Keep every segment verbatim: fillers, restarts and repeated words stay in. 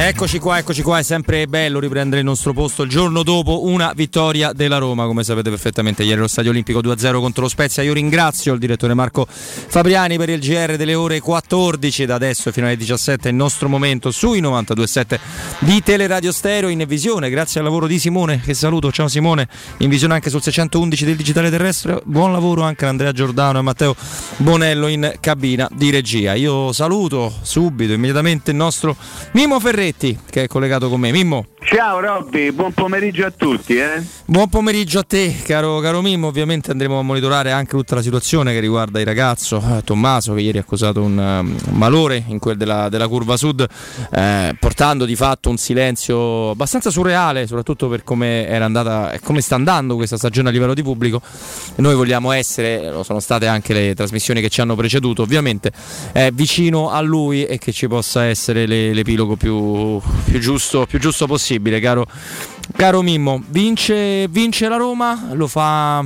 Eccoci qua, eccoci qua, è sempre bello riprendere il nostro posto il giorno dopo una vittoria della Roma, come sapete perfettamente ieri allo Stadio Olimpico due a zero contro lo Spezia. Io ringrazio il direttore Marco Fabriani per il G R delle ore quattordici, da adesso fino alle diciassette il nostro momento sui novantadue virgola sette di Teleradio Stereo in visione, grazie al lavoro di Simone, che saluto, ciao Simone, in visione anche sul seicentoundici del digitale terrestre. Buon lavoro anche a Andrea Giordano e Matteo Bonello in cabina di regia. Io saluto subito, immediatamente il nostro Mimmo Ferretti, che è collegato con me. Mimmo. Ciao Robby, buon pomeriggio a tutti. Eh? Buon pomeriggio a te, caro, caro Mimmo. Ovviamente andremo a monitorare anche tutta la situazione che riguarda il ragazzo eh, Tommaso, che ieri ha causato un, um, un malore in quel della, della curva sud, eh, portando di fatto un silenzio abbastanza surreale, soprattutto per come era andata e come sta andando questa stagione a livello di pubblico. Noi vogliamo essere, lo sono state anche le trasmissioni che ci hanno preceduto, ovviamente, eh, vicino a lui e che ci possa essere le, l'epilogo più, più giusto, più giusto possibile, caro, caro Mimmo. Vince, vince la Roma, lo fa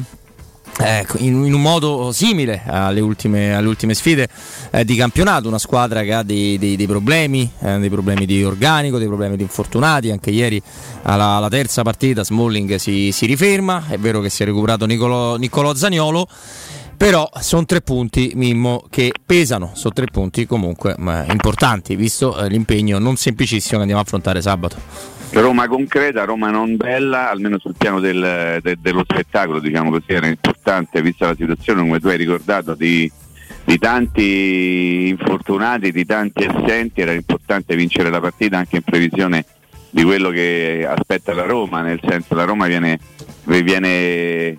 eh, in, in un modo simile alle ultime, alle ultime sfide eh, di campionato, una squadra che ha dei, dei, dei problemi, eh, dei problemi di organico, dei problemi di infortunati. Anche ieri alla, alla terza partita Smalling si, si riferma, è vero che si è recuperato Nicolò, Niccolò Zaniolo, però sono tre punti, Mimmo, che pesano, sono tre punti comunque ma importanti, visto eh, l'impegno non semplicissimo che andiamo a affrontare sabato. Roma concreta, Roma non bella, almeno sul piano del, de, dello spettacolo, diciamo così, era importante, vista la situazione, come tu hai ricordato, di, di tanti infortunati, di tanti assenti, era importante vincere la partita anche in previsione di quello che aspetta la Roma, nel senso la Roma viene, viene eh,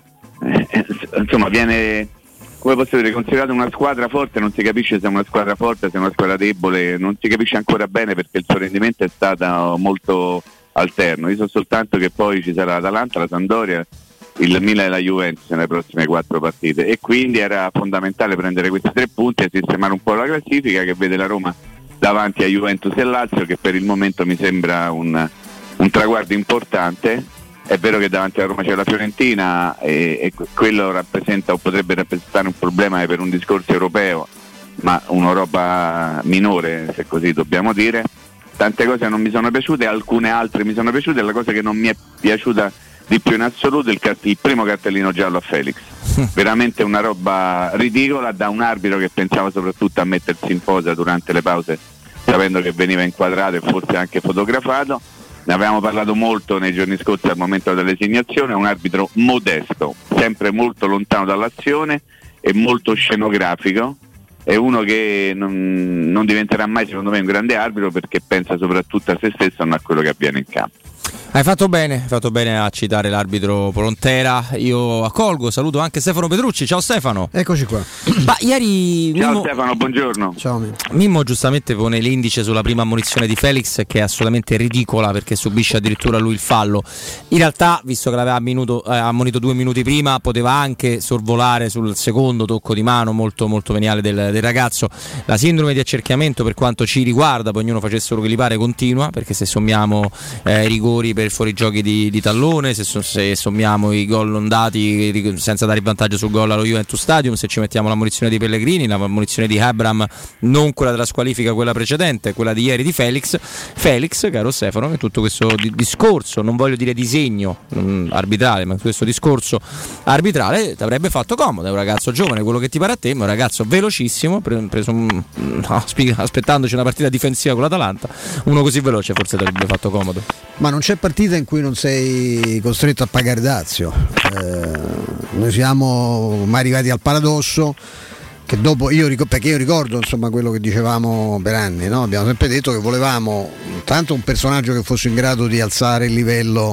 insomma viene, come posso dire, considerata una squadra forte, non si capisce se è una squadra forte, se è una squadra debole, non si capisce ancora bene perché il suo rendimento è stato molto alterno. Io so soltanto che poi ci sarà l'Atalanta, la Sampdoria, il Milan e la Juventus nelle prossime quattro partite, e quindi era fondamentale prendere questi tre punti e sistemare un po' la classifica, che vede la Roma davanti a Juventus e Lazio, che per il momento mi sembra un, un traguardo importante. È vero che davanti alla Roma c'è la Fiorentina e, e quello rappresenta o potrebbe rappresentare un problema per un discorso europeo, ma un'Europa minore, se così dobbiamo dire. Tante cose non mi sono piaciute, alcune altre mi sono piaciute. La cosa che non mi è piaciuta di più in assoluto è il, cart- il primo cartellino giallo a Felix. Veramente una roba ridicola, da un arbitro che pensava soprattutto a mettersi in posa durante le pause, sapendo che veniva inquadrato e forse anche fotografato. Ne avevamo parlato molto nei giorni scorsi al momento della designazione. Un arbitro modesto, sempre molto lontano dall'azione e molto scenografico. È uno che non, non diventerà mai, secondo me, un grande arbitro, perché pensa soprattutto a se stesso e non a quello che avviene in campo. Hai fatto bene, hai fatto bene a citare l'arbitro Polontera. Io accolgo, saluto anche Stefano Petrucci. Ciao Stefano. Eccoci qua. Ma ieri Ciao Mimmo, Stefano, buongiorno. Ciao Mimmo. Mimmo giustamente pone l'indice sulla prima ammonizione di Felix, che è assolutamente ridicola perché subisce addirittura lui il fallo. In realtà, visto che l'aveva minuto, eh, ammonito due minuti prima, poteva anche sorvolare sul secondo tocco di mano molto molto veniale del, del ragazzo. La sindrome di accerchiamento, per quanto ci riguarda, poi ognuno facesse quello che gli pare, continua, perché se sommiamo eh, i rigori per fuorigiochi di, di tallone, se, se sommiamo i gol non dati senza dare il vantaggio sul gol allo Juventus Stadium, se ci mettiamo la munizione di Pellegrini, la munizione di Abraham, non quella della squalifica, quella precedente, quella di ieri di Felix, Felix, caro Stefano, che tutto questo di, discorso, non voglio dire disegno mh, arbitrale, ma questo discorso arbitrale ti avrebbe fatto comodo. È un ragazzo giovane, quello che ti pare a te, ma un ragazzo velocissimo, pre, preso, no, aspettandoci una partita difensiva con l'Atalanta, uno così veloce forse ti avrebbe fatto comodo. Ma non c'è partita in cui non sei costretto a pagare dazio. Eh, noi siamo mai arrivati al paradosso che dopo, io perché io ricordo insomma quello che dicevamo per anni, no? Abbiamo sempre detto che volevamo tanto un personaggio che fosse in grado di alzare il livello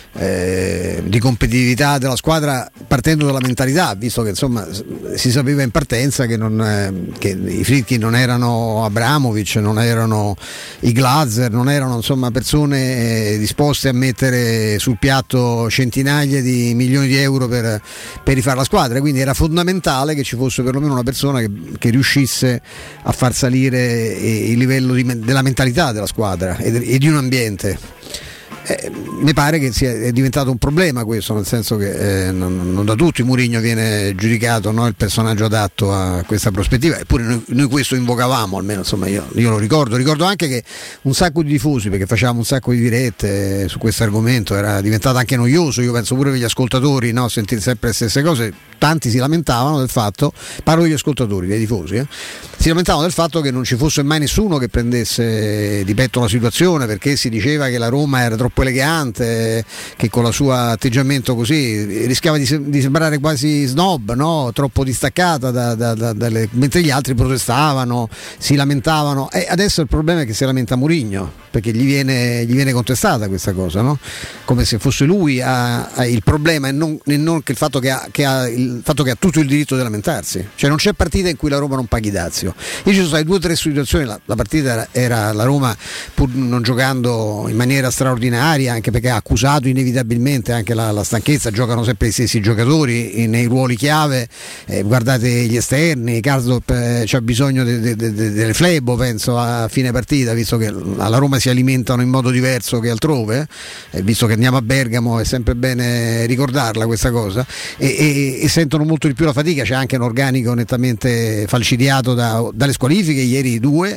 Eh, di competitività della squadra, partendo dalla mentalità, visto che insomma si sapeva in partenza che, non, eh, che i Friedkin non erano Abramovic, non erano i Glazer, non erano insomma persone eh, disposte a mettere sul piatto centinaia di milioni di euro per, per rifare la squadra, quindi era fondamentale che ci fosse perlomeno una persona che, che riuscisse a far salire eh, il livello di, della mentalità della squadra e, e di un ambiente. Eh, mi pare che sia è diventato un problema questo, nel senso che eh, non, non da tutti Mourinho viene giudicato, no, il personaggio adatto a questa prospettiva, eppure noi, noi questo invocavamo, almeno insomma io, io lo ricordo ricordo anche che un sacco di tifosi, perché facevamo un sacco di dirette su questo argomento, era diventato anche noioso, io penso pure per gli ascoltatori, no, sentire sempre le stesse cose, tanti si lamentavano del fatto, parlo degli ascoltatori, dei tifosi, eh, si lamentavano del fatto che non ci fosse mai nessuno che prendesse di petto la situazione, perché si diceva che la Roma era troppo elegante, che con il suo atteggiamento così rischiava di, di sembrare quasi snob, no? Troppo distaccata da, da, da, dalle, mentre gli altri protestavano, si lamentavano, e adesso il problema è che si lamenta Mourinho, perché gli viene, gli viene contestata questa cosa, no? Come se fosse lui a, a il problema e non, e non che il fatto che, ha, che ha il fatto che ha tutto il diritto di lamentarsi, cioè non c'è partita in cui la Roma non paghi dazio. Io ci sono state due o tre situazioni, la, la partita era, era la Roma pur non giocando in maniera straordinaria, anche perché ha accusato inevitabilmente anche la, la stanchezza, giocano sempre gli stessi giocatori nei ruoli chiave, eh, guardate gli esterni, Karsdorp eh, c'ha bisogno de, de, de, de, delle flebo penso a fine partita, visto che alla Roma si alimentano in modo diverso che altrove, eh, visto che andiamo a Bergamo è sempre bene ricordarla questa cosa, e, e, e sentono molto di più la fatica, c'è anche un organico nettamente falcidiato da, dalle squalifiche, ieri due,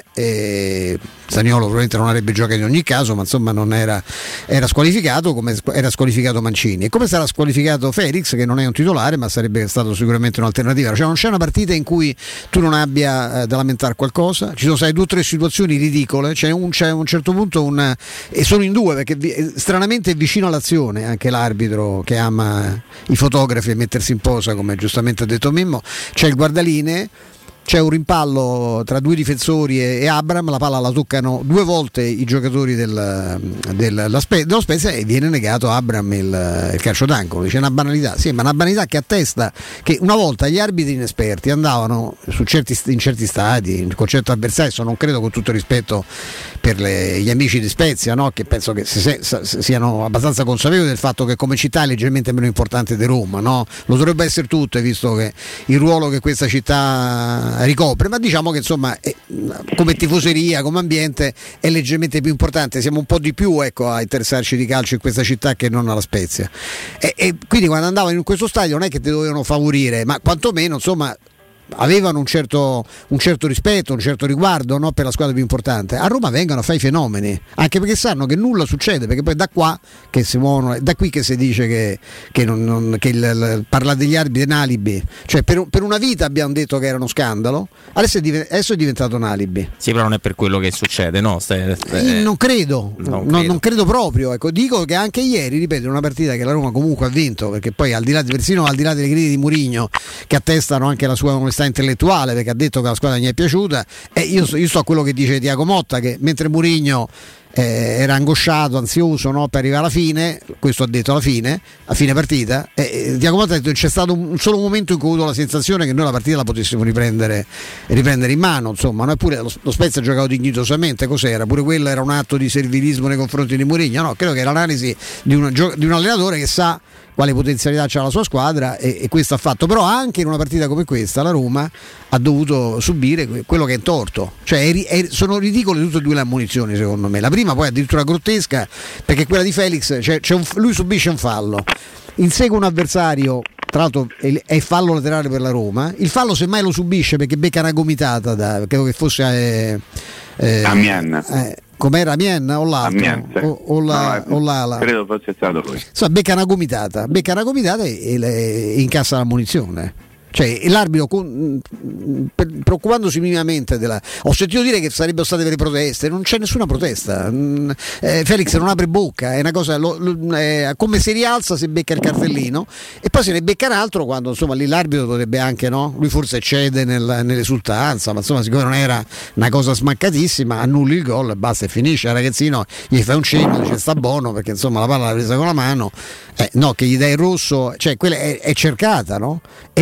e Zaniolo probabilmente non avrebbe giocato in ogni caso, ma insomma non era, era squalificato come era squalificato Mancini, e come sarà squalificato Felix, che non è un titolare ma sarebbe stato sicuramente un'alternativa, cioè non c'è una partita in cui tu non abbia eh, da lamentare qualcosa, ci sono state due o tre situazioni ridicole, c'è un, c'è a un certo punto un, e sono in due perché vi, stranamente è vicino all'azione anche l'arbitro che ama i fotografi e mettersi in posa, come giustamente ha detto Mimmo, c'è il guardalinee, c'è un rimpallo tra due difensori e, e Abram, la palla la toccano due volte i giocatori del, del, Spe, dello Spezia e viene negato a Abram il, il calcio d'angolo. C'è una banalità, sì, ma una banalità che attesta che una volta gli arbitri inesperti andavano su certi, in certi stadi, in concetto avversario, non credo, con tutto rispetto per le, gli amici di Spezia, no? Che penso che si, se, siano abbastanza consapevoli del fatto che come città è leggermente meno importante di Roma, no? Lo dovrebbe essere tutto, visto che il ruolo che questa città ricopre, ma diciamo che insomma è, come tifoseria, come ambiente è leggermente più importante, siamo un po' di più, ecco, a interessarci di calcio in questa città che non alla Spezia, e, e quindi quando andavano in questo stadio non è che ti dovevano favorire, ma quantomeno insomma avevano un certo, un certo rispetto, un certo riguardo, no, per la squadra più importante. A Roma vengono a fare i fenomeni, anche perché sanno che nulla succede, perché poi da qua che si muovono, è da qui che si dice che, che, non, non, che il, il, parlare degli arbitri è un alibi, cioè per, per una vita abbiamo detto che era uno scandalo, adesso è, div- adesso è diventato un alibi. Sì, però non è per quello che succede, no? Stai, stai... Non credo, non credo. No, non credo proprio, ecco, dico che anche ieri, ripeto, una partita che la Roma comunque ha vinto, perché poi al di là, persino al di là delle critiche di Mourinho che attestano anche la sua onestà intellettuale, perché ha detto che la squadra gli è piaciuta, e io, io so quello che dice Tiago Motta, che mentre Mourinho eh, era angosciato, ansioso, no, per arrivare alla fine, questo ha detto alla fine, a fine partita, eh, Tiago Motta ha detto che c'è stato un solo momento in cui ho avuto la sensazione che noi la partita la potessimo riprendere, riprendere in mano, insomma, no? Eppure lo, lo Spezia ha giocato dignitosamente, cos'era? Pure quello era un atto di servilismo nei confronti di Mourinho? No, credo che è l'analisi di, una, di un allenatore che sa quale potenzialità c'ha la sua squadra, e, e questo ha fatto. Però anche in una partita come questa la Roma ha dovuto subire quello che è torto, cioè è, è, sono ridicole tutte e due le ammonizioni secondo me, la prima poi addirittura grottesca, perché quella di Felix, cioè, c'è un, lui subisce un fallo, insegue un avversario, tra l'altro è fallo laterale per la Roma, il fallo semmai lo subisce perché becca una gomitata da, credo che fosse eh, eh, Amiens, eh, com'era Amiens o l'altro Amiens, sì. o, o, la, no, o l'ala, credo fosse stato lui. Insomma, becca una gomitata becca una gomitata e, e, le, e incassa la munizione. Cioè l'arbitro con, per, preoccupandosi minimamente della, ho sentito dire che sarebbero state delle proteste, non c'è nessuna protesta, eh, Felix non apre bocca, è una cosa lo, lo, eh, come si rialza se becca il cartellino e poi se ne becca un altro quando insomma lì l'arbitro dovrebbe anche, no? Lui forse cede nel, nell'esultanza, ma insomma siccome non era una cosa smaccatissima annulli il gol e basta e finisce, il ragazzino gli fa un cenno, dice sta buono perché insomma la palla l'ha presa con la mano, eh, no, che gli dai il rosso, cioè quella è, è cercata, no? E io sai quando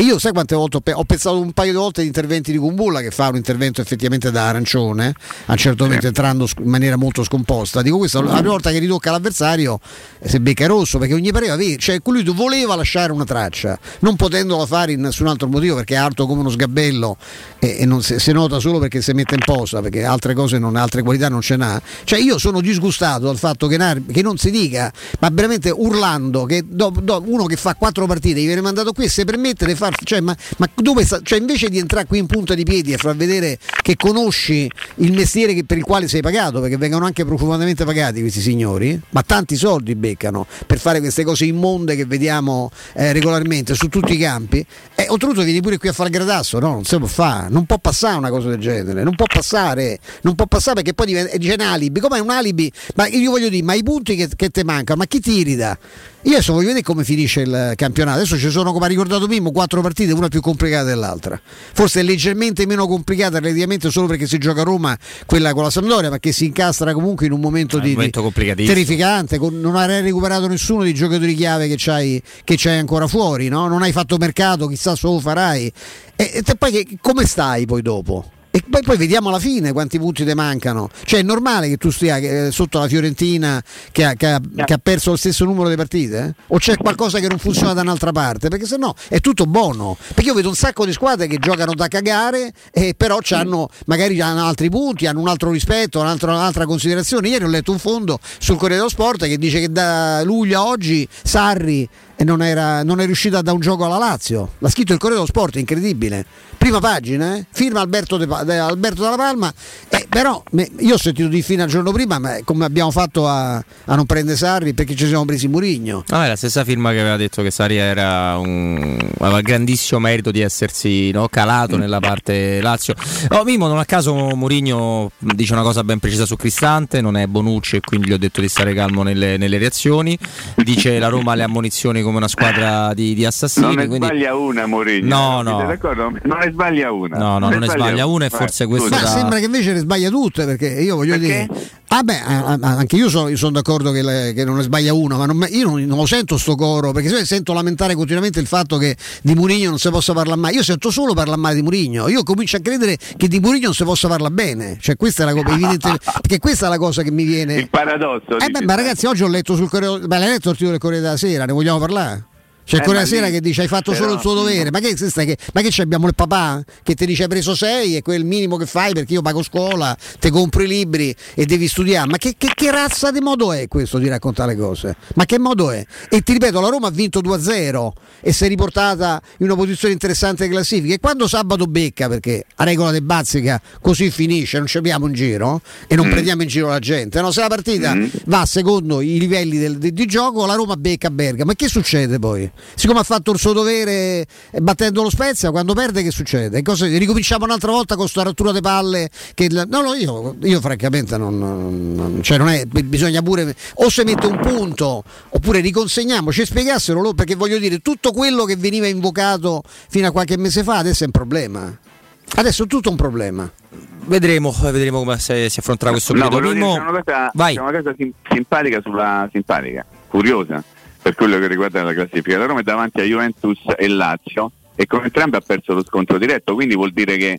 quante volte ho, pe- ho pensato un paio di volte agli interventi di Kumbulla, che fa un intervento effettivamente da arancione, a un certo momento entrando in maniera molto scomposta. Dico, questa la prima volta che ritocca l'avversario se becca rosso, perché ogni pareva, cioè lui voleva lasciare una traccia, non potendola fare in nessun altro motivo, perché è alto come uno sgabello e, e non si, si nota solo perché si mette in posa, perché altre cose non, altre qualità non ce n'ha. Cioè io sono disgustato dal fatto che, che non si dica, ma veramente urlando, che do, do, uno che fa quattro partite gli viene mandato qui e si permette di far, cioè, ma, ma dove sta, cioè invece di entrare qui in punta di piedi e far vedere che conosci il mestiere che, per il quale sei pagato, perché vengono anche profondamente pagati questi signori, ma tanti soldi beccano per fare queste cose immonde che vediamo eh, regolarmente su tutti i campi, e oltretutto vieni pure qui a fare il gradasso, no? Non si può fare, non può passare una cosa del genere, non può passare, non può passare perché poi diventa, è un alibi, come è un alibi, ma io voglio dire, ma i punti che, che te mancano, ma chi ti ridà? Io adesso voglio vedere come finisce il campionato. Adesso ci sono, come ha ricordato Mimmo, quattro partite, una più complicata dell'altra. Forse è leggermente meno complicata relativamente solo perché si gioca a Roma, quella con la Sampdoria, ma che si incastra comunque in un momento, di, un momento di terrificante. Con, non hai recuperato nessuno dei giocatori chiave che c'hai, che c'hai ancora fuori, no? Non hai fatto mercato, chissà se lo farai. E, e te poi che, come stai poi dopo? E poi, poi vediamo alla fine quanti punti ti mancano. Cioè è normale che tu stia eh, sotto la Fiorentina che ha, che, ha, che ha perso lo stesso numero di partite? Eh? O c'è qualcosa che non funziona da un'altra parte? Perché se no è tutto buono. Perché io vedo un sacco di squadre che giocano da cagare e però c'hanno, magari hanno altri punti, hanno un altro rispetto, un'altra, un'altra considerazione. Ieri ho letto un fondo sul Corriere dello Sport che dice che da luglio a oggi Sarri e non, era, non è riuscito a dare un gioco alla Lazio. L'ha scritto il Corriere dello Sport, incredibile. Prima pagina, eh? Firma Alberto, De, De, Alberto Dalla Palma. Eh, però me, io ho sentito di fino al giorno prima, ma come abbiamo fatto a, a non prendere Sarri perché ci siamo presi Mourinho. No, è la stessa firma che aveva detto che Sarri era un, aveva grandissimo merito di essersi, no, calato nella parte Lazio. Oh, Mimmo, non a caso Mourinho dice una cosa ben precisa su Cristante, non è Bonucci e quindi gli ho detto di stare calmo nelle, nelle reazioni. Dice la Roma le ammonizioni come una squadra di, di assassini. Non ne quindi... sbaglia una Mourinho. No, no. Siete d'accordo? Non ne sbaglia una. No, no, non ne sbaglia una e forse questo ma da... sembra che invece ne sbaglia tutte, perché io voglio perché? dire ah beh, anche io sono, io sono d'accordo che, le, che non ne sbaglia una, ma non, io non, non lo sento sto coro, perché se sento lamentare continuamente il fatto che di Mourinho non si possa parlare mai. Io sento solo parlare male di Mourinho, io comincio a credere che di Mourinho non si possa parlare bene, cioè questa è la cosa evidente, perché questa è la cosa che mi viene il paradosso. Eh beh, ma ragazzi, oggi ho letto sul Corriere, beh, l'hai letto il titolo del Corriere della Sera, ne vogliamo parlare? C'è eh, quella sera che dice hai fatto però, solo il tuo dovere, ma che, che, ma che abbiamo il papà che ti dice hai preso sei e quel minimo che fai perché io pago scuola, ti compro i libri e devi studiare, ma che, che, che razza di modo è questo di raccontare le cose? Ma che modo è? E ti ripeto, la Roma ha vinto due a zero e si è riportata in una posizione interessante di classifica, e quando sabato becca, perché a regola di Bazzica così finisce, non ci abbiamo in giro e non mm. prendiamo in giro la gente, no? Se la partita mm. va secondo i livelli del, di, di gioco, la Roma becca Bergamo, ma che succede poi? Siccome ha fatto il suo dovere battendo lo Spezia, quando perde che succede? Cosa, ricominciamo un'altra volta con sta rottura di palle che, no, no, io, io francamente non, non, cioè non è, bisogna pure o se mette un punto oppure riconsegniamo, ci spiegassero loro, perché voglio dire tutto quello che veniva invocato fino a qualche mese fa adesso è un problema, adesso è tutto un problema. Vedremo, vedremo come si, si affronterà questo no, periodo. C'è una cosa, c'è una cosa sim- simpatica sulla simpatica, curiosa per quello che riguarda la classifica. La Roma è davanti a Juventus e Lazio e con entrambi ha perso lo scontro diretto, quindi vuol dire che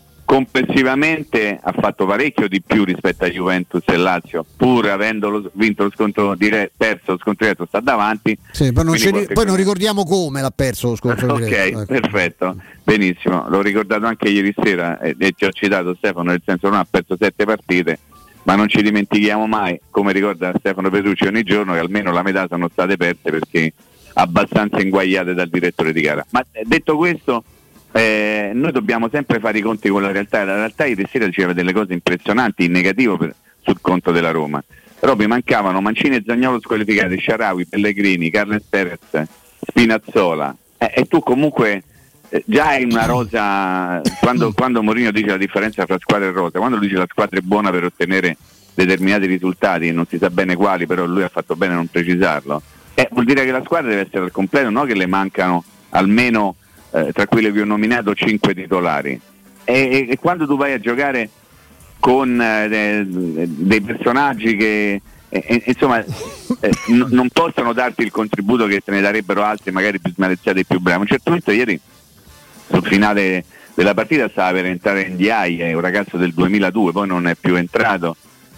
complessivamente ha fatto parecchio di più rispetto a Juventus e Lazio, pur avendo lo, vinto lo scontro diretto, perso lo scontro diretto, sta davanti. Sì, poi, non ri- poi non ricordiamo come l'ha perso lo scontro diretto. Ok, ecco. Perfetto, benissimo, l'ho ricordato anche ieri sera e, e ti ho citato Stefano, nel senso non ha perso sette partite, ma non ci dimentichiamo mai, come ricorda Stefano Petrucci ogni giorno, che almeno la metà sono state perse perché abbastanza inguagliate dal direttore di gara. Ma detto questo, eh, noi dobbiamo sempre fare i conti con la realtà. La realtà ieri sera diceva delle cose impressionanti in negativo per, sul conto della Roma. Però mi mancavano Mancini e Zaniolo squalificati, Shaarawy, Pellegrini, Carles Perez, Spinazzola, eh, e tu comunque già hai una rosa. Quando, quando Mourinho dice la differenza tra squadra e rosa, quando lui dice la squadra è buona per ottenere determinati risultati, non si sa bene quali, però lui ha fatto bene a non precisarlo, eh, vuol dire che la squadra deve essere al completo, no che le mancano almeno eh, tra quelli che ho nominato cinque titolari, e, e, e quando tu vai a giocare con eh, de, dei personaggi che eh, eh, insomma eh, n- non possono darti il contributo che te ne darebbero altri magari più smanezzati e più bravi. A un certo punto ieri sul finale della partita stava per entrare Ndiaye, è un ragazzo del duemiladue, poi non è più entrato,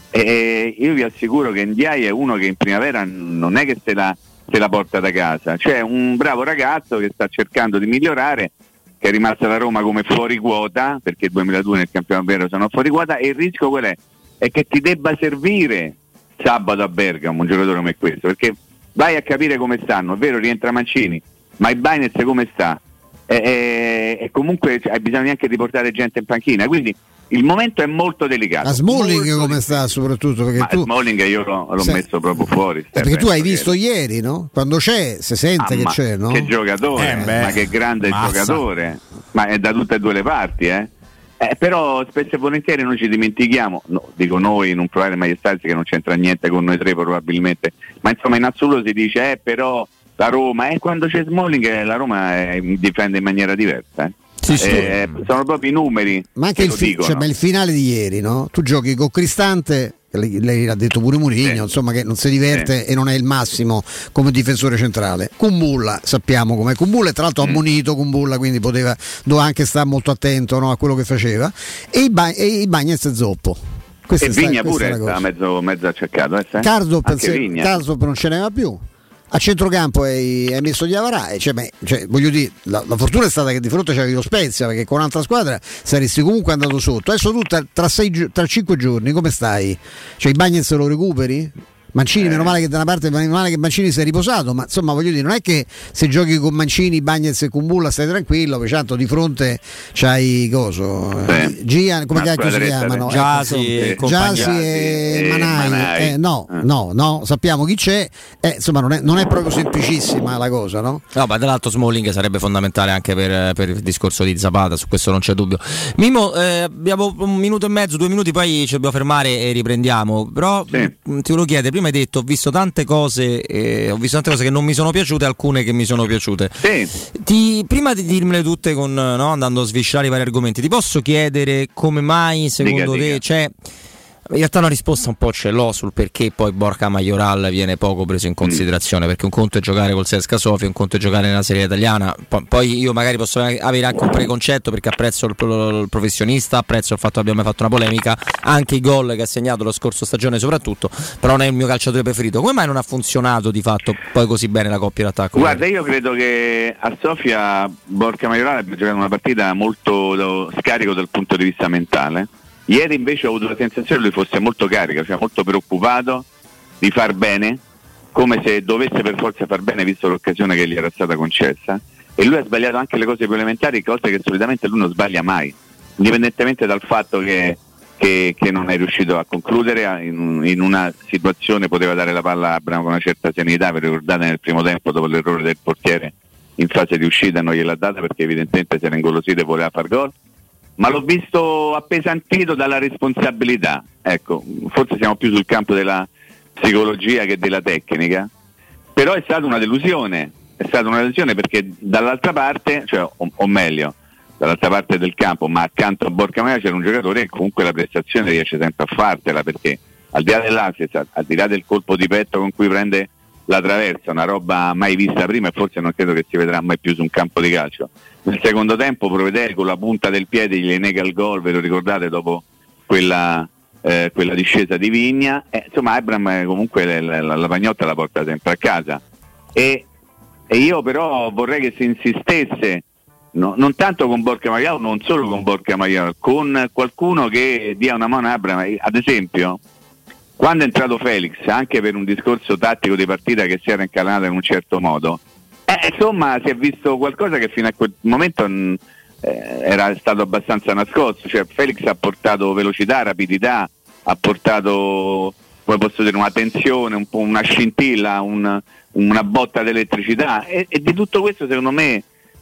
e io vi assicuro che Ndiaye è uno che in primavera non è che se la, se la porta da casa, cioè un bravo ragazzo che sta cercando di migliorare, che è rimasta da Roma come fuori quota, perché il duemiladue nel campionato vero sono fuori quota, e il rischio qual è? È che ti debba servire sabato a Bergamo un giocatore come questo, perché vai a capire come stanno, è vero, rientra Mancini, ma il Bagnez come sta? E, e, e comunque hai bisogno anche di portare gente in panchina, quindi il momento è molto delicato. A Smalling molto come delicato. Sta soprattutto perché ma tu Smalling io l'ho, l'ho sei... messo proprio fuori, eh, perché tu hai che... visto ieri, no? Quando c'è si sente ah, che c'è, no? Che giocatore, eh, beh, ma che grande massa. giocatore, ma è da tutte e due le parti, eh? Eh, però spesso e volentieri noi ci dimentichiamo, no, dico noi in un plurale maiestatis che non c'entra niente con noi tre probabilmente, ma insomma in assoluto si dice eh però la Roma, e eh, quando c'è Smalling la Roma eh, difende in maniera diversa, eh. Sì, sì. Eh, sono proprio i numeri, ma anche il, fi- cioè, ma il finale di ieri, no? Tu giochi con Cristante, lei, lei l'ha detto pure Mourinho, sì. Insomma, che non si diverte, sì. E non è il massimo come difensore centrale. Kumbulla sappiamo com'è Kumbulla, e tra l'altro ha ammonito Kumbulla, quindi poteva, doveva anche stare molto attento, no, a quello che faceva, e i, ba- e i Bagnez e Zoppo. Questa e sta, Vigna pure sta mezzo, mezzo accercato, eh, Karsdorp non ce n'era più. A centrocampo hai, hai messo Diawara, cioè, beh, cioè, voglio dire, la, la fortuna è stata che di fronte c'avevi lo Spezia, perché con un'altra squadra saresti comunque andato sotto. Adesso tu tra, tra, sei, tra cinque giorni come stai? Cioè i Bagnez lo recuperi? Mancini, eh. meno male che da una parte meno male che Mancini si è riposato, ma insomma voglio dire, non è che se giochi con Mancini, Bagnez e Kumbulla stai tranquillo, pertanto di fronte c'hai coso eh. Gian, come cacchio si chiamano? Giasi ecco, Giasi e, e Manai, Manai. Eh, no, eh. no, no, sappiamo chi c'è, eh, insomma non è, non è proprio semplicissima la cosa, no? No, ma dall'altro Smalling sarebbe fondamentale anche per, per il discorso di Zapata, su questo non c'è dubbio. Mimo, eh, abbiamo un minuto e mezzo, due minuti, poi ci dobbiamo fermare e riprendiamo, però sì. mh, ti volevo chiedere, prima hai detto ho visto tante cose eh, ho visto tante cose che non mi sono piaciute, alcune che mi sono piaciute, sì. ti, prima di dirmele tutte con, no, andando a sviscerare i vari argomenti, ti posso chiedere come mai secondo dica, te dica. C'è in realtà una risposta un po' ce l'ho sul perché poi Borja Majoral viene poco preso in considerazione, mm. perché un conto è giocare col C S K A Sofia, un conto è giocare nella Serie Italiana, P- poi io magari posso avere anche un preconcetto perché apprezzo il, il professionista, apprezzo il fatto che abbia mai fatto una polemica, anche i gol che ha segnato lo scorso stagione soprattutto, però non è il mio calciatore preferito. Come mai non ha funzionato di fatto poi così bene la coppia d'attacco? Guarda, io credo che a Sofia Borja Majoral abbia giocato una partita molto scarico dal punto di vista mentale. Ieri invece ho avuto la sensazione che lui fosse molto carico, cioè molto preoccupato di far bene, come se dovesse per forza far bene visto l'occasione che gli era stata concessa, e lui ha sbagliato anche le cose più elementari, cose che solitamente lui non sbaglia mai, indipendentemente dal fatto che, che, che non è riuscito a concludere in, in una situazione, poteva dare la palla a Abramo con una certa serenità, vi ricordate nel primo tempo dopo l'errore del portiere in fase di uscita non gliel'ha data perché evidentemente si era ingolosito e voleva far gol. Ma l'ho visto appesantito dalla responsabilità, ecco, forse siamo più sul campo della psicologia che della tecnica, però è stata una delusione, è stata una delusione perché dall'altra parte, cioè, o, o meglio, dall'altra parte del campo, ma accanto a Borja Majoral c'era un giocatore che comunque la prestazione riesce sempre a fartela, perché al di là dell'assist, al di là del colpo di petto con cui prende la traversa, una roba mai vista prima e forse non credo che si vedrà mai più su un campo di calcio. Nel secondo tempo Provedere con la punta del piede gli nega il gol, ve lo ricordate, dopo quella, eh, quella discesa di Vigna, eh, insomma Abraham comunque la, la, la pagnotta la porta sempre a casa, e, e io però vorrei che si insistesse no, non tanto con Borja Majoral, non solo con Borja Majoral, con qualcuno che dia una mano a Abraham. Ad esempio quando è entrato Felix, anche per un discorso tattico di partita che si era incalenata in un certo modo, eh, insomma si è visto qualcosa che fino a quel momento mh, eh, era stato abbastanza nascosto, cioè Felix ha portato velocità, rapidità, ha portato, come posso dire, una tensione, un po' una scintilla, un, una botta d'elettricità, e, e di tutto questo secondo me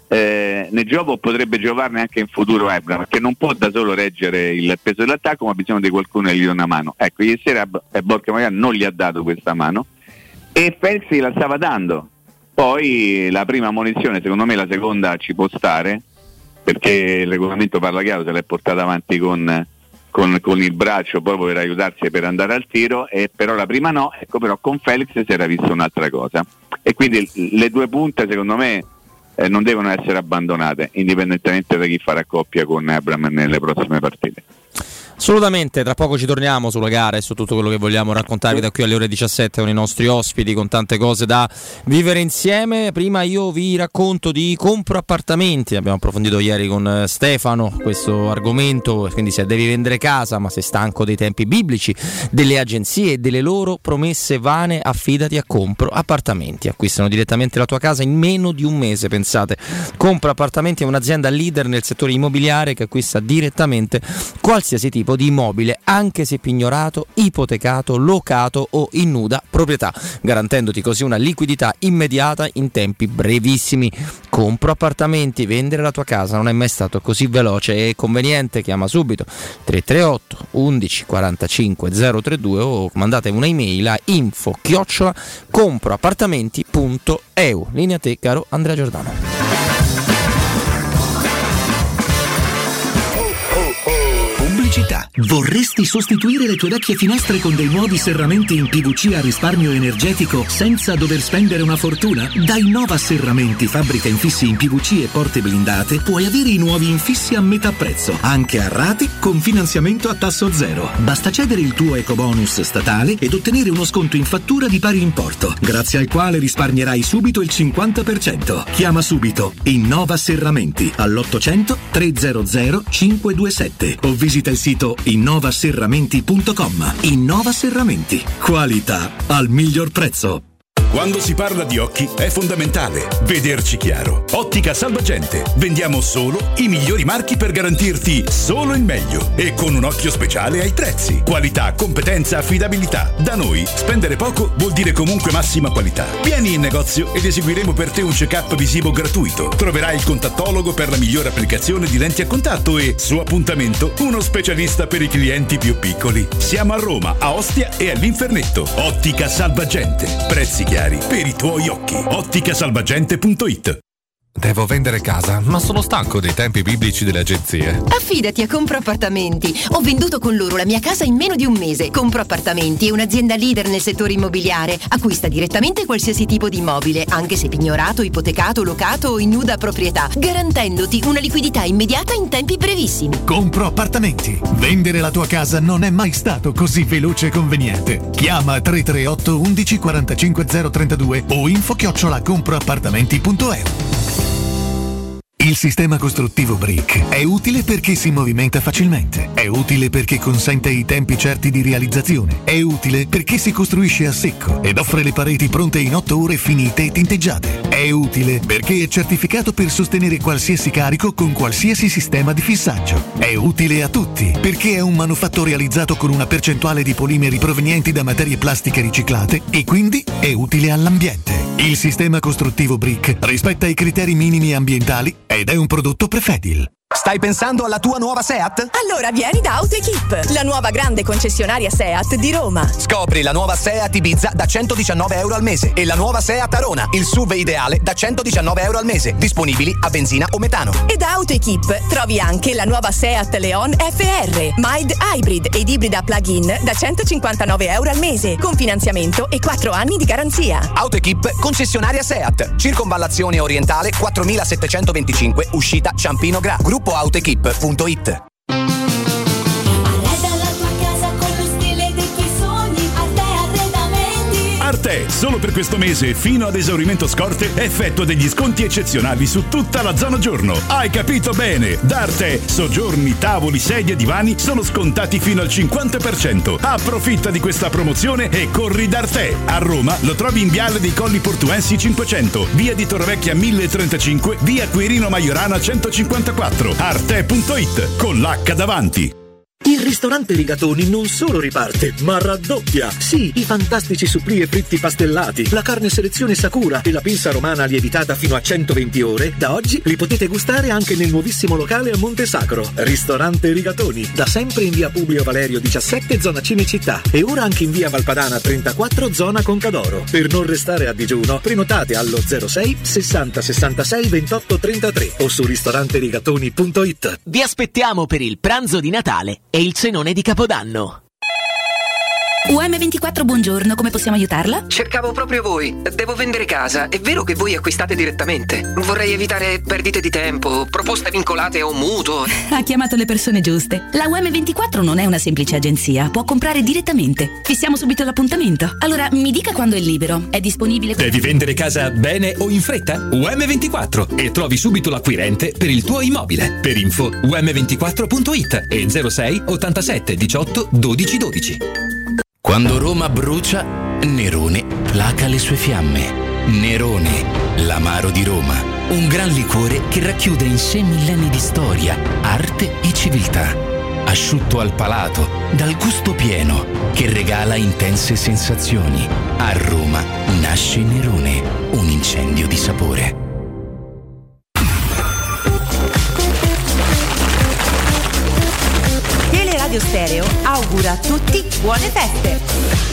eh, nel gioco potrebbe giovarne anche in futuro Abraham, perché non può da solo reggere il peso dell'attacco, ma ha bisogno di qualcuno che gli dia una mano. Ecco, ieri sera Borja Majoral non gli ha dato questa mano e Felix la stava dando. Poi la prima munizione, secondo me la seconda ci può stare, perché il regolamento parla chiaro, se l'è portata avanti con, con, con il braccio proprio per aiutarsi per andare al tiro, e però la prima no. Ecco, però con Felix si era vista un'altra cosa, e quindi le due punte secondo me eh, non devono essere abbandonate, indipendentemente da chi farà coppia con Abraham nelle prossime partite. Assolutamente, tra poco ci torniamo sulla gara e su tutto quello che vogliamo raccontarvi da qui alle ore diciassette con i nostri ospiti, con tante cose da vivere insieme. Prima io vi racconto di Compro Appartamenti, abbiamo approfondito ieri con Stefano questo argomento, quindi se devi vendere casa ma sei stanco dei tempi biblici, delle agenzie e delle loro promesse vane, affidati a Compro Appartamenti, acquistano direttamente la tua casa in meno di un mese, pensate. Compro Appartamenti è un'azienda leader nel settore immobiliare che acquista direttamente qualsiasi tipo di immobile, anche se pignorato, ipotecato, locato o in nuda proprietà, garantendoti così una liquidità immediata in tempi brevissimi. Compro Appartamenti, vendere la tua casa non è mai stato così veloce e conveniente. Chiama subito tre tre otto undici quarantacinque zero trentadue o mandate un'email a info chiocciola comproappartamenti punto e u. Linea a te, caro Andrea Giordano. Pubblicità. Vorresti sostituire le tue vecchie finestre con dei nuovi serramenti in P V C a risparmio energetico senza dover spendere una fortuna? Da Innova Serramenti, fabbrica infissi in P V C e porte blindate, puoi avere i nuovi infissi a metà prezzo, anche a rate con finanziamento a tasso zero. Basta cedere il tuo ecobonus statale ed ottenere uno sconto in fattura di pari importo, grazie al quale risparmierai subito il cinquanta per cento. Chiama subito Innova Serramenti all'ottocento trecento cinquecentoventisette o visita il sito innova serramenti punto com. Innova Serramenti, qualità al miglior prezzo. Quando si parla di occhi è fondamentale vederci chiaro. Ottica Salvagente. Vendiamo solo i migliori marchi per garantirti solo il meglio e con un occhio speciale ai prezzi. Qualità, competenza, affidabilità. Da noi spendere poco vuol dire comunque massima qualità. Vieni in negozio ed eseguiremo per te un check-up visivo gratuito. Troverai il contattologo per la migliore applicazione di lenti a contatto e, su appuntamento, uno specialista per i clienti più piccoli. Siamo a Roma, a Ostia e all'Infernetto. Ottica Salvagente. Prezzi chiari per i tuoi occhi. ottica salvagente punto it. Devo vendere casa, ma sono stanco dei tempi biblici delle agenzie. Affidati a Compro Appartamenti. Ho venduto con loro la mia casa in meno di un mese. Compro Appartamenti è un'azienda leader nel settore immobiliare. Acquista direttamente qualsiasi tipo di immobile, anche se pignorato, ipotecato, locato o in nuda proprietà, garantendoti una liquidità immediata in tempi brevissimi. Compro Appartamenti. Vendere la tua casa non è mai stato così veloce e conveniente. Chiama tre tre otto undici quarantacinque zero trentadue o info chiocciola comproappartamenti punto e u. Il sistema costruttivo Brick è utile perché si movimenta facilmente, è utile perché consente i tempi certi di realizzazione, è utile perché si costruisce a secco ed offre le pareti pronte in otto ore finite e tinteggiate, è utile perché è certificato per sostenere qualsiasi carico con qualsiasi sistema di fissaggio, è utile a tutti perché è un manufatto realizzato con una percentuale di polimeri provenienti da materie plastiche riciclate e quindi è utile all'ambiente. Il sistema costruttivo Brick rispetta i criteri minimi ambientali ed è un prodotto Prefedil. Stai pensando alla tua nuova Seat? Allora vieni da AutoEquip, la nuova grande concessionaria Seat di Roma. Scopri la nuova Seat Ibiza da centodiciannove euro al mese e la nuova Seat Arona, il S U V ideale da centodiciannove euro al mese, disponibili a benzina o metano. E da AutoEquip trovi anche la nuova Seat Leon F R, mild hybrid ed ibrida plug-in da centocinquantanove euro al mese, con finanziamento e quattro anni di garanzia. AutoEquip, concessionaria Seat, circonvallazione orientale quattromilasettecentoventicinque, uscita Ciampino Gra. Gruppo autoequip punto it. Arte, solo per questo mese fino ad esaurimento scorte effettua degli sconti eccezionali su tutta la zona giorno. Hai capito bene? Da Arte, soggiorni, tavoli, sedie, divani sono scontati fino al cinquanta per cento. Approfitta di questa promozione e corri da Arte. A Roma lo trovi in Viale dei Colli Portuensi cinquecento, via di Torrevecchia mille trentacinque, via Quirino Maiorana centocinquantaquattro. Arte punto it con l'H davanti. Il ristorante Rigatoni non solo riparte, ma raddoppia. Sì, i fantastici supplì e fritti pastellati, la carne selezione Sakura e la pinza romana lievitata fino a centoventi ore, da oggi li potete gustare anche nel nuovissimo locale a Monte Sacro. Ristorante Rigatoni, da sempre in via Publio Valerio diciassette, zona Cinecittà, e ora anche in via Valpadana trentaquattro, zona Concadoro. Per non restare a digiuno, prenotate allo zero sei sessanta sessantasei ventotto trentatré o su ristorante rigatoni punto it. Vi aspettiamo per il pranzo di Natale e il cenone di Capodanno. U M ventiquattro, buongiorno, come possiamo aiutarla? Cercavo proprio voi. Devo vendere casa. È vero che voi acquistate direttamente? Vorrei evitare perdite di tempo, proposte vincolate o mutuo. Ha chiamato le persone giuste. La U M ventiquattro non è una semplice agenzia, può comprare direttamente. Fissiamo subito l'appuntamento. Allora, mi dica quando è libero. È disponibile? Devi vendere casa bene o in fretta? U M ventiquattro e trovi subito l'acquirente per il tuo immobile. Per info u m ventiquattro punto it e zero sei ottantasette diciotto dodici dodici. Quando Roma brucia, Nerone placa le sue fiamme. Nerone, l'amaro di Roma. Un gran liquore che racchiude in sé millenni di storia, arte e civiltà. Asciutto al palato, dal gusto pieno, che regala intense sensazioni. A Roma nasce Nerone, un incendio di sapore. Teleradio Stereo augura a tutti buone feste.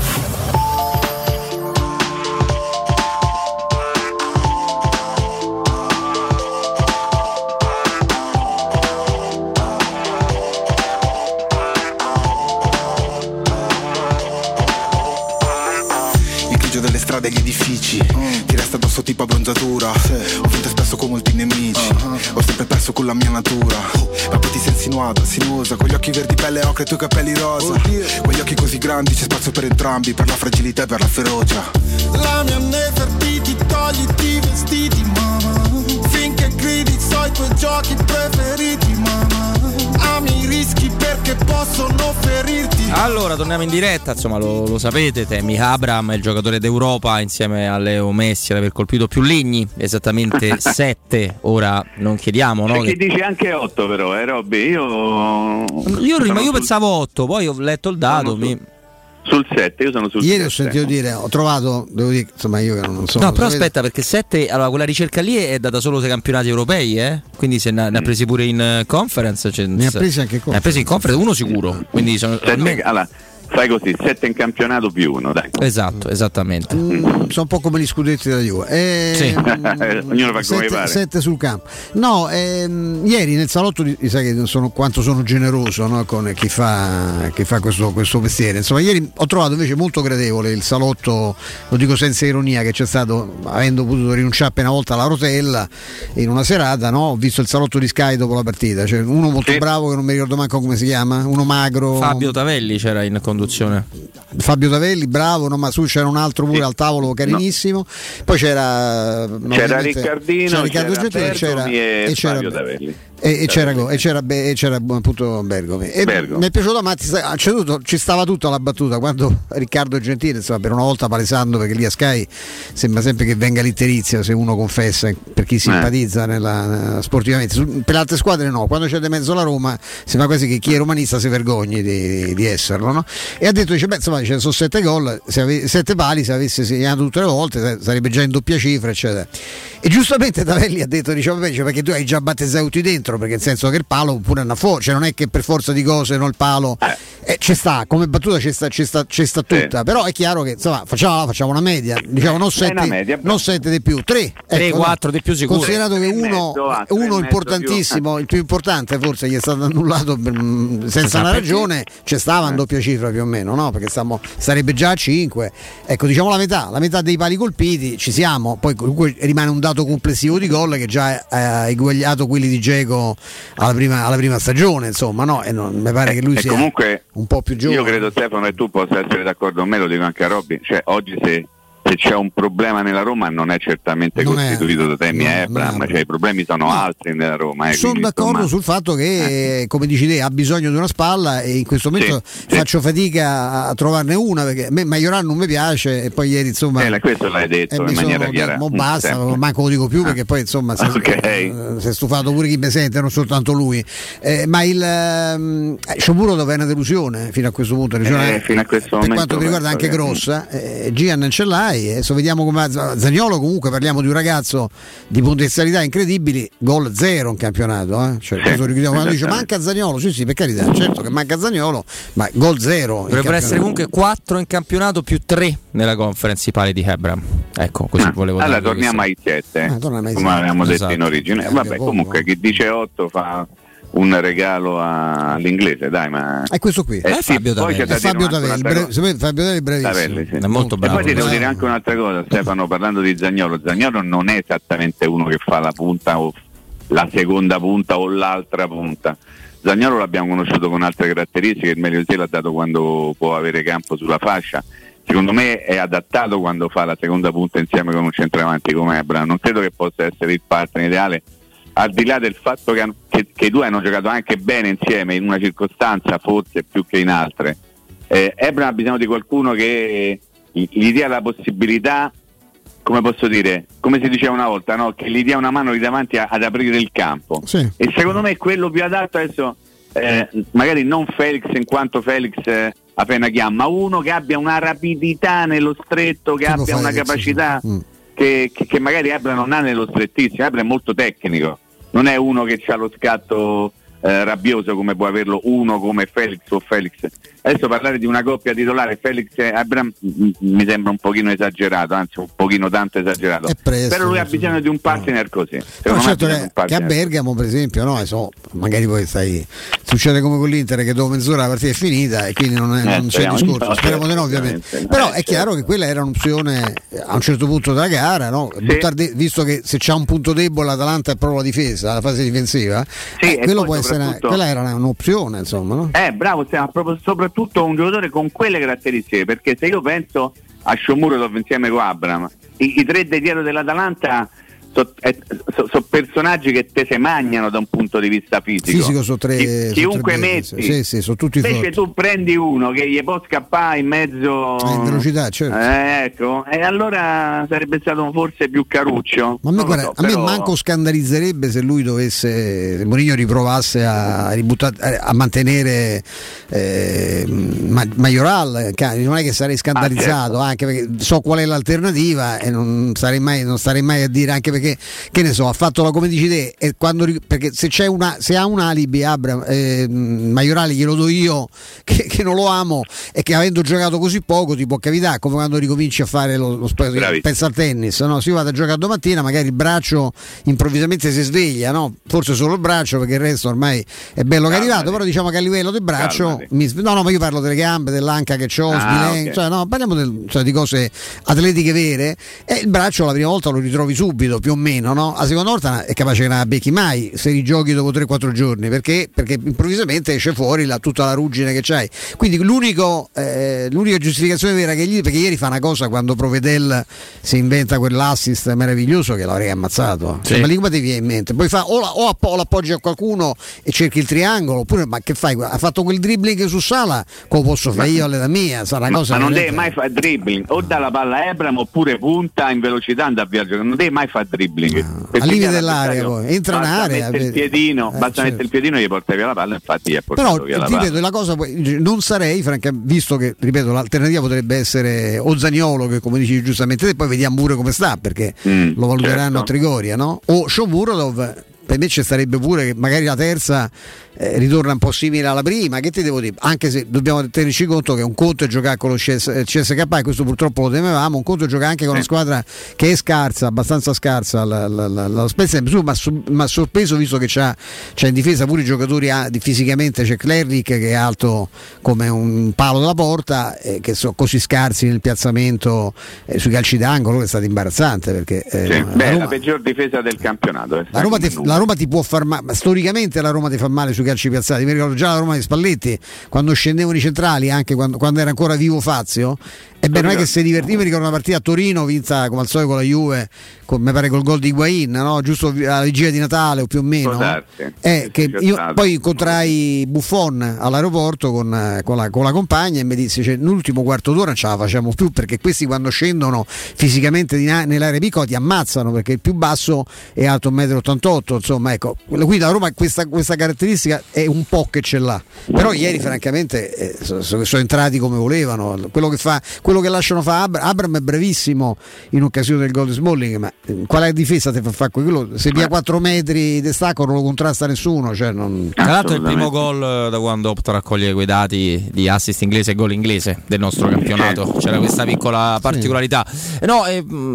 Delle strade e gli edifici, mm. ti resta addosso tipo abbronzatura, sì. Ho vinto spesso con molti nemici, uh-huh. ho sempre perso con la mia natura, uh. ma poi ti sei insinuata, sinuosa, con gli occhi verdi pelle ocre e i tuoi capelli rosa, oh, quegli occhi così grandi c'è spazio per entrambi, per la fragilità e per la ferocia. La mia Nefertiti, togliti i vestiti mamma, finché gridi so i tuoi giochi preferiti mamma, ami i rischi perché possono ferirti. Allora torniamo in diretta, insomma lo, lo sapete, Tammy Abraham è il giocatore d'Europa insieme a Leo Messi ad aver colpito più legni, esattamente sette, ora non chiediamo, no? Perché che... dice anche otto però, eh Robby, io... Io, ma io pensavo otto, poi ho letto il dato, mi... sul sette, io sono sul Ieri sette. Ho sentito dire, ho trovato, devo dire, insomma io che non so. No, però aspetta, perché sette, allora quella ricerca lì è data solo sui campionati europei, eh? Quindi se ne, ne ha presi pure in conference, cioè, ne ha presi anche in conference. Ne ha presi in conference uno sicuro, quindi sono sette, almeno... allora, fai così, sette in campionato più uno, dai. Esatto, esattamente. Mm, sono un po' come gli scudetti della Juve. E, sì. Ognuno fa come sette, pare. Sette sul campo. No, ehm, ieri nel salotto, sai che sono, quanto sono generoso, no, con chi fa, chi fa questo, questo mestiere. Insomma, ieri ho trovato invece molto gradevole il salotto, lo dico senza ironia, che c'è stato, avendo potuto rinunciare appena una volta alla rotella in una serata, no? Ho visto il salotto di Sky dopo la partita. Cioè, uno molto sì. bravo, che non mi ricordo manco come si chiama, uno magro. Fabio Tavelli c'era in conduzione. Fabio Tavelli, bravo, no, ma su c'era un altro pure sì. al tavolo carinissimo. No. Poi c'era c'era Riccardino, c'era Riccardo c'era Gentile, c'era e, e c'era Fabio Tavelli. E, e, c'era, e, c'era, e c'era appunto Bergomi. E Bergo. mi è piaciuto, ma ci stava tutta la battuta quando Riccardo Gentile, insomma, per una volta palesando, perché lì a Sky sembra sempre che venga l'itterizia se uno confessa, per chi simpatizza eh. nella, nella, sportivamente. Su, per le altre squadre no, quando c'è di mezzo la Roma sembra quasi che chi è romanista si vergogni di, di esserlo, no? E ha detto, dice, beh, insomma, ci sono sette gol, se ave, sette pali, se avesse segnato tutte le volte sarebbe già in doppia cifra, eccetera. E giustamente Tavelli ha detto, diciamo, beh, perché tu hai già battezzato dentro, perché nel senso che il palo pure anda fuori, cioè non è che per forza di cose no, il palo eh, ci sta, come battuta ci sta, ci sta, ci sta tutta, sì. Però è chiaro che insomma facciamo, facciamo una media, diciamo non sette, media, non sette di più, tre, tre, quattro di più sicuro. Considerato che uno, mezzo, uno importantissimo, più. il più importante forse gli è stato annullato per, senza una ragione, ci stava in doppia cifra più o meno, no? Perché stiamo, sarebbe già a cinque, ecco, diciamo la metà, la metà dei pali colpiti ci siamo, poi comunque rimane un dato complessivo di gol che già ha eguagliato quelli di Dzeko alla prima, alla prima stagione, insomma, no? E non, mi pare eh, che lui sia comunque, un po' più giovane. Io credo, Stefano, e tu possa essere d'accordo con me, lo dico anche a Robby, cioè oggi se, se c'è un problema nella Roma non è certamente non costituito è, da Tammy no, Abraham, cioè i problemi sono no. altri nella Roma. Eh, sono quindi, d'accordo insomma, sul fatto che, eh. come dici te, ha bisogno di una spalla e in questo momento sì, faccio sì. fatica a trovarne una, perché a me Majoran non mi piace e poi ieri insomma eh, questo l'hai detto in maniera sono, chiara. Ma basta, manco lo dico più perché poi insomma si okay. è stufato pure chi mi sente, non soltanto lui. Eh, ma il um, Sciopuro dove è una delusione fino a questo punto, diciamo, eh, fino a questo per quanto mi riguarda anche grossa. Eh, Gian non ce l'hai, adesso vediamo come Zaniolo, comunque parliamo di un ragazzo di potenzialità incredibili, gol zero in campionato, eh? Cioè, sì, quando dice manca Zaniolo, sì sì per carità, certo che manca Zaniolo, ma gol zero. Dovrebbero essere comunque quattro in campionato più tre nella conference i pali di Abraham. Ecco, così ah, volevo dire. Allora torniamo ai sette, eh? ah, come avevamo esatto, detto in origine. Eh, vabbè, comunque chi dice otto fa un regalo a, all'inglese, dai, ma è questo qui. Eh, è sì, Fabio poi Tavelli, è Fabio Tavelli, bre- Fabio Tavelli bravissimo. Tavelli, sì. È molto bravo. E poi ti devo dire anche un'altra cosa, Stefano, parlando di Zaniolo. Zaniolo non è esattamente uno che fa la punta o la seconda punta o l'altra punta. Zaniolo l'abbiamo conosciuto con altre caratteristiche, il meglio di sé l'ha dato quando può avere campo sulla fascia. Secondo me è adattato quando fa la seconda punta insieme con un centravanti come Ebra. Non credo che possa essere il partner ideale, al di là del fatto che, che, che i due hanno giocato anche bene insieme in una circostanza, forse più che in altre. eh, Ebra ha bisogno di qualcuno che gli dia la possibilità, come posso dire, come si diceva una volta, no? Che gli dia una mano lì davanti a, ad aprire il campo, sì. E secondo me è quello più adatto adesso, eh, magari non Felix in quanto Felix eh, appena chiama, ma uno che abbia una rapidità nello stretto, che tipo abbia una Felix, capacità sì. mm. che, che, che magari Ebra non ha nello strettissimo. Ebra è molto tecnico, non è uno che ha lo scatto eh, rabbioso come può averlo uno come Felix o Felix. Adesso parlare di una coppia titolare Felix e Abraham m- mi sembra un pochino esagerato, anzi un pochino tanto esagerato, presto, però lui ha bisogno di un partner così. No, certo me che, che a Bergamo per esempio, no, so, magari poi stai, succede come con l'Inter che dopo mezz'ora la partita è finita e quindi non, è, eh, non c'è discorso, no, speriamo di no ovviamente, però è chiaro che quella era un'opzione a un certo punto della gara, no? Sì. De- visto che se c'ha un punto debole l'Atalanta è proprio la difesa, la fase difensiva, sì, eh, quello può essere una, quella era una, un'opzione, insomma, no? Eh bravo, proprio, soprattutto un giocatore con quelle caratteristiche, perché se io penso a Shomurodov insieme con Abraham, i, i tre dei dietro dell'Atalanta sono so, so personaggi che te se magnano da un punto di vista fisico, fisico so tre, Chi, chiunque so tre metti, sì, sì, sono tutti invece forti. tu prendi uno che gli può scappare in mezzo eh, in velocità, certo. eh, ecco, e allora sarebbe stato forse più caruccio. Ma a me, guarda, so, a me però... manco scandalizzerebbe se lui dovesse, se Mourinho riprovasse a, ributtare, a mantenere eh, Majoral, non è che sarei scandalizzato, ah, certo. Anche perché so qual è l'alternativa e non sarei mai, non starei mai a dire, anche perché che ne so, ha fatto la, come dici te, e quando, perché se c'è una, se ha un alibi Abraham, eh, Maiorale glielo do io che, che non lo amo e che avendo giocato così poco ti può capitare come quando ricominci a fare lo, lo pensa al tennis, no? Si va a giocare domattina, magari il braccio improvvisamente si sveglia, no? Forse solo il braccio perché il resto ormai è bello che è arrivato, però diciamo che a livello del braccio mi, no no ma io parlo delle gambe, dell'anca che c'ho, ah, sbilen- okay. Cioè no, parliamo del, cioè, di cose atletiche vere, e il braccio la prima volta lo ritrovi subito più o meno, no? La seconda volta è capace che non la becchi mai se rigiochi dopo tre quattro giorni, perché perché improvvisamente esce fuori la, tutta la ruggine che c'hai, quindi l'unico eh, l'unica giustificazione vera che gli, perché ieri fa una cosa quando Provedel si inventa quell'assist meraviglioso che l'avrei ammazzato, sì. Cioè, ma lì come ti viene in mente? Poi fa o, la, o, app- o l'appoggi a qualcuno e cerchi il triangolo, oppure ma che fai? Ha fatto quel dribbling su Sala, come posso fare io all'età mia? Sarà ma, cosa ma non veramente... devi mai fare dribbling, o dà la palla a Ebram oppure punta in velocità andare a viaggio, non devi mai fare dribbling, no. Al limite dell'area poi entra in area, mette il piedino, eh, basta certo. mettere il piedino e gli porta via la palla, infatti gli ha portato però, via la ripeto, palla. la cosa non sarei francamente, visto che ripeto l'alternativa potrebbe essere o Zaniolo che come dici giustamente te, poi vediamo pure come sta perché mm, lo valuteranno certo. a Trigoria, no? O Shomurodov. Per me ci sarebbe pure che magari la terza eh, ritorna un po' simile alla prima, che ti devo dire, anche se dobbiamo tenerci conto che un conto è giocare con lo C S K A e questo purtroppo lo temevamo, un conto è giocare anche con sì. una squadra che è scarsa, abbastanza scarsa, la, la, la, la Spezia, ma mi ha sorpreso visto che c'ha, c'ha in difesa pure i giocatori a, di, fisicamente, c'è Cleric che è alto come un palo della porta, eh, che sono così scarsi nel piazzamento eh, sui calci d'angolo, che è stato imbarazzante perché eh, sì. la, Beh, Roma, la peggior difesa del campionato, eh, la Roma ti, la Roma ti può far male, ma storicamente la Roma ti fa male sui calci piazzati. Mi ricordo già la Roma di Spalletti quando scendevano i centrali, anche quando, quando era ancora vivo Fazio. Ebbene, non è che si divertiva. Mi ricordo una partita a Torino vinta come al solito con la Juve, con, mi pare col gol di Higuain, no? Giusto alla vigilia di Natale o più o meno. Eh, che io poi incontrai Buffon all'aeroporto con, con, la, con la compagna e mi disse: cioè, l'ultimo quarto d'ora non ce la facciamo più perché questi quando scendono fisicamente di na- nell'area piccola ti ammazzano perché il più basso è alto un metro e ottantotto. Insomma, ecco, quindi la Roma questa, questa caratteristica è un po' che ce l'ha. Però ieri, francamente, eh, sono, sono entrati come volevano. Quello che fa. Quello che lasciano fa Abram, Abram è bravissimo in occasione del gol di Smalling, ma qual è la difesa te fa fare quello? Se via quattro metri di stacco non lo contrasta nessuno, cioè non... Tra l'altro è il primo gol da quando Opta raccoglie quei dati di assist inglese e gol inglese del nostro campionato, c'era questa piccola particolarità. No, eh,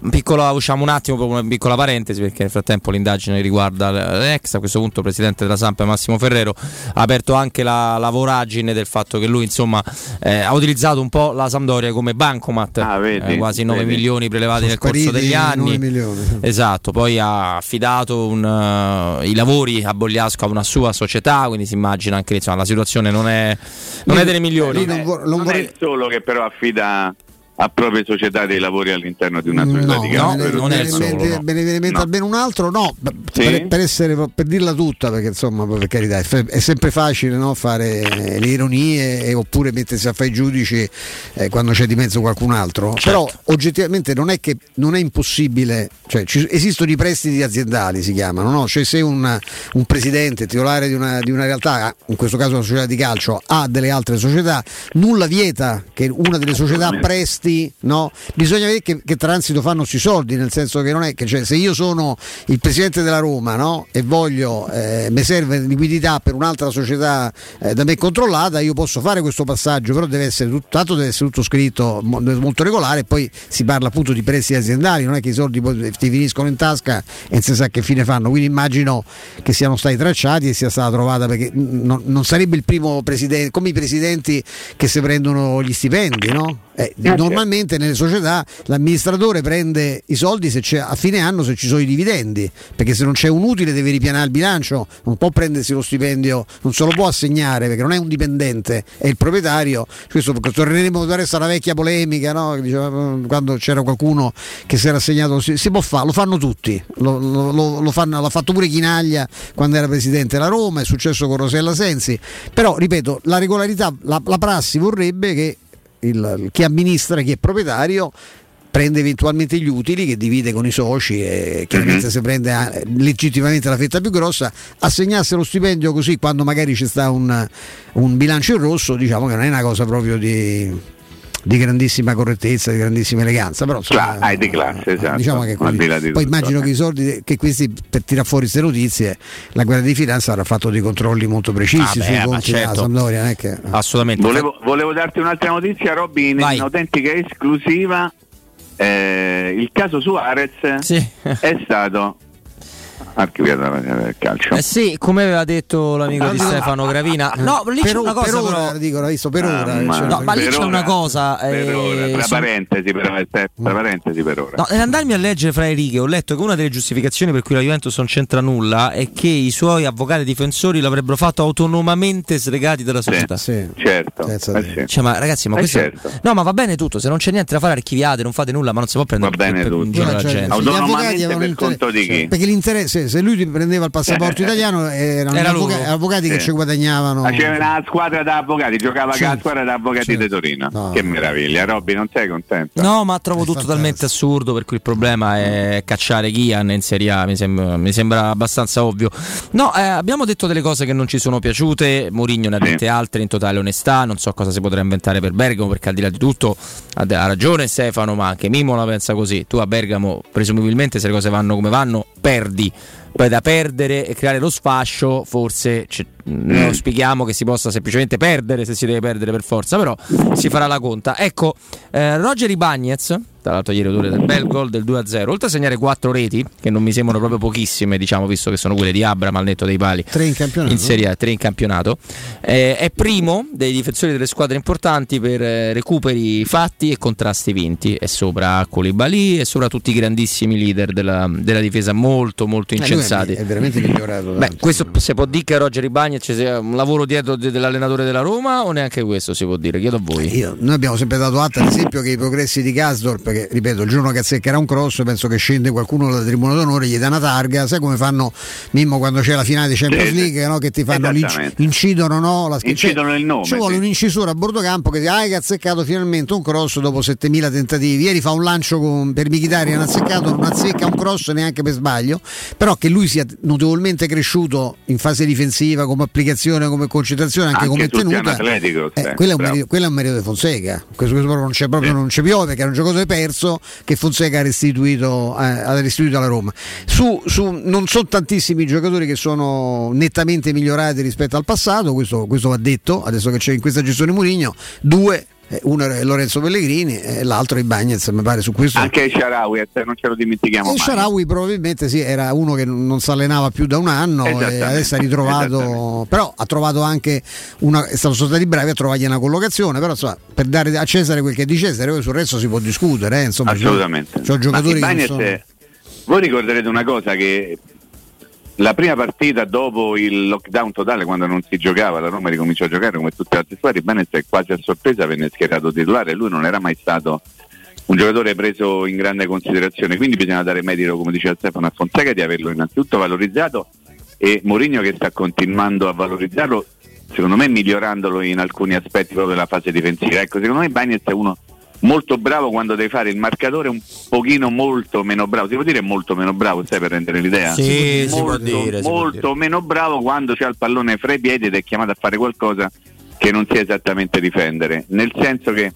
piccola, usciamo un attimo, proprio una piccola parentesi, perché nel frattempo l'indagine riguarda l'ex, a questo punto presidente della Samp Massimo Ferrero ha aperto anche la, la voragine del fatto che lui insomma eh, ha utilizzato un po' la Sampdoria come bancomat, ah, vedi, eh, quasi nove vedi. milioni prelevati nel corso degli anni, esatto, poi ha affidato un, uh, i lavori a Bogliasco a una sua società, quindi si immagina anche insomma, la situazione non è, non è delle migliori. Non, è, non, non vorrei... è solo che però affida a proprie società dei lavori all'interno di una società no, di calcio. No, non è solo, no. Me ne viene in mente almeno un altro, no, sì? per, per, essere, per dirla tutta, perché insomma, per carità, è, è sempre facile, no, fare le ironie e, oppure mettersi a fare i giudici eh, quando c'è di mezzo qualcun altro, certo. Però oggettivamente non è che non è impossibile, cioè ci, esistono i prestiti aziendali, si chiamano, no? Cioè se un, un presidente titolare di una, di una realtà, in questo caso una società di calcio, ha delle altre società, nulla vieta che una delle società presti. No? Bisogna vedere che, che transito fanno sui soldi, nel senso che non è che cioè, se io sono il presidente della Roma, no? E voglio eh, mi serve liquidità per un'altra società eh, da me controllata, io posso fare questo passaggio, però deve essere tutto, tanto deve essere tutto scritto molto regolare, e poi si parla appunto di prestiti aziendali, non è che i soldi poi ti finiscono in tasca e non si sa che fine fanno, quindi immagino che siano stati tracciati e sia stata trovata, perché non, non sarebbe il primo presidente, come i presidenti che si prendono gli stipendi, no? Eh, normalmente nelle società l'amministratore prende i soldi se c'è, a fine anno se ci sono i dividendi, perché se non c'è un utile deve ripianare il bilancio, non può prendersi lo stipendio, non se lo può assegnare perché non è un dipendente, è il proprietario. Questo torneremo adesso alla vecchia polemica, no? Che diceva, quando c'era qualcuno che si era assegnato, si, si può fare, lo fanno tutti, lo, lo, lo fanno, l'ha fatto pure Chinaglia quando era presidente della Roma, è successo con Rosella Sensi, però ripeto, la regolarità, la, la prassi vorrebbe che Il, chi amministra, chi è proprietario prende eventualmente gli utili che divide con i soci e chiaramente mm-hmm. si prende legittimamente la fetta più grossa, assegnasse lo stipendio così quando magari ci sta un, un bilancio in rosso, diciamo che non è una cosa proprio di di grandissima correttezza, di grandissima eleganza, però insomma, Cla- di classe, esatto. Diciamo che così. Poi tutto, immagino eh. che i soldi che questi, per tirare fuori queste notizie, la Guardia di Finanza avrà fatto dei controlli molto precisi ah, sui beh, conti certo. della Sampdoria, non è che... assolutamente. Volevo, volevo darti un'altra notizia, Robby, in Vai. Un'autentica esclusiva, eh, il caso Suarez sì. è stato archiviato del calcio. Eh sì, come aveva detto l'amico di Stefano Gravina. No, lì c'è una cosa per però, ora, dico, l'ha visto per ah, ora. Ma, cioè, no, ma lì c'è ora, una cosa. Per eh, ora, tra sono... parentesi, per, tra parentesi per ora. No, nell'andarmi a leggere fra le righe ho letto che una delle giustificazioni per cui la Juventus non c'entra nulla è che i suoi avvocati difensori l'avrebbero fatto autonomamente slegati dalla società. Sì, sì. Certo. Eh sì. Cioè, ma ragazzi, ma eh questo certo. No, ma va bene tutto, se non c'è niente da fare archiviate, non fate nulla, ma non si può prendere va bene per, tutto. per, per cioè, la gente. Autonomamente per conto di chi? Perché l'interesse, se lui prendeva il passaporto italiano erano Era gli avvocati, avvocati sì. che ci guadagnavano. Ma c'era una squadra da avvocati, giocava sì. con la squadra da avvocati sì. di Torino. No. Che meraviglia, Robby, non sei contento? No, ma trovo è tutto fantastico. talmente assurdo, per cui il problema è cacciare Ghian in Serie A, mi sembra, mi sembra abbastanza ovvio. No, eh, abbiamo detto delle cose che non ci sono piaciute, Mourinho ne ha dette sì. altre in totale onestà, non so cosa si potrà inventare per Bergamo, perché al di là di tutto ha ragione Stefano, ma anche Mimo la pensa così. Tu a Bergamo presumibilmente, se le cose vanno come vanno, perdi. Poi da perdere e creare lo sfascio forse c- non mm. spieghiamo che si possa semplicemente perdere se si deve perdere per forza, però si farà la conta. Ecco, eh, Roger Ibañez, tra l'altro ieri autore del bel gol del due a zero, oltre a segnare quattro reti, che non mi sembrano proprio pochissime, diciamo, visto che sono quelle di Abraham al netto dei pali, tre in campionato, in Serie A, tre in campionato, eh, è primo dei difensori delle squadre importanti per eh, recuperi fatti e contrasti vinti, è sopra Koulibaly e sopra tutti i grandissimi leader della, della difesa, molto molto incensati. È, è veramente migliorato. Beh, questo si può dire che Roger Ibañez sia un lavoro dietro de- dell'allenatore della Roma, o neanche questo si può dire? Chiedo a voi. Io, noi abbiamo sempre dato atto ad esempio che i progressi di Kasdorp, perché ripeto, il giorno che azzeccherà un cross penso che scende qualcuno dalla tribuna d'onore, gli dà una targa, sai come fanno Mimmo quando c'è la finale di Champions sì, League, no? Che ti fanno incidono, no? La, incidono cioè, il nome, ci vuole sì. un'incisura a bordo campo che dice ah, che ha azzeccato finalmente un cross dopo settemila tentativi. Ieri fa un lancio con, per Mkhitaryan, ha azzeccato, non azzecca un cross neanche per sbaglio, però che lui sia notevolmente cresciuto in fase difensiva come applicazione, come concentrazione, anche, anche come tenuta, eh, quello, è un merito, quello è un merito di Fonseca. Questo, questo non c'è proprio, sì. non c'è piove, perché è un giocatore perso che Fonseca ha restituito, eh, ha restituito alla Roma. Su, su, non sono tantissimi giocatori che sono nettamente migliorati rispetto al passato, questo, questo va detto, adesso che c'è in questa gestione Mourinho, due eh, uno è Lorenzo Pellegrini e l'altro è Bagnez, mi pare, su questo. Anche Shaarawy, non ce lo dimentichiamo e mai. Shaarawy probabilmente sì, era uno che non si allenava più da un anno e adesso ha ritrovato, però ha trovato anche una, sono stati bravi a trovargli una collocazione, però insomma, per dare a Cesare quel che è di Cesare, poi sul resto si può discutere, eh, insomma. Assolutamente. C'ho, c'ho giocatori Ma che Bagnez, sono... è... voi ricorderete una cosa, che la prima partita dopo il lockdown totale, quando non si giocava, la Roma ricominciò a giocare come tutte le altre squadre, Bagnez quasi a sorpresa venne schierato titolare. Lui non era mai stato un giocatore preso in grande considerazione, quindi bisogna dare merito, come diceva Stefano, a Fonseca di averlo innanzitutto valorizzato, e Mourinho che sta continuando a valorizzarlo, secondo me migliorandolo in alcuni aspetti proprio della fase difensiva. Ecco, secondo me Bagnez è uno molto bravo quando deve fare il marcatore, un pochino molto meno bravo, si può dire molto meno bravo, sai, per rendere l'idea? Sì, molto, si può dire, si molto può dire. meno bravo quando c'ha il pallone fra i piedi ed è chiamato a fare qualcosa che non sia esattamente difendere, nel senso che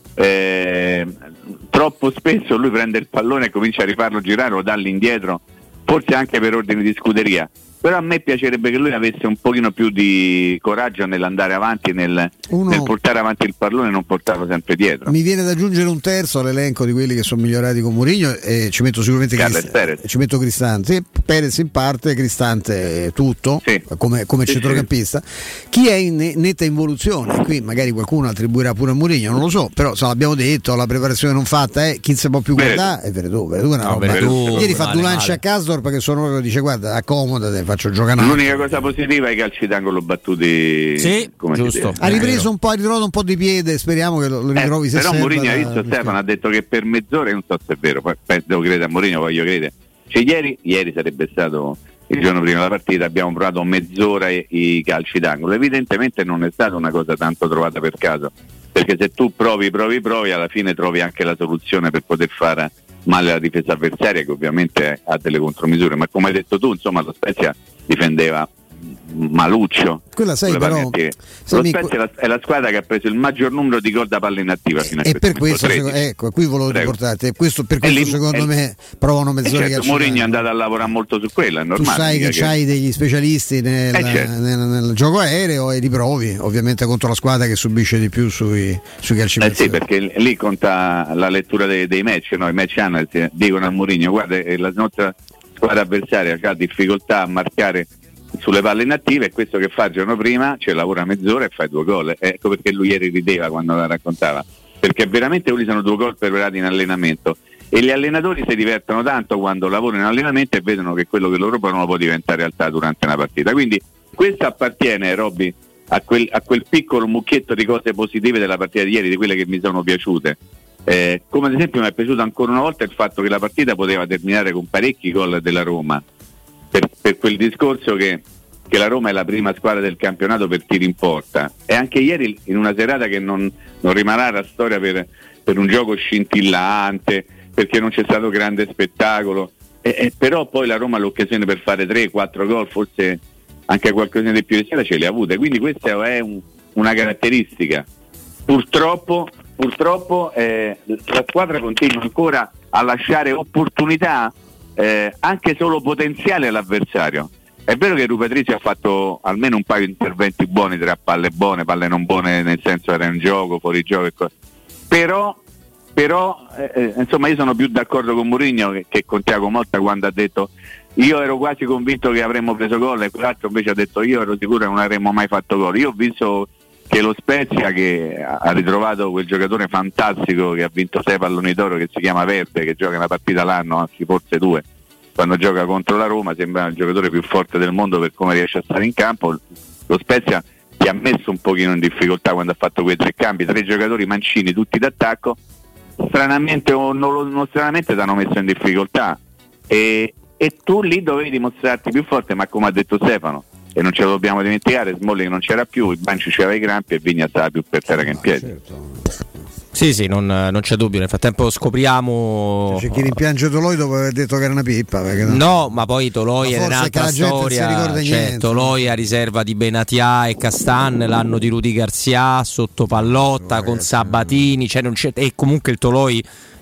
eh, troppo spesso lui prende il pallone e comincia a rifarlo girare o darlo indietro, forse anche per ordini di scuderia. Però a me piacerebbe che lui avesse un pochino più di coraggio nell'andare avanti, nel, Uno... nel portare avanti il pallone e non portarlo sempre dietro. Mi viene da aggiungere un terzo all'elenco di quelli che sono migliorati con Mourinho e ci metto sicuramente Crist- ci metto Cristante, Perez in parte, Cristante tutto, sì. come, come sì, centrocampista. Sì. Chi è in netta involuzione? Qui magari qualcuno attribuirà pure a Mourinho, non lo so, però se l'abbiamo detto, la preparazione non fatta, eh, chi se può più guardare è Veretù. Veretù è una roba. Veretù, ieri fa due lanci a Casdor perché sono proprio, dice guarda, accomodate, faccio giocare. L'unica cosa positiva è i calci d'angolo battuti, sì, come giusto. Ha ripreso un po', ha ritrovato un po' di piede, speriamo che lo, lo ritrovi. Eh, se però Mourinho, ha visto, da... Stefano ha detto che per mezz'ora, non so se è vero, poi devo credere a Mourinho, voglio credere. Cioè, ieri, ieri sarebbe stato il giorno prima della partita, abbiamo provato mezz'ora i, i calci d'angolo. Evidentemente non è stata una cosa tanto trovata per caso, perché se tu provi, provi, provi, alla fine trovi anche la soluzione per poter fare male alla difesa avversaria, che ovviamente ha delle contromisure, ma come hai detto tu, insomma, lo Spezia difendeva maluccio. Quella sai però lo Spezia è la, è la squadra che ha preso il maggior numero di gol da palla inattiva fino a e per questo secondo, ecco, qui volevo riportarti questo, per questo lì, secondo è, me provano mezz'ora. Certo, Mourinho è andato a lavorare molto su quella, è normale. Tu sai che, che c'hai degli specialisti nel, eh certo. nel, nel gioco aereo e li provi ovviamente contro la squadra che subisce di più sui, sui calci. Eh sì, perché lì conta la lettura dei, dei match, no? I match analyst dicono a Mourinho guarda, la nostra squadra avversaria ha difficoltà a marcare sulle palle inattive, e questo che fa il giorno prima, cioè lavora mezz'ora e fa due gol. Ecco perché lui ieri rideva quando la raccontava, perché veramente quelli sono due gol preparati in allenamento, e gli allenatori si divertono tanto quando lavorano in allenamento e vedono che quello che loro provano può diventare realtà durante una partita. Quindi questo appartiene, Robby, a quel, a quel piccolo mucchietto di cose positive della partita di ieri, di quelle che mi sono piaciute. Eh, come ad esempio mi è piaciuto ancora una volta il fatto che la partita poteva terminare con parecchi gol della Roma, per, per quel discorso che, che la Roma è la prima squadra del campionato per tiri in porta, e anche ieri in una serata che non, non rimarrà la storia per, per un gioco scintillante, perché non c'è stato grande spettacolo, e, e però poi la Roma l'occasione per fare tre quattro gol, forse anche qualcosa di più di sera ce le ha avute, quindi questa è un, una caratteristica. Purtroppo purtroppo eh, la squadra continua ancora a lasciare opportunità eh, anche solo potenziali all'avversario. È vero che Rupetrizzi ha fatto almeno un paio di interventi buoni tra palle buone, palle non buone, nel senso era in gioco, fuori gioco e cose. Però, però eh, insomma io sono più d'accordo con Mourinho che, che con Thiago Motta, quando ha detto io ero quasi convinto che avremmo preso gol, e quell'altro invece ha detto io ero sicuro che non avremmo mai fatto gol. Io ho visto che lo Spezia, che ha ritrovato quel giocatore fantastico che ha vinto sei palloni d'oro, che si chiama Verde, che gioca una partita l'anno, anzi forse due, quando gioca contro la Roma sembra il giocatore più forte del mondo per come riesce a stare in campo. Lo Spezia ti ha messo un pochino in difficoltà quando ha fatto quei tre cambi, tre giocatori mancini tutti d'attacco, stranamente o non, non stranamente ti hanno messo in difficoltà, e, e tu lì dovevi dimostrarti più forte, ma come ha detto Stefano, e non ce lo dobbiamo dimenticare, Smalling non c'era più, il Banci c'era i crampi e Vigna stava più per terra che in piedi. Sì, sì, non, non c'è dubbio. Nel frattempo scopriamo. C'è chi rimpiange Toloi dopo aver detto che era una pippa. No, no, ma poi Toloi è un'altra storia. Cioè, Toloi a riserva di Benatia e Castan, l'anno di Rudy Garcia sotto Pallotta, no, con Sabatini. Cioè non c'è, e comunque il Toloi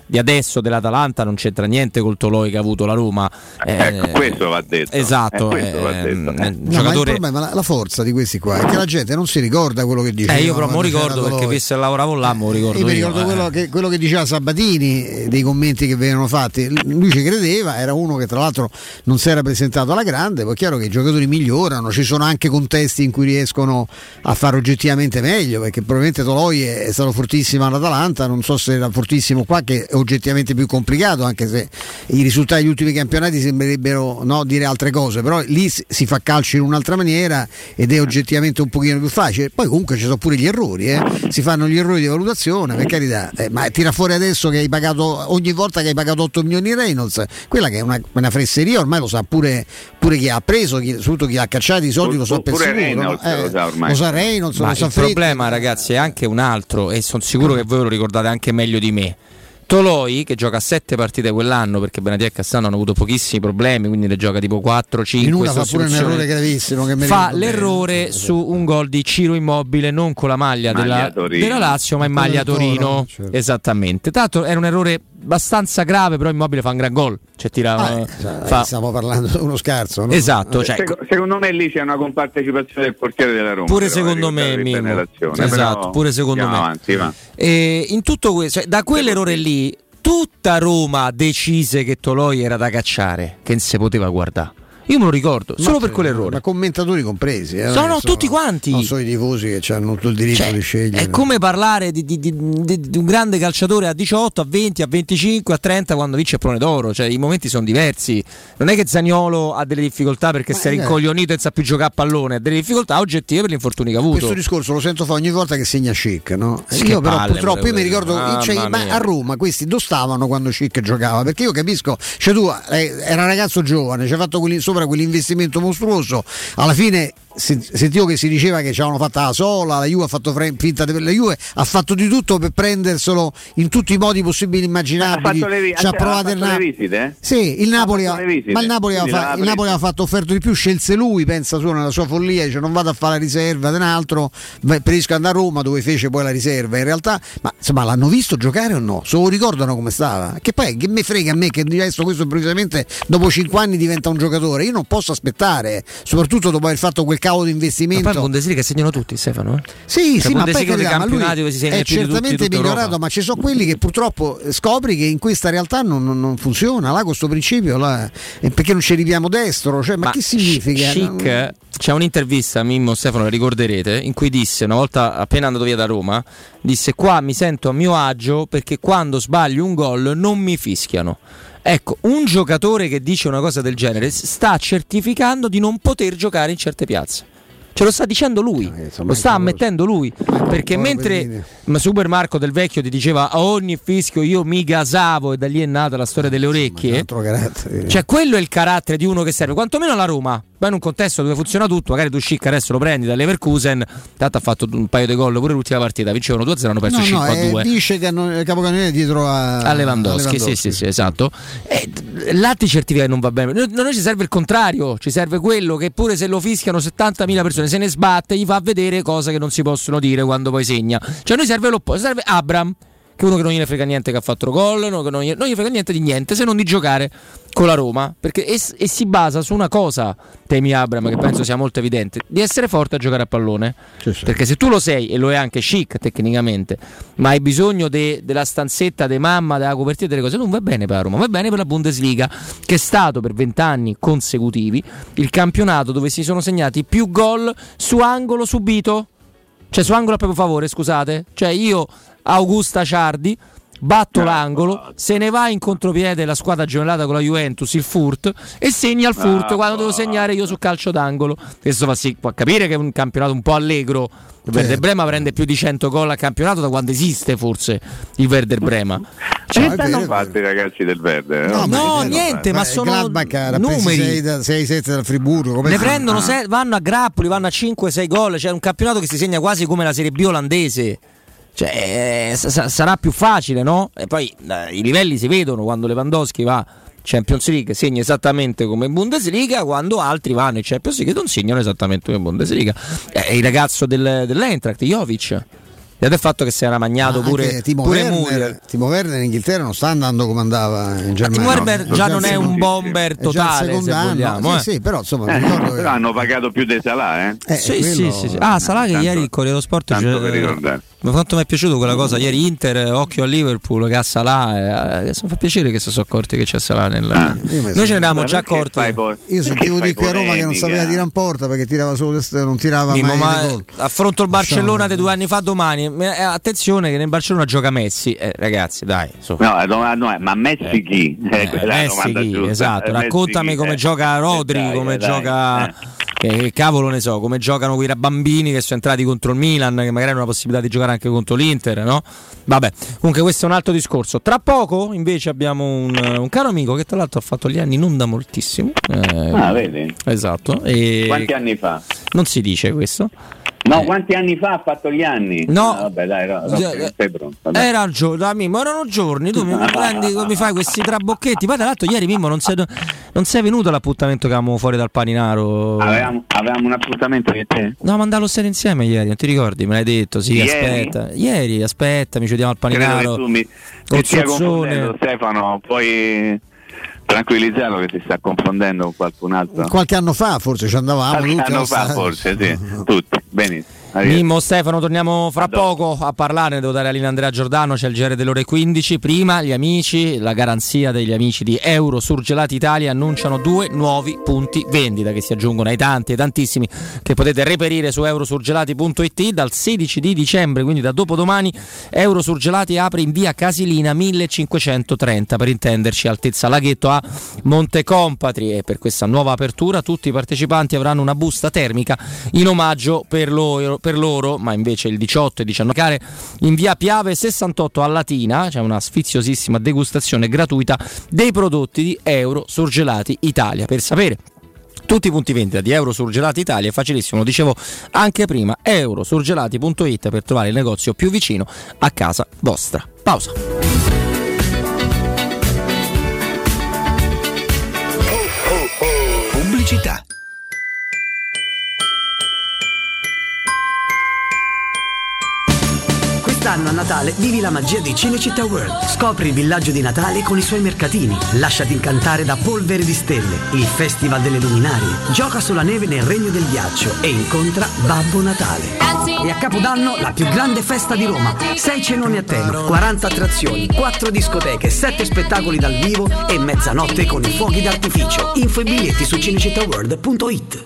di adesso dell'Atalanta non c'entra niente col Toloi che ha avuto la Roma. Eh, ecco, questo va detto. Esatto, eh, questo eh, va detto. Eh, no, giocatore... ma il problema, la, la forza di questi qua è che la gente non si ricorda quello che diceva. Eh, io però me lo ricordo perché visto che lavoravo là, me lo ricordo. Io mi io, ricordo eh. quello, che, quello che diceva Sabatini, dei commenti che venivano fatti. Lui ci credeva, era uno che tra l'altro non si era presentato alla grande. Poi è chiaro che i giocatori migliorano, ci sono anche contesti in cui riescono a fare oggettivamente meglio, perché probabilmente Toloi è stato fortissimo all'Atalanta, non so se era fortissimo qua, che è oggettivamente più complicato, anche se i risultati degli ultimi campionati sembrerebbero, no, dire altre cose, però lì si fa calcio in un'altra maniera ed è oggettivamente un pochino più facile. Poi comunque ci sono pure gli errori, eh? Si fanno gli errori di valutazione, per carità, eh, ma tira fuori adesso che hai pagato ogni volta che hai pagato otto milioni di Reynolds, quella che è una, una fesseria, ormai lo sa pure, pure chi ha preso, chi, soprattutto chi ha cacciato i soldi, lo sa per sicuro, Reynolds, no? eh, lo sa ormai. Lo sa Reynolds, ma lo sa il Fritti. problema, ragazzi, è anche un altro, e sono sicuro che voi lo ricordate anche meglio di me. Toloi, che gioca sette partite quell'anno, perché Benatia e Cassano hanno avuto pochissimi problemi, quindi le gioca tipo quattro cinque. In una fa pure un errore gravissimo che fa l'errore bene. Su un gol di Ciro Immobile, non con la maglia, maglia della, della Lazio, ma in maglia Torino, certo. Esattamente. Tanto era un errore abbastanza grave, però Immobile fa un gran gol, cioè tira, ah, eh, fa... stiamo parlando di uno scarso, no? Esatto, cioè... Sec- secondo me lì c'è una compartecipazione del portiere della Roma, pure secondo me Mimmo. Esatto, però... pure secondo me avanti, va. E in tutto questo, cioè, da quell'errore lì tutta Roma decise che Toloi era da cacciare, che non si poteva guardare. Io me lo ricordo, ma solo per quell'errore. Ma commentatori compresi, eh, no, no, sono, tutti quanti. Non sono i tifosi che hanno tutto il diritto, cioè, di scegliere. È come parlare di, di, di, di, di un grande calciatore a diciotto, a venti, a venticinque, a trenta quando vince il pallone d'oro. Cioè, i momenti sono diversi. Non è che Zaniolo ha delle difficoltà perché ma si è rincoglionito e non sa più giocare a pallone, ha delle difficoltà oggettive per gli infortuni che ha avuto. Questo discorso lo sento fare ogni volta che segna Schick, no? Sì, io però palle, purtroppo io mi ricordo, ah, cioè, ma a Roma questi dove stavano quando Schick giocava? Perché io capisco, cioè tu eh, era un ragazzo giovane, ci ha fatto quelli, sopra quell'investimento mostruoso, alla fine sentivo che si diceva che ci avevano fatta la sola, la Juve ha fatto finta di, la Juve ha fatto di tutto per prenderselo in tutti i modi possibili e immaginabili. Ha vi- ci ha provato il Na- visite? Sì, il Napoli, ha, ma il Napoli aveva fa- il Napoli fatto offerto di più, scelse lui, pensa su nella sua follia, dice non vado a fare la riserva di un altro, preferisco andare a Roma dove fece poi la riserva. In realtà, ma insomma, l'hanno visto giocare o no? Se lo ricordano come stava? Che poi che me frega a me che adesso questo improvvisamente dopo cinque anni diventa un giocatore. Io non posso aspettare, soprattutto dopo aver fatto quel cavolo di investimento. Ma poi in Bundesliga segnano tutti, Stefano. Eh? Sì, cioè, sì, ma poi carità, ma lui dove si segna è più certamente di tutti, migliorato, ma ci sono quelli che purtroppo scopri che in questa realtà non, non, non funziona. Là questo principio là, perché non ci arriviamo destro, cioè, ma, ma che significa? Schick, non... C'è un'intervista, Mimmo, Stefano, la ricorderete, in cui disse, una volta appena andato via da Roma, disse: qua mi sento a mio agio perché quando sbaglio un gol non mi fischiano. Ecco, un giocatore che dice una cosa del genere sta certificando di non poter giocare in certe piazze. Ce lo sta dicendo lui, eh, lo sta ammettendo lui, perché mentre Super Marco Del Vecchio ti diceva a ogni fischio io mi gasavo, e da lì è nata la storia delle orecchie, cioè quello è il carattere di uno che serve quantomeno alla Roma. Poi in un contesto dove funziona tutto, magari tu Schick adesso lo prendi da Leverkusen, tanto ha fatto un paio di gol pure l'ultima partita, vincevano due a zero, hanno perso no, cinque a due. No, dice che hanno il capocannoniere dietro a, a Lewandowski, a Lewandowski. Sì, sì, sì, esatto. E là ti certifica che non va bene. Noi, noi ci serve il contrario, ci serve quello che pure se lo fischiano settantamila persone se ne sbatte, gli fa vedere cose che non si possono dire quando poi segna. Cioè noi serve l'opposto, serve Abraham, che è uno che non gliene frega niente che ha fatto gol, no, che non gliene, non gli frega niente di niente se non di giocare con la Roma, perché e, e si basa su una cosa, Temi Abraham, che penso sia molto evidente, di essere forte a giocare a pallone, sì, sì. Perché se tu lo sei, e lo è anche Schick tecnicamente, ma hai bisogno de, della stanzetta de mamma, della copertina, delle cose, non va bene per la Roma, va bene per la Bundesliga, che è stato per vent'anni consecutivi il campionato dove si sono segnati più gol su angolo subito, cioè su angolo a proprio favore, scusate, cioè io Augusta Ciardi batto no, l'angolo, no. Se ne va in contropiede la squadra gemellata con la Juventus, il Furt, e segna il Furt no, quando no. devo segnare io su calcio d'angolo. Questo fa sì, può capire che è un campionato un po' allegro. Il Werder Brema prende più di cento gol al campionato da quando esiste forse il Werder Brema. Cioè, che stanno fatti i ragazzi del Verde? No, no, no niente, ma sono numeri. sei sette dal Friburgo. Ne prendono, ah. sei, vanno a grappoli, vanno a cinque sei gol. C'è un campionato che si segna quasi come la Serie B olandese. Cioè, eh, s- sarà più facile, no? E poi eh, i livelli si vedono quando Lewandowski va Champions League, segna esattamente come in Bundesliga, quando altri vanno in Champions League non segnano esattamente come in Bundesliga. È il ragazzo del, dell'Eintracht, Jovic. Ed è il fatto che si era magnato Ma pure, anche Timo pure Werner, Muriel. Timo Werner in Inghilterra non sta andando come andava in Germania. Timo Werner No, già già non è un bomber totale, se anno. vogliamo. Sì, eh. sì, però insomma Eh, mi ricordo che- però hanno pagato più dei Salah, eh? Eh, Sì, quello- sì, sì, sì. Ah, Salah che tanto- ieri il Corriere dello Sport tanto cioè, per ricordare. ma quanto mi è piaciuto quella cosa ieri Inter, occhio a Liverpool che ha Salah, eh, mi fa piacere che si sono accorti che c'è Salah nel... Ah. Noi ce ne eravamo già Perché accorti. fai po- Io sentivo perché di qui a fai Roma che non polemica? sapeva tirare in porta perché tirava solo non tirava Mimmo, mai ma le gol. affronto il Barcellona di due anni fa domani. Eh, attenzione che nel Barcellona gioca Messi, eh, ragazzi, dai. Su. No, la domanda è, ma Messi chi? Eh, Eh, quella è la Messi domanda chi? giusta. Esatto, Eh, Messi raccontami chi? come Eh, gioca Rodri, dai, come dai, gioca eh. che cavolo ne so, come giocano quei bambini che sono entrati contro il Milan, che magari hanno la possibilità di giocare anche contro l'Inter, no? Vabbè, comunque questo è un altro discorso. Tra poco invece abbiamo un, un caro amico che tra l'altro ha fatto gli anni non da moltissimo. Eh, Ah, vedi? Esatto. E Quanti anni fa? non si dice questo. No, quanti anni fa ha fatto gli anni? No. Ah, vabbè, dai, no, no, Cioè, non sei pronto. Vabbè. Era il giorno, da Mimmo, erano giorni, tu mi prendi, mi fai questi trabocchetti. Poi tra l'altro ieri Mimmo non sei, non sei venuto all'appuntamento che avevamo fuori dal Paninaro. Avevamo, avevamo un appuntamento con te? No, ma andavo stare insieme ieri, non ti ricordi? Me l'hai detto, sì, Ieri? aspetta. Ieri, aspetta, mi ci vediamo al Credo Paninaro. che tu mi, Col mi stia Sozzone. confondendo, Stefano, puoi tranquillizzarlo che si sta confondendo con qualcun altro. Qualche anno fa forse ci andavamo Qualche tutti anno allo fa stadio. forse, sì, tutti, benissimo. Arrivederci. Mimmo, Stefano, torniamo fra poco a parlare, devo dare a linea Andrea Giordano, c'è il G R delle ore quindici. Prima gli amici, la garanzia degli amici di Euro Surgelati Italia annunciano due nuovi punti vendita che si aggiungono ai tanti e tantissimi che potete reperire su eurosurgelati punto it. Dal sedici di dicembre, quindi da dopodomani, Euro Surgelati apre in via Casilina millecinquecentotrenta, per intenderci, altezza Laghetto a Montecompatri, e per questa nuova apertura tutti i partecipanti avranno una busta termica in omaggio per loro, per loro, ma invece il diciotto e diciannove care in via Piave sessantotto a Latina c'è una sfiziosissima degustazione gratuita dei prodotti di Euro Surgelati Italia. Per sapere tutti i punti vendita di Euro Surgelati Italia è facilissimo, lo dicevo anche prima, eurosurgelati punto it per trovare il negozio più vicino a casa vostra. Pausa. Pubblicità. Quest'anno a Natale vivi la magia di Cinecittà World. Scopri il villaggio di Natale con i suoi mercatini. Lasciati incantare da Polvere di Stelle, il festival delle luminarie. Gioca sulla neve nel regno del ghiaccio e incontra Babbo Natale. E a Capodanno la più grande festa di Roma. Sei cenoni a tema, quaranta attrazioni, quattro discoteche, sette spettacoli dal vivo e mezzanotte con i fuochi d'artificio. Info e biglietti su cinecittà world punto it.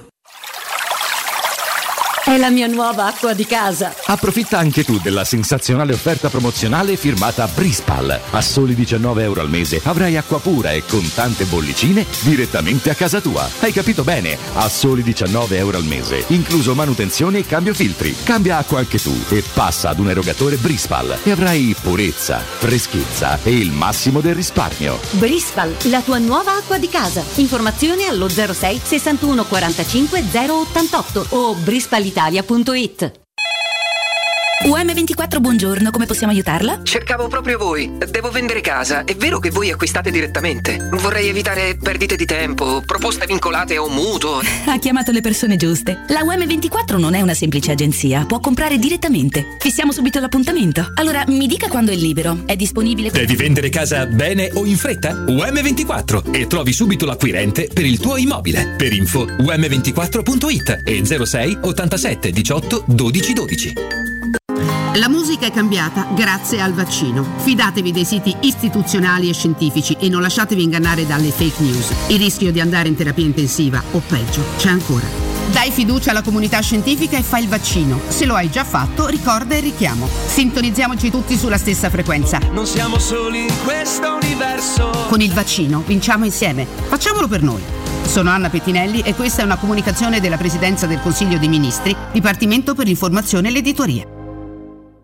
È la mia nuova acqua di casa. Approfitta anche tu della sensazionale offerta promozionale firmata Brispal. A soli diciannove euro al mese avrai acqua pura e con tante bollicine direttamente a casa tua. Hai capito bene? A soli diciannove euro al mese, incluso manutenzione e cambio filtri. Cambia acqua anche tu e passa ad un erogatore Brispal e avrai purezza, freschezza e il massimo del risparmio. Brispal, la tua nuova acqua di casa. Informazioni allo zero sei sessantuno quarantacinque zero ottantotto o brispalitalia punto it. U M ventiquattro, buongiorno, come possiamo aiutarla? Cercavo proprio voi. Devo vendere casa. È vero che voi acquistate direttamente? Vorrei evitare perdite di tempo, proposte vincolate o mutuo. Ha chiamato le persone giuste. La U M ventiquattro non è una semplice agenzia, può comprare direttamente. Fissiamo subito l'appuntamento. Allora, mi dica quando è libero. È disponibile? Devi vendere casa bene o in fretta? U M ventiquattro e trovi subito l'acquirente per il tuo immobile. Per info u m ventiquattro punto it e zero sei ottantasette diciotto dodici dodici. La musica è cambiata grazie al vaccino. Fidatevi dei siti istituzionali e scientifici e non lasciatevi ingannare dalle fake news. Il rischio di andare in terapia intensiva o peggio c'è ancora. Dai fiducia alla comunità scientifica e fai il vaccino. Se lo hai già fatto, ricorda il richiamo. Sintonizziamoci tutti sulla stessa frequenza. Non siamo soli in questo universo. Con il vaccino vinciamo insieme. Facciamolo per noi. Sono Anna Pettinelli e questa è una comunicazione della Presidenza del Consiglio dei Ministri, Dipartimento per l'informazione e l'editoria.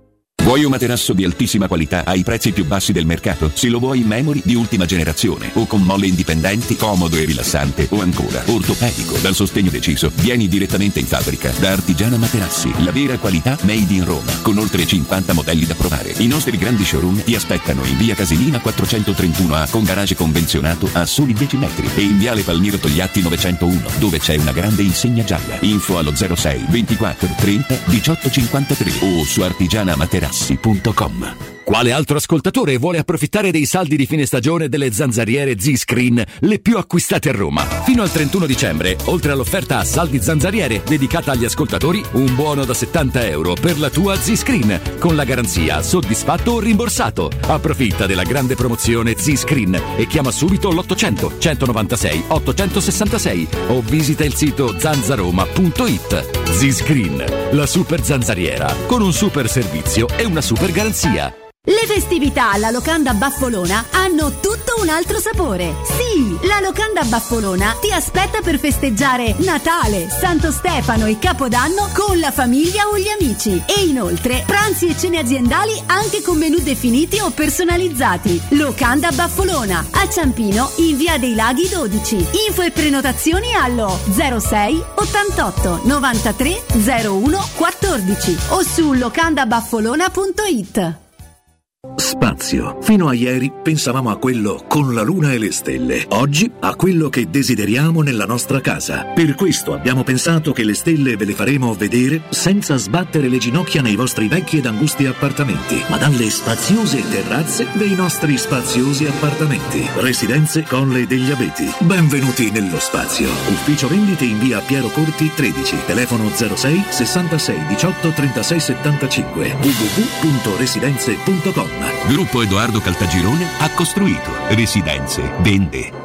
Vuoi un materasso di altissima qualità ai prezzi più bassi del mercato? Se lo vuoi in memory di ultima generazione o con molle indipendenti, comodo e rilassante, o ancora ortopedico dal sostegno deciso, vieni direttamente in fabbrica da Artigiana Materassi, la vera qualità made in Roma, con oltre cinquanta modelli da provare. I nostri grandi showroom ti aspettano in via Casilina quattrocentotrentuno A con garage convenzionato a soli dieci metri e in viale Palmiro Togliatti novecentouno, dove c'è una grande insegna gialla. Info allo zero sei ventiquattro trenta diciotto cinquantatré o su artigiana materassi punto com. Quale altro ascoltatore vuole approfittare dei saldi di fine stagione delle zanzariere Z-Screen, le più acquistate a Roma? Fino al trentuno dicembre, oltre all'offerta a saldi zanzariere dedicata agli ascoltatori, un buono da settanta euro per la tua Z-Screen, con la garanzia soddisfatto o rimborsato. Approfitta della grande promozione Z-Screen e chiama subito l'ottocento centonovantasei ottocentosessantasei o visita il sito zanzaroma punto it. Z-Screen, la super zanzariera, con un super servizio e una super garanzia. Le festività alla Locanda Baffolona hanno tutto un altro sapore. Sì, la Locanda Baffolona ti aspetta per festeggiare Natale, Santo Stefano e Capodanno con la famiglia o gli amici. E inoltre pranzi e cene aziendali anche con menù definiti o personalizzati. Locanda Baffolona, a Ciampino in via dei Laghi dodici. Info e prenotazioni allo zero sei ottantotto novantatré zero uno quattordici o su locandabaffolona punto it. Spazio. Fino a ieri pensavamo a quello con la luna e le stelle. Oggi a quello che desideriamo nella nostra casa. Per questo abbiamo pensato che le stelle ve le faremo vedere senza sbattere le ginocchia nei vostri vecchi ed angusti appartamenti, ma dalle spaziose terrazze dei nostri spaziosi appartamenti. Residenze Colle degli Abeti. Benvenuti nello spazio. Ufficio vendite in via Piero Corti tredici. Telefono zero sei sessantasei diciotto trentasei settantacinque. w w w punto residenze punto com. Gruppo Edoardo Caltagirone ha costruito residenze, vende.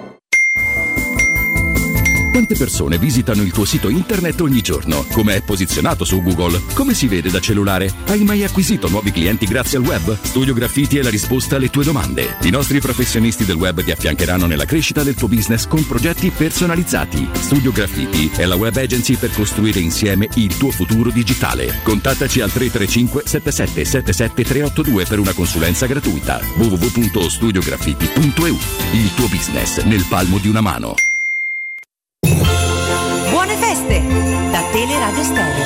Quante persone visitano il tuo sito internet ogni giorno? Come è posizionato su Google? Come si vede da cellulare? Hai mai acquisito nuovi clienti grazie al web? Studio Graffiti è la risposta alle tue domande. I nostri professionisti del web ti affiancheranno nella crescita del tuo business con progetti personalizzati. Studio Graffiti è la web agency per costruire insieme il tuo futuro digitale. Contattaci al tre tre cinque sette sette sette sette tre otto due per una consulenza gratuita. w w w punto studio graffiti punto e u. Il tuo business nel palmo di una mano. Buone feste da Teleradio Stereo.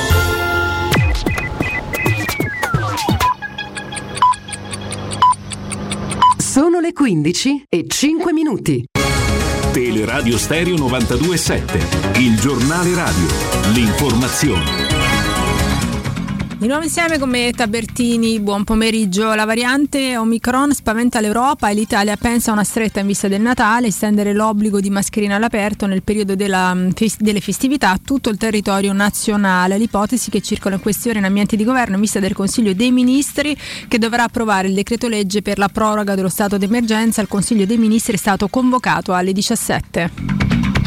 Sono le quindici e cinque minuti. Teleradio Stereo novantadue virgola sette, il giornale radio, l'informazione. Di nuovo insieme con me Tabertini, buon pomeriggio. La variante Omicron spaventa l'Europa e l'Italia pensa a una stretta in vista del Natale, estendere l'obbligo di mascherina all'aperto nel periodo della, delle festività a tutto il territorio nazionale. L'ipotesi che circola in queste ore in ambienti di governo in vista del Consiglio dei Ministri che dovrà approvare il decreto legge per la proroga dello stato d'emergenza. Il Consiglio dei Ministri è stato convocato alle diciassette.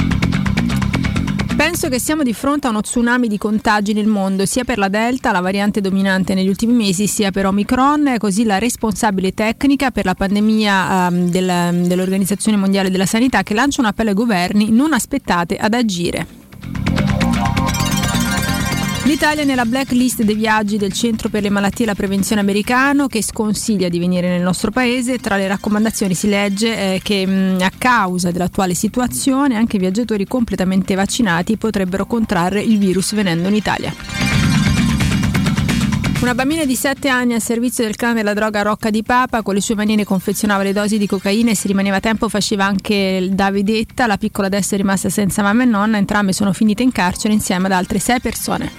Penso che siamo di fronte a uno tsunami di contagi nel mondo, sia per la Delta, la variante dominante negli ultimi mesi, sia per Omicron. Così la responsabile tecnica per la pandemia um, del, dell'Organizzazione Mondiale della Sanità, che lancia un appello ai governi: non aspettate ad agire. L'Italia è nella blacklist dei viaggi del Centro per le Malattie e la Prevenzione americano, che sconsiglia di venire nel nostro paese. Tra le raccomandazioni si legge eh, che mh, a causa dell'attuale situazione anche viaggiatori completamente vaccinati potrebbero contrarre il virus venendo in Italia. Una bambina di sette anni al servizio del clan della droga Rocca di Papa, con le sue manine confezionava le dosi di cocaina e se rimaneva a tempo faceva anche da vedetta. La piccola adesso è rimasta senza mamma e nonna, entrambe sono finite in carcere insieme ad altre sei persone.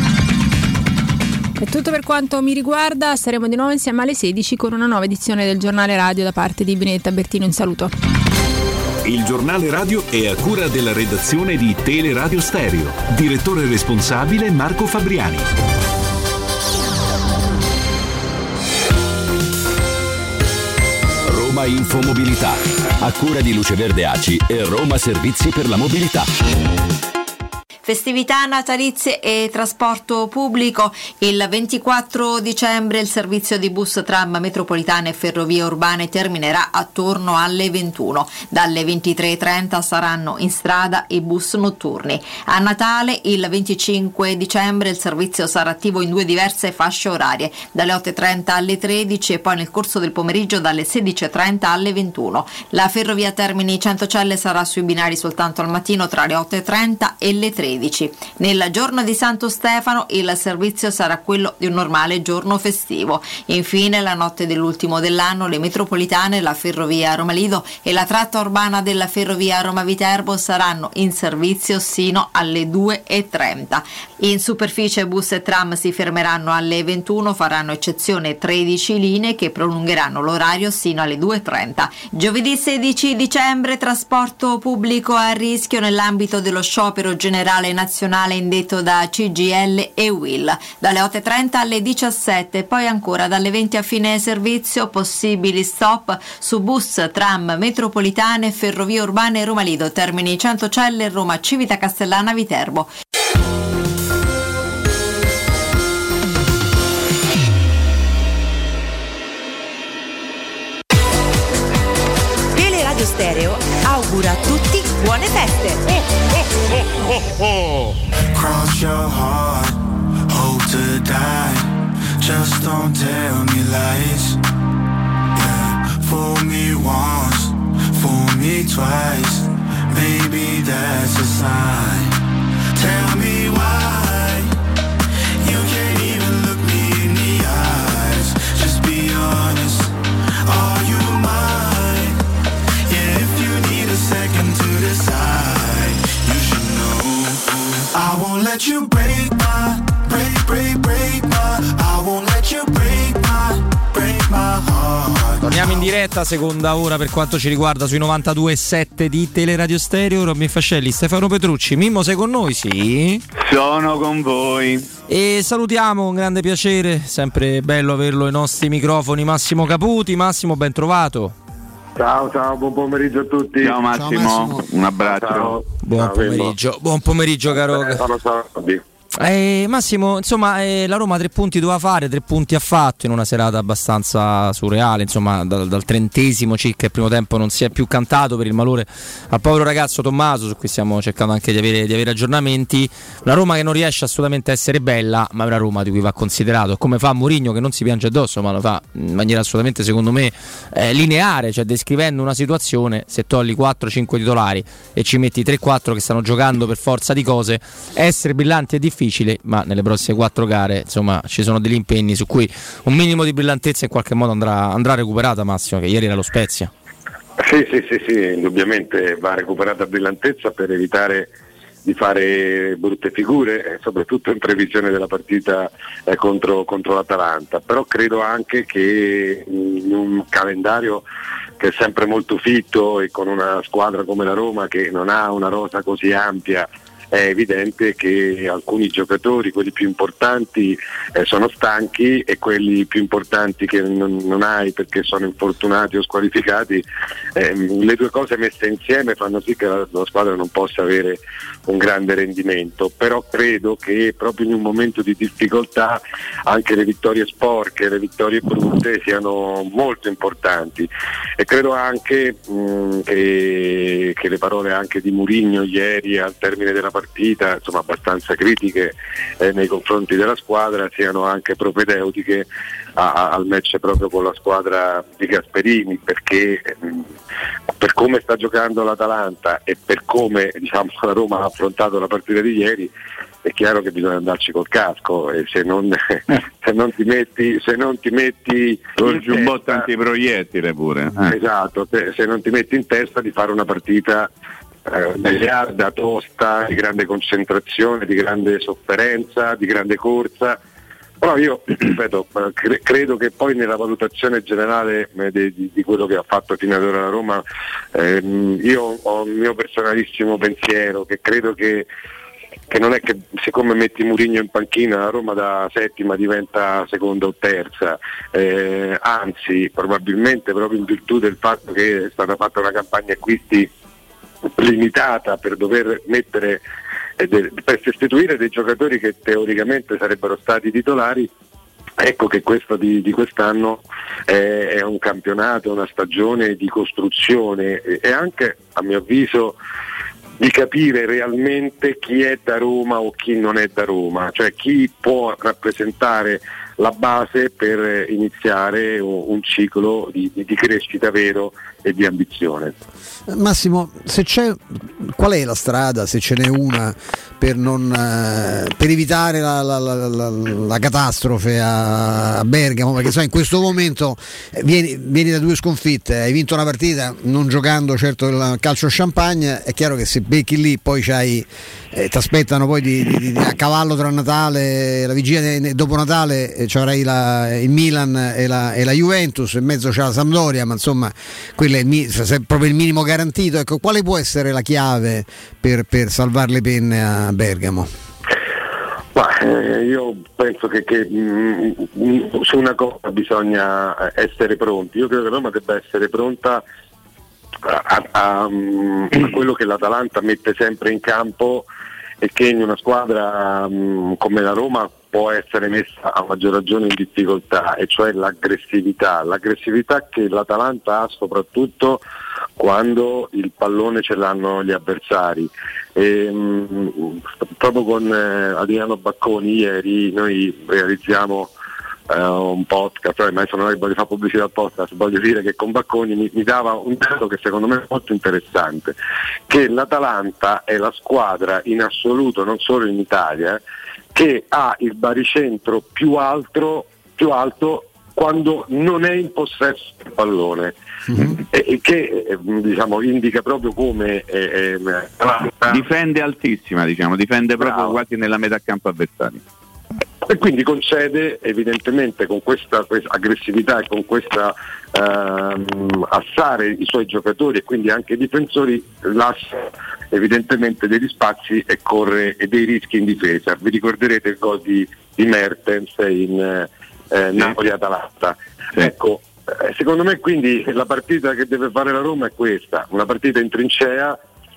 È tutto per quanto mi riguarda, saremo di nuovo insieme alle sedici con una nuova edizione del giornale radio da parte di Benedetta Bertino. Un saluto. Il giornale radio è a cura della redazione di Teleradio Stereo. Direttore responsabile Marco Fabriani. Roma Infomobilità, a cura di Luce Verde A C I e Roma Servizi per la Mobilità. Festività natalizie e trasporto pubblico. Il ventiquattro dicembre il servizio di bus, tram, metropolitane e ferrovie urbane terminerà attorno alle ventuno. Dalle ventitré e trenta saranno in strada i bus notturni. A Natale, il venticinque dicembre, il servizio sarà attivo in due diverse fasce orarie, dalle otto e trenta alle tredici e poi nel corso del pomeriggio dalle sedici e trenta alle ventuno. La ferrovia Termini Centocelle sarà sui binari soltanto al mattino tra le otto e trenta e le tredici. Nel giorno di Santo Stefano il servizio sarà quello di un normale giorno festivo. Infine, la notte dell'ultimo dell'anno, le metropolitane, la ferrovia Roma Lido e la tratta urbana della ferrovia Roma Viterbo saranno in servizio sino alle due e trenta. In superficie bus e tram si fermeranno alle ventuno, faranno eccezione tredici linee che prolungheranno l'orario sino alle due e trenta. Giovedì sedici dicembre, trasporto pubblico a rischio nell'ambito dello sciopero generale nazionale indetto da C G I L e U I L. Dalle otto e trenta alle diciassette, poi ancora dalle venti a fine servizio, possibili stop su bus, tram, metropolitane, ferrovie urbane Roma Lido, Termini Centocelle, Roma Civita Castellana Viterbo. Teleradio Stereo augura a tutti buone feste. Oh, oh, oh. Cross your heart, hope to die. Just don't tell me lies. Yeah, fool me once, fool me twice. Maybe that's a sign. Tell me why you can't even look me in the eyes. Just be honest, are you mine? Yeah, if you need a second to decide, you should know I won't let you break my, break, break, break my, I won't let you break my, break my heart. Torniamo in diretta, seconda ora per quanto ci riguarda sui novantadue virgola sette di Teleradio Stereo. Robin Fascelli, Stefano Petrucci. Mimmo, sei con noi? Sì. Sono con voi. E salutiamo con grande piacere, sempre bello averlo ai nostri microfoni, Massimo Caputi. Massimo, ben trovato. Ciao, ciao, buon pomeriggio a tutti. Ciao Massimo, ciao Massimo. Un abbraccio. Ciao. Buon ciao, pomeriggio, buon pomeriggio caro. Eh, Eh, Massimo, insomma, eh, la Roma tre punti doveva fare, tre punti ha fatto in una serata abbastanza surreale, insomma, dal, dal trentesimo circa il primo tempo non si è più cantato per il malore al povero ragazzo Tommaso, su cui stiamo cercando anche di avere, di avere aggiornamenti. Una Roma che non riesce assolutamente a essere bella, ma è una Roma di cui va considerato, come fa Mourinho, che non si piange addosso, ma lo fa in maniera assolutamente, secondo me, eh, lineare, cioè descrivendo una situazione. Se togli quattro cinque titolari e ci metti tre quattro che stanno giocando per forza di cose, essere brillanti è difficile, ma nelle prossime quattro gare insomma ci sono degli impegni su cui un minimo di brillantezza in qualche modo andrà, andrà recuperata, Massimo, che ieri era lo Spezia. Sì, sì, sì, sì, indubbiamente va recuperata brillantezza per evitare di fare brutte figure, eh, soprattutto in previsione della partita eh, contro, contro l'Atalanta, però credo anche che in un calendario che è sempre molto fitto e con una squadra come la Roma che non ha una rosa così ampia, è evidente che alcuni giocatori, quelli più importanti, eh, sono stanchi, e quelli più importanti che non, non hai perché sono infortunati o squalificati, eh, le due cose messe insieme fanno sì che la, la squadra non possa avere un grande rendimento. Però credo che proprio in un momento di difficoltà anche le vittorie sporche, le vittorie brutte siano molto importanti, e credo anche mh, che, che le parole anche di Mourinho ieri al termine della partita, insomma abbastanza critiche eh, nei confronti della squadra, siano anche propedeutiche a, a, al match proprio con la squadra di Gasperini, perché mh, per come sta giocando l'Atalanta e per come, diciamo, la Roma ha affrontato la partita di ieri, è chiaro che bisogna andarci col casco, e se non, se non ti metti se non ti metti col giubbotto antiproiettile pure eh. esatto, se, se non ti metti in testa di fare una partita tagliarda, tosta, di grande concentrazione, di grande sofferenza, di grande corsa. Però io ripeto, cre- credo che poi nella valutazione generale eh, di, di quello che ha fatto fino ad ora la Roma, ehm, io ho il mio personalissimo pensiero, che credo che che non è che siccome metti Mourinho in panchina la Roma da settima diventa seconda o terza, eh, anzi probabilmente proprio in virtù del fatto che è stata fatta una campagna acquisti limitata per dover mettere e de- per sostituire dei giocatori che teoricamente sarebbero stati titolari. Ecco che questo di, di quest'anno è, è un campionato, una stagione di costruzione e, e anche, a mio avviso, di capire realmente chi è da Roma o chi non è da Roma, cioè chi può rappresentare la base per iniziare un, un ciclo di, di crescita vero e di ambizione. Massimo, se c'è, qual è la strada, se ce n'è una, per, non, eh, per evitare la, la, la, la, la catastrofe a, a Bergamo? Perché sai, in questo momento vieni, vieni da due sconfitte, hai vinto una partita non giocando certo il calcio champagne, è chiaro che se becchi lì poi c'hai eh, ti aspettano poi di, di, di, a cavallo tra Natale, la vigilia de, dopo Natale eh, c'avrai la, il Milan e la, e la Juventus, in mezzo c'è la Sampdoria, ma insomma quello è, il, è proprio il minimo garantito. Ecco, quale può essere la chiave per, per salvare le penne a Bergamo? Ma, eh, io penso che, che mh, su una cosa bisogna essere pronti. Io credo che Roma debba essere pronta a, a, a quello che l'Atalanta mette sempre in campo e che in una squadra mh, come la Roma può essere messa a maggior ragione in difficoltà, e cioè l'aggressività, l'aggressività che l'Atalanta ha soprattutto quando il pallone ce l'hanno gli avversari. E, mh, proprio con eh, Adriano Bacconi ieri noi realizziamo eh, un podcast, cioè, ma adesso non voglio fare pubblicità al podcast, voglio dire che con Bacconi mi, mi dava un dato che secondo me è molto interessante, che l'Atalanta è la squadra in assoluto, non solo in Italia, che ha il baricentro più alto, più alto quando non è in possesso del pallone, mm-hmm. e, e che eh, diciamo indica proprio come eh, eh, difende altissima, diciamo, difende proprio Bravo. quasi nella metà campo avversario. E quindi concede evidentemente con questa, questa aggressività e con questa ehm, assare i suoi giocatori e quindi anche i difensori, lascia evidentemente degli spazi e corre e dei rischi in difesa. Vi ricorderete il gol di, di Mertens in eh, Napoli-Atalanta. Sì. Ecco, eh, secondo me quindi la partita che deve fare la Roma è questa, una partita in trincea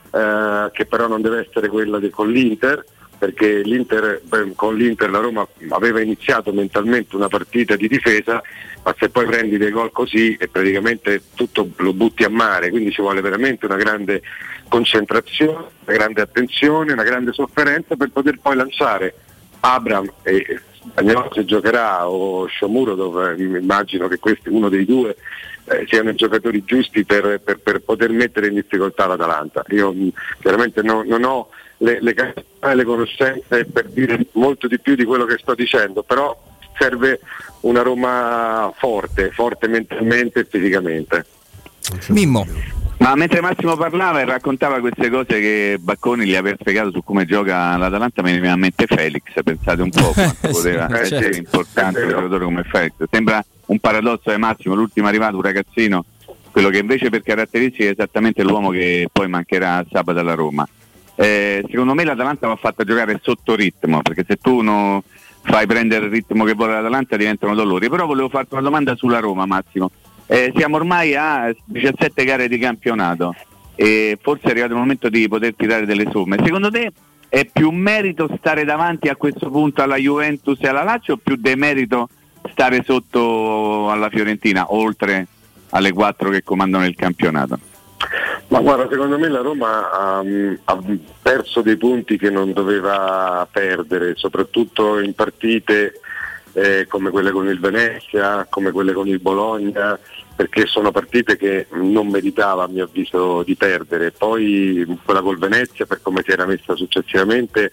eh, che però non deve essere quella di, con l'Inter, perché l'Inter, beh, con l'Inter la Roma aveva iniziato mentalmente una partita di difesa, ma se poi prendi dei gol così e praticamente tutto lo butti a mare, quindi ci vuole veramente una grande concentrazione, una grande attenzione, una grande sofferenza per poter poi lanciare Abraham e Spagnolo se giocherà o Sciomuro, dove immagino che questo uno dei due eh, siano i giocatori giusti per, per, per poter mettere in difficoltà l'Atalanta. Io mh, chiaramente no, non ho le, le capacità e le conoscenze per dire molto di più di quello che sto dicendo, però serve una Roma forte, forte mentalmente e fisicamente. Mimmo. Ma mentre Massimo parlava e raccontava queste cose che Bacconi gli aveva spiegato su come gioca l'Atalanta, mi veniva a mente Felix, pensate un po' quanto poteva sì, essere certo. importante un giocatore come Felix. Sembra un paradosso di Massimo, l'ultimo arrivato, un ragazzino, quello che invece per caratteristiche è esattamente l'uomo che poi mancherà sabato alla Roma. Eh, secondo me l'Atalanta va fatta giocare sotto ritmo, perché se tu non fai prendere il ritmo che vuole l'Atalanta diventano dolori. Però volevo farti una domanda sulla Roma, Massimo. Eh, siamo ormai a diciassette gare di campionato e forse è arrivato il momento di poter tirare delle somme. Secondo te è più merito stare davanti a questo punto alla Juventus e alla Lazio o più demerito stare sotto alla Fiorentina, oltre alle quattro che comandano il campionato? Ma guarda, secondo me la Roma ha, ha perso dei punti che non doveva perdere, soprattutto in partite eh, come quelle con il Venezia, come quelle con il Bologna, perché sono partite che non meritava, a mio avviso, di perdere. Poi quella col Venezia, per come si era messa successivamente,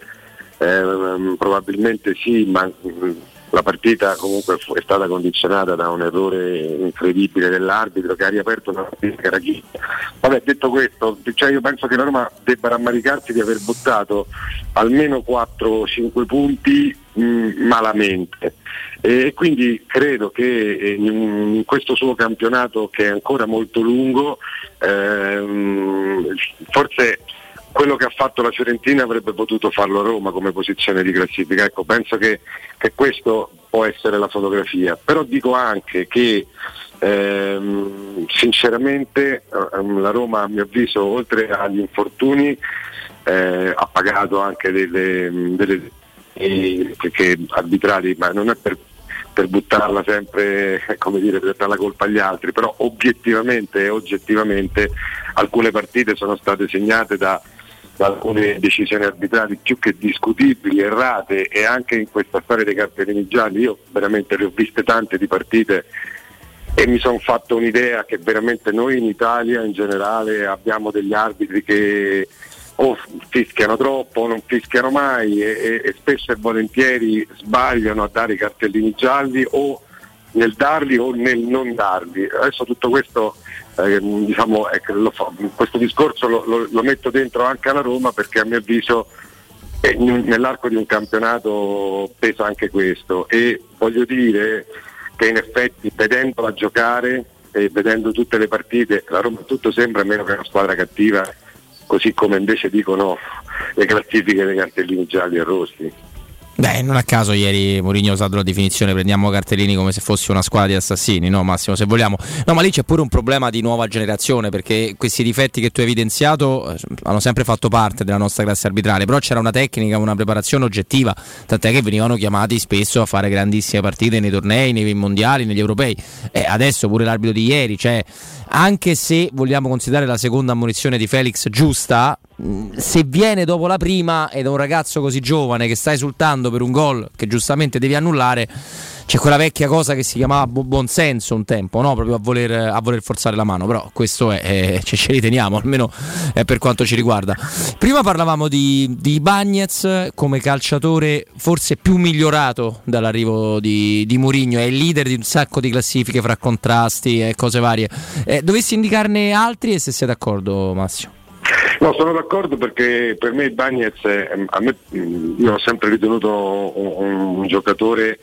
eh, probabilmente sì, ma la partita comunque è stata condizionata da un errore incredibile dell'arbitro che ha riaperto una partita che era chiusa. Vabbè, detto questo, cioè io penso che la Roma debba rammaricarsi di aver buttato almeno quattro cinque punti mh, malamente, e quindi credo che in, in questo suo campionato, che è ancora molto lungo, ehm, forse quello che ha fatto la Fiorentina avrebbe potuto farlo a Roma come posizione di classifica. Ecco, penso che, che questo può essere la fotografia, però dico anche che ehm, sinceramente ehm, la Roma, a mio avviso, oltre agli infortuni, eh, ha pagato anche delle, delle eh, che, che arbitrali, ma non è per, per buttarla sempre, come dire, per dare la colpa agli altri, però obiettivamente e oggettivamente alcune partite sono state segnate da, da alcune decisioni arbitrali più che discutibili, errate, e anche in questa storia dei cartellini gialli io veramente le ho viste tante di partite e mi sono fatto un'idea che veramente noi in Italia in generale abbiamo degli arbitri che o fischiano troppo o non fischiano mai e, e spesso e volentieri sbagliano a dare i cartellini gialli o nel darli o nel non darli. Adesso tutto questo eh, diciamo, eh, lo fa, questo discorso lo, lo, lo metto dentro anche alla Roma, perché a mio avviso eh, nell'arco di un campionato pesa anche questo, e voglio dire che in effetti vedendola giocare e vedendo tutte le partite la Roma tutto sembra meno che una squadra cattiva, così come invece dicono le classifiche dei cartellini gialli e rossi. Beh, non a caso ieri Mourinho ha usato la definizione prendiamo cartellini come se fosse una squadra di assassini, no Massimo, se vogliamo. No, ma lì c'è pure un problema di nuova generazione, perché questi difetti che tu hai evidenziato hanno sempre fatto parte della nostra classe arbitrale, però c'era una tecnica, una preparazione oggettiva, tant'è che venivano chiamati spesso a fare grandissime partite nei tornei, nei mondiali, negli europei. E adesso pure l'arbitro di ieri, cioè anche se vogliamo considerare la seconda ammonizione di Felix giusta, se viene dopo la prima ed è un ragazzo così giovane che sta esultando per un gol che giustamente devi annullare, c'è quella vecchia cosa che si chiamava buonsenso un tempo, no? Proprio a voler, a voler forzare la mano, però questo è, è ce, ce li teniamo, almeno è per quanto ci riguarda. Prima parlavamo di, di Bagnez come calciatore forse più migliorato dall'arrivo di, di Mourinho, è il leader di un sacco di classifiche fra contrasti e cose varie. Eh, dovessi indicarne altri e se sei d'accordo, Massimo? No, sono d'accordo, perché per me Bagnez, a me, io ho sempre ritenuto un, un giocatore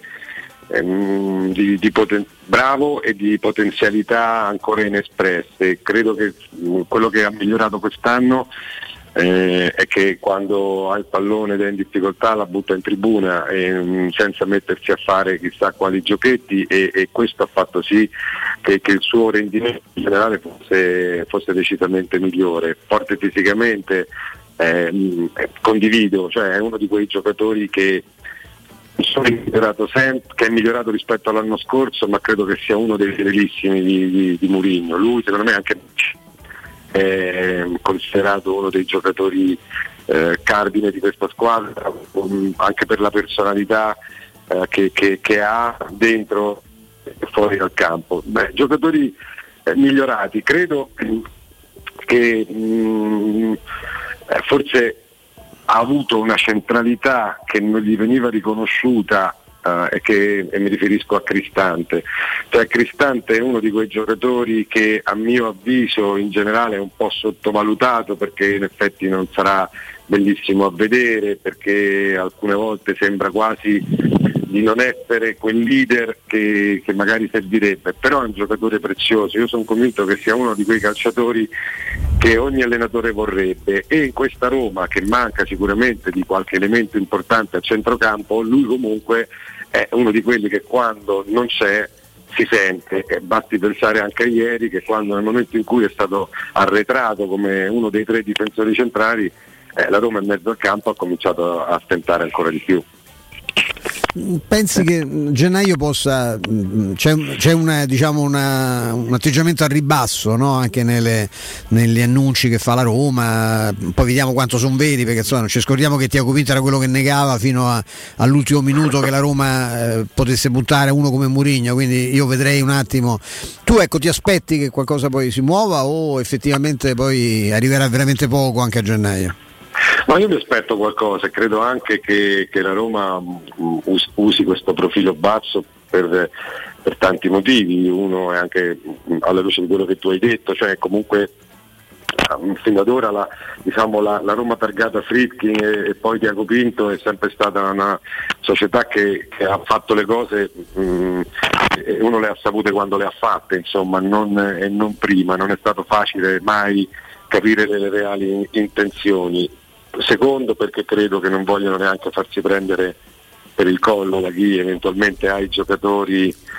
ehm, di, di poten- bravo e di potenzialità ancora inespresse. Credo che quello che ha migliorato quest'anno eh, è che quando ha il pallone ed è in difficoltà la butta in tribuna eh, senza mettersi a fare chissà quali giochetti, e, e questo ha fatto sì che, che il suo rendimento in generale fosse, fosse decisamente migliore. Forte fisicamente, eh, condivido, cioè è uno di quei giocatori che sono migliorato sempre, che è migliorato rispetto all'anno scorso, ma credo che sia uno dei fedelissimi di, di, di Mourinho. Lui secondo me anche è considerato uno dei giocatori eh, cardine di questa squadra, um, anche per la personalità eh, che, che, che ha dentro e fuori dal campo. Beh, giocatori eh, migliorati, credo che mh, eh, forse ha avuto una centralità che non gli veniva riconosciuta, uh, e, che, e mi riferisco a Cristante. Cioè, Cristante è uno di quei giocatori che a mio avviso in generale è un po' sottovalutato, perché in effetti non sarà bellissimo a vedere, perché alcune volte sembra quasi di non essere quel leader che, che magari servirebbe, però è un giocatore prezioso. Io sono convinto che sia uno di quei calciatori che ogni allenatore vorrebbe, e in questa Roma che manca sicuramente di qualche elemento importante a centrocampo, lui comunque è uno di quelli che quando non c'è si sente, e basti pensare anche a ieri che quando nel momento in cui è stato arretrato come uno dei tre difensori centrali, eh, la Roma in mezzo al campo ha cominciato a stentare ancora di più. Pensi che gennaio possa c'è, c'è una, diciamo una, un atteggiamento a ribasso, no? Anche nelle, negli annunci che fa la Roma, poi vediamo quanto sono veri, perché insomma non ci scordiamo che Tiago Pinto era quello che negava fino a, all'ultimo minuto che la Roma eh, potesse puntare uno come Mourinho, quindi io vedrei un attimo. Tu ecco ti aspetti che qualcosa poi si muova, o effettivamente poi arriverà veramente poco anche a gennaio? Ma io mi aspetto qualcosa, e credo anche che, che la Roma us, usi questo profilo basso per, per tanti motivi. Uno è anche alla luce di quello che tu hai detto, cioè comunque fin ad ora la, diciamo, la, la Roma targata Friedkin e, e poi Tiago Pinto è sempre stata una società che, che ha fatto le cose mh, e uno le ha sapute quando le ha fatte, insomma, non, e non prima. Non è stato facile mai capire le reali intenzioni. Secondo, perché credo che non vogliono neanche farsi prendere per il collo da chi eventualmente ha i giocatori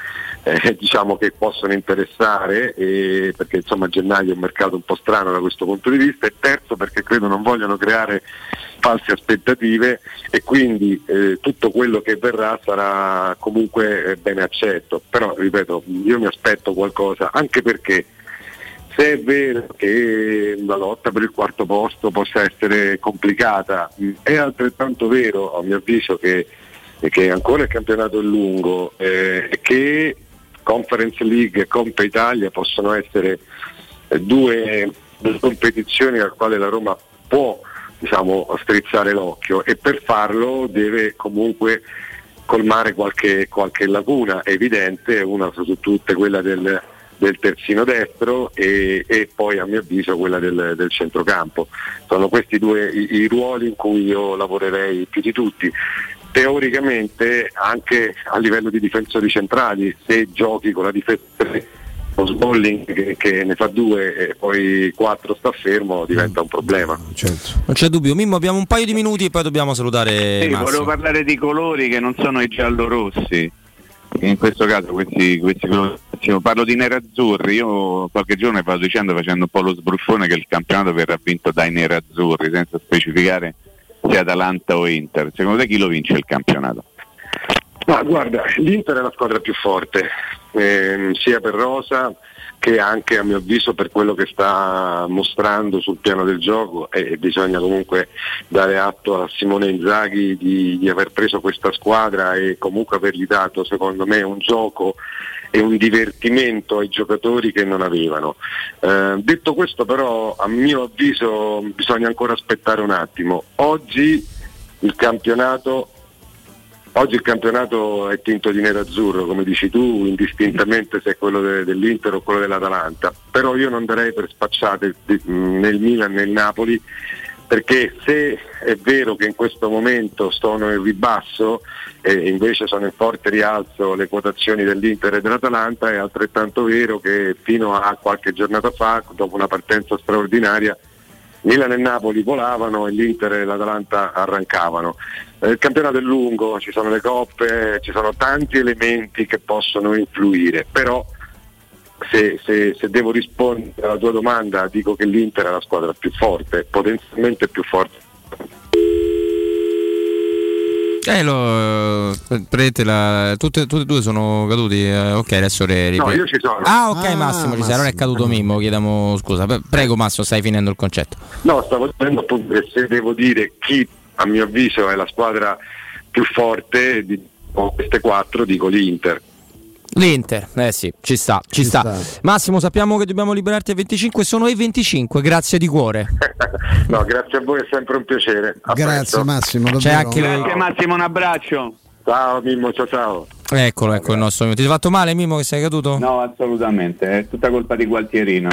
eh, diciamo che possono interessare, eh, perché insomma gennaio è un mercato un po' strano da questo punto di vista, e terzo perché credo non vogliono creare false aspettative e quindi eh, tutto quello che verrà sarà comunque eh, ben accetto. Però ripeto, io mi aspetto qualcosa, anche perché se è vero che la lotta per il quarto posto possa essere complicata, è altrettanto vero a mio avviso che, che ancora il campionato è lungo, eh, che Conference League e Coppa Italia possono essere eh, due, due competizioni al quale la Roma può, diciamo, strizzare l'occhio, e per farlo deve comunque colmare qualche, qualche lacuna evidente, una su tutte quella del, del terzino destro e, e poi a mio avviso quella del, del centrocampo. Sono questi due i, i ruoli in cui io lavorerei più di tutti. Teoricamente anche a livello di difensori centrali, se giochi con la difesa lo Smalling che, che ne fa due e poi quattro sta fermo, diventa un problema. Certo. Non c'è dubbio. Mimmo, abbiamo un paio di minuti e poi dobbiamo salutare sì, Massimo. Volevo parlare di colori che non sono i giallorossi, in questo caso questi, questi colori, parlo di nerazzurri. Io qualche giorno vado dicendo, facendo un po' lo sbruffone, che il campionato verrà vinto dai nerazzurri, senza specificare se Atalanta o Inter. Secondo te chi lo vince il campionato? Ma guarda, l'Inter è la squadra più forte, ehm, sia per rosa che anche a mio avviso per quello che sta mostrando sul piano del gioco, e bisogna comunque dare atto a Simone Inzaghi di, di aver preso questa squadra e comunque avergli dato, secondo me, un gioco e un divertimento ai giocatori che non avevano. Eh, detto questo, però, a mio avviso bisogna ancora aspettare un attimo. Oggi il campionato Oggi il campionato è tinto di nero-azzurro, come dici tu, indistintamente se è quello de- dell'Inter o quello dell'Atalanta, però io non darei per spacciate di- nel Milan né nel Napoli, perché se è vero che in questo momento sono in ribasso e invece sono in forte rialzo le quotazioni dell'Inter e dell'Atalanta, è altrettanto vero che fino a qualche giornata fa, dopo una partenza straordinaria, Milan e Napoli volavano e l'Inter e l'Atalanta arrancavano. Eh, il campionato è lungo, ci sono le coppe, ci sono tanti elementi che possono influire, però se, se, se devo rispondere alla tua domanda dico che l'Inter è la squadra più forte, potenzialmente più forte. Eh, lo, prete la, tutte, tutte e due sono caduti. Eh, ok, adesso re, No, io ci sono. Ah, ok, Ah, Massimo, ci sei. Allora è Massimo. caduto Mimmo. Chiediamo scusa. Prego, Massimo, stai finendo il concetto. No, stavo dicendo appunto che se devo dire chi a mio avviso è la squadra più forte di queste quattro, dico l'Inter. L'Inter, eh sì, ci sta, ci, Ci sta. sta. Massimo, sappiamo che dobbiamo liberarti a venticinque, sono i venticinque, grazie di cuore. No, grazie a voi, è sempre un piacere. A Grazie presto. Massimo, C'è anche Grazie Massimo, un abbraccio. Ciao Mimmo, ciao ciao. Eccolo, ecco il nostro. Ti sei fatto male, Mimmo, che sei caduto? No, assolutamente, è tutta colpa di Gualtierino.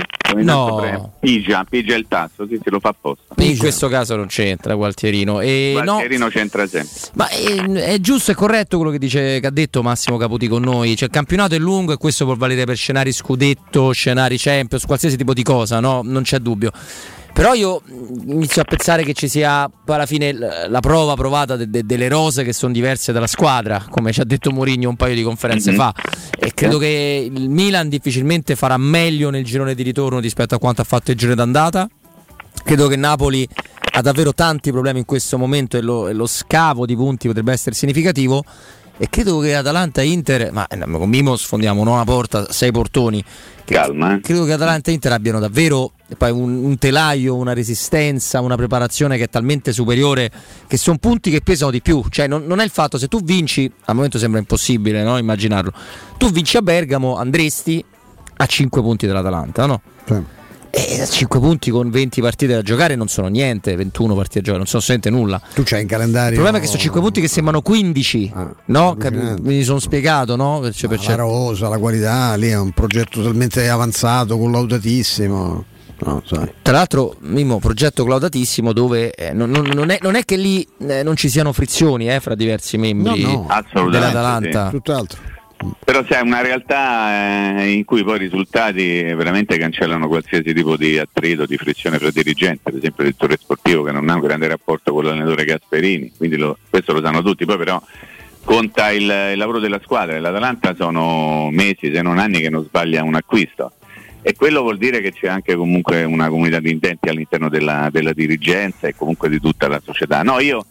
No. Pigia, pigia il tasto, sì, se lo fa apposta. In questo caso non c'entra Gualtierino. E Gualtierino no, c'entra sempre. ma è, è giusto e corretto quello che dice, che ha detto Massimo Caputi con noi. Cioè, il campionato è lungo e questo può valere per scenari scudetto, scenari Champions, qualsiasi tipo di cosa, no? Non c'è dubbio. Però io inizio a pensare che ci sia poi alla fine la prova provata de- de- delle rose che sono diverse dalla squadra, come ci ha detto Mourinho un paio di conferenze Mm-hmm. fa, e credo che il Milan difficilmente farà meglio nel girone di ritorno rispetto a quanto ha fatto il girone d'andata. Credo che Napoli ha davvero tanti problemi in questo momento e lo, e lo scavo di punti potrebbe essere significativo, e credo che Atalanta e Inter, ma eh, con Mimo sfondiamo non una porta, sei portoni. Calma, eh. Credo che Atalanta e Inter abbiano davvero poi un, un telaio, una resistenza, una preparazione che è talmente superiore, che sono punti che pesano di più. Cioè non, non è il fatto, se tu vinci, al momento sembra impossibile, no? Immaginarlo, tu vinci a Bergamo, andresti a cinque punti dell'Atalanta, no? Sì. E a cinque punti con venti partite da giocare non sono niente, ventuno partite da giocare non sono assolutamente nulla. Tu c'hai in calendario. Il problema è che sono cinque punti che sembrano quindici, no? Cap- mi sono spiegato, no? Per, per La rosa, la qualità, lì è un progetto talmente avanzato, collaudatissimo. No, sai. Tra l'altro, Mimmo, progetto collaudatissimo dove eh, non, non- non è, non è che lì eh, non ci siano frizioni eh, fra diversi membri No, no. Assolutamente, dell'Atalanta. sì. Tutt'altro. Però c'è una realtà eh, in cui poi i risultati veramente cancellano qualsiasi tipo di attrito, di frizione fra dirigenti, per esempio il direttore sportivo che non ha un grande rapporto con l'allenatore Gasperini, quindi lo, questo lo sanno tutti. Poi però conta il, il lavoro della squadra. L'Atalanta sono mesi, se non anni, che non sbaglia un acquisto, e quello vuol dire che c'è anche comunque una comunità di intenti all'interno della, della dirigenza e comunque di tutta la società. No, io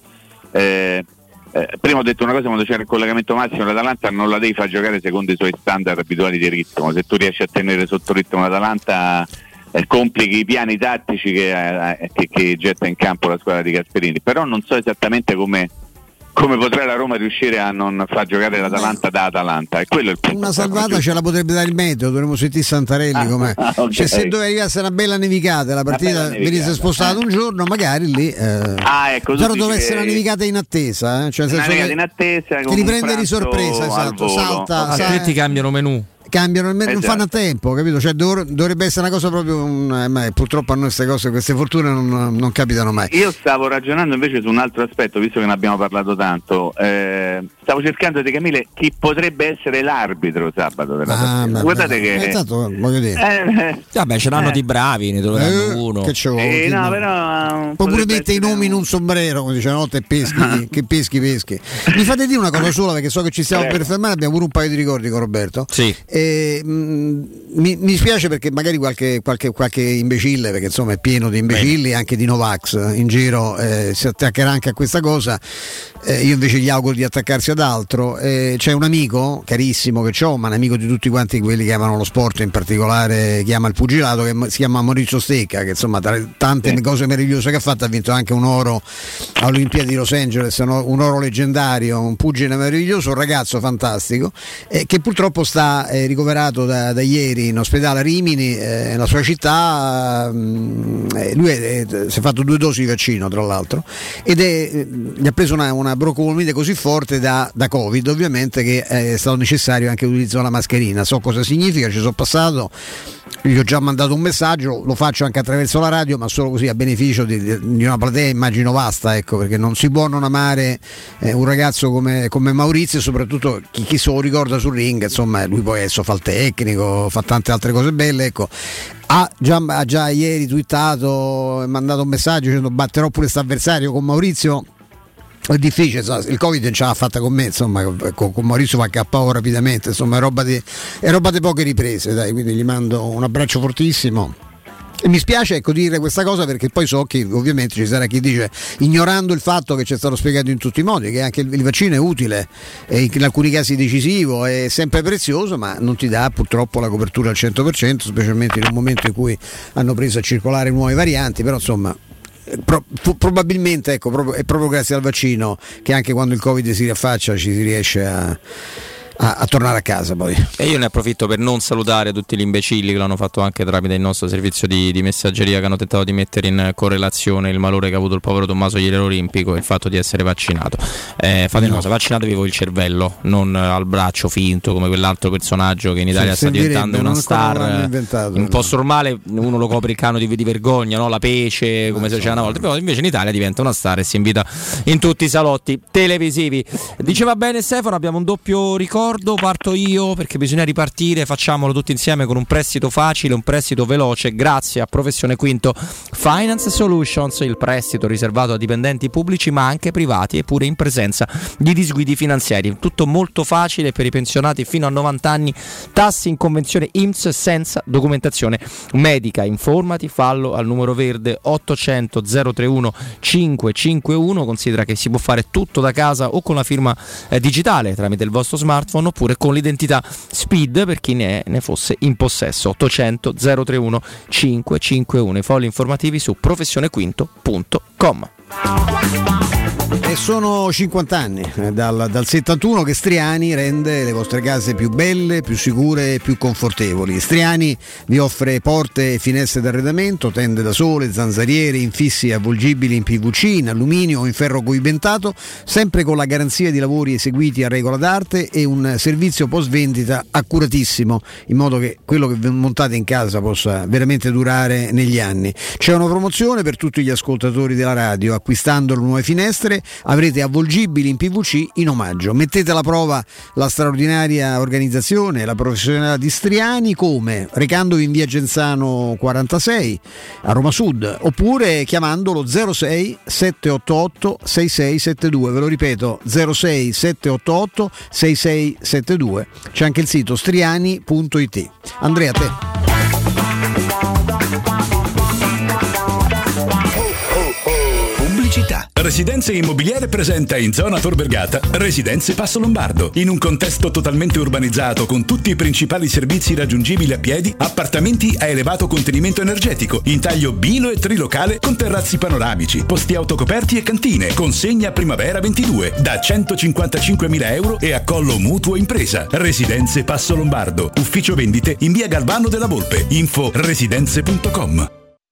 eh, eh, prima ho detto una cosa quando c'era il collegamento massimo. L'Atalanta non la devi far giocare secondo i suoi standard abituali di ritmo. Se tu riesci a tenere sotto ritmo l'Atalanta, eh, complichi i piani tattici che, eh, che, che getta in campo la squadra di Gasperini. Però non so esattamente come come potrà la Roma riuscire a non far giocare l'Atalanta da Atalanta, e quello è il punto. Una salvata ce la potrebbe dare il meteo, dovremmo sentire Santarelli. Ah, com'è. ah, okay. Cioè, se dove arrivasse una bella nevicata, la partita venisse spostata un giorno, magari lì eh. ah, ecco, però deve essere una nevicata in attesa, eh? Cioè, una nevicata in attesa che li prende di sorpresa, esatto, salta, okay. Salta, ti cambiano menù. Cambiano il mezzo, esatto. Non fanno a tempo, capito? Cioè dov- dovrebbe essere una cosa proprio un, eh, ma purtroppo a noi queste cose, queste fortune non, non capitano mai. Io stavo ragionando invece su un altro aspetto, visto che ne abbiamo parlato tanto. Eh, stavo cercando di capire chi potrebbe essere l'arbitro sabato della ah, partita. Guardate che eh, tanto, voglio dire. Eh, vabbè, ce l'hanno eh. di bravi, ne troveranno eh, uno. Che c'è eh, no, però può pure mettere i nomi in un sombrero, come dice una volta, e peschi, che peschi peschi. Mi fate dire una cosa sola, perché so che ci stiamo eh. per fermare, abbiamo pure un paio di ricordi con Roberto. Sì. E, mh, mi, mi spiace perché magari qualche, qualche, qualche imbecille, perché insomma è pieno di imbecilli, bene, anche di Novax in giro, eh, si attaccherà anche a questa cosa. Eh, io invece gli auguro di attaccarsi ad altro. Eh, c'è un amico carissimo che ho, ma un amico di tutti quanti quelli che amano lo sport, in particolare che ama il pugilato, che si chiama Maurizio Stecca, che insomma tra le tante sì. cose meravigliose che ha fatto ha vinto anche un oro alle Olimpiadi di Los Angeles, un oro leggendario, un pugile meraviglioso, un ragazzo fantastico, eh, che purtroppo sta eh, ricoverato da, da ieri in ospedale a Rimini, eh, nella sua città. Eh, lui è, è, si è fatto due dosi di vaccino, tra l'altro, ed è, eh, gli ha preso una, una broncocolite così forte da, da Covid, ovviamente, che è stato necessario anche l'utilizzo della mascherina. So cosa significa, ci sono passato, gli ho già mandato un messaggio, lo faccio anche attraverso la radio, ma solo così a beneficio di, di una platea immagino vasta, ecco, perché non si può non amare eh, un ragazzo come, come Maurizio, e soprattutto chi, chi se lo ricorda sul ring, insomma lui poi adesso fa il tecnico, fa tante altre cose belle, ecco. Ha già, ha già ieri twittato e mandato un messaggio dicendo batterò pure questo avversario. Con Maurizio è difficile, il Covid non ce l'ha fatta con me, insomma, con, con Maurizio va a K O rapidamente, insomma è roba di, è roba di poche riprese, dai, quindi gli mando un abbraccio fortissimo. E mi spiace, ecco, dire questa cosa, perché poi so che ovviamente ci sarà chi dice, ignorando il fatto che ci è stato spiegato in tutti i modi, che anche il, il vaccino è utile, è in alcuni casi decisivo, è sempre prezioso, ma non ti dà purtroppo la copertura al cento per cento, specialmente in un momento in cui hanno preso a circolare nuove varianti. Però insomma Pro, probabilmente ecco, proprio, è proprio grazie al vaccino che anche quando il Covid si riaffaccia ci si riesce a A, a tornare a casa poi. E io ne approfitto per non salutare tutti gli imbecilli che l'hanno fatto anche tramite il nostro servizio di, di messaggeria, che hanno tentato di mettere in correlazione il malore che ha avuto il povero Tommaso ieri all'Olimpico e il fatto di essere vaccinato. Eh, fate una cosa, vaccinatevi voi il cervello, non al braccio finto come quell'altro personaggio che in Italia sì, sta diventando una star un po' normale, uno lo copre il cano di, di vergogna, no? La pece, come se c'era una volta, però invece in Italia diventa una star e si invita in tutti i salotti televisivi. Diceva bene Stefano, abbiamo un doppio ricordo. Parto io perché bisogna ripartire, facciamolo tutti insieme con un prestito facile, un prestito veloce grazie a Professione Quinto Finance Solutions, il prestito riservato a dipendenti pubblici ma anche privati e pure in presenza di disguidi finanziari. Tutto molto facile per i pensionati fino a novanta anni, tassi in convenzione I N P S senza documentazione medica. Informati, fallo al numero verde ottocento zero trentuno cinquecentocinquantuno. Considera che si può fare tutto da casa o con la firma eh, digitale tramite il vostro smartphone, oppure con l'identità SPID per chi ne, è, ne fosse in possesso. Ottocento zero trentuno cinquecentocinquantuno. I fogli informativi su professionequinto punto com. E sono cinquanta anni eh, dal, dal settantuno che Striani rende le vostre case più belle, più sicure e più confortevoli. Striani vi offre porte e finestre d'arredamento, tende da sole, zanzariere, infissi avvolgibili in P V C, in alluminio o in ferro coibentato, sempre con la garanzia di lavori eseguiti a regola d'arte e un servizio post vendita accuratissimo, in modo che quello che montate in casa possa veramente durare negli anni. C'è una promozione per tutti gli ascoltatori della radio: acquistando le nuove finestre avrete avvolgibili in P V C in omaggio. Mettete alla prova la straordinaria organizzazione e la professionalità di Striani, come recandovi in via Genzano quarantasei a Roma Sud, oppure chiamandolo zero sei sette otto otto sei sei sette due. Ve lo ripeto, zero sei sette otto otto sei sei sette due. C'è anche il sito striani punto it. Andrea, a te. Residenze Immobiliare presenta in zona Tor Vergata Residenze Passo Lombardo, in un contesto totalmente urbanizzato con tutti i principali servizi raggiungibili a piedi, appartamenti a elevato contenimento energetico, in taglio bilo e trilocale con terrazzi panoramici, posti autocoperti e cantine, consegna primavera ventidue da centocinquantacinquemila euro e accollo mutuo impresa. Residenze Passo Lombardo, ufficio vendite in via Galvano della Volpe, info residenze punto com.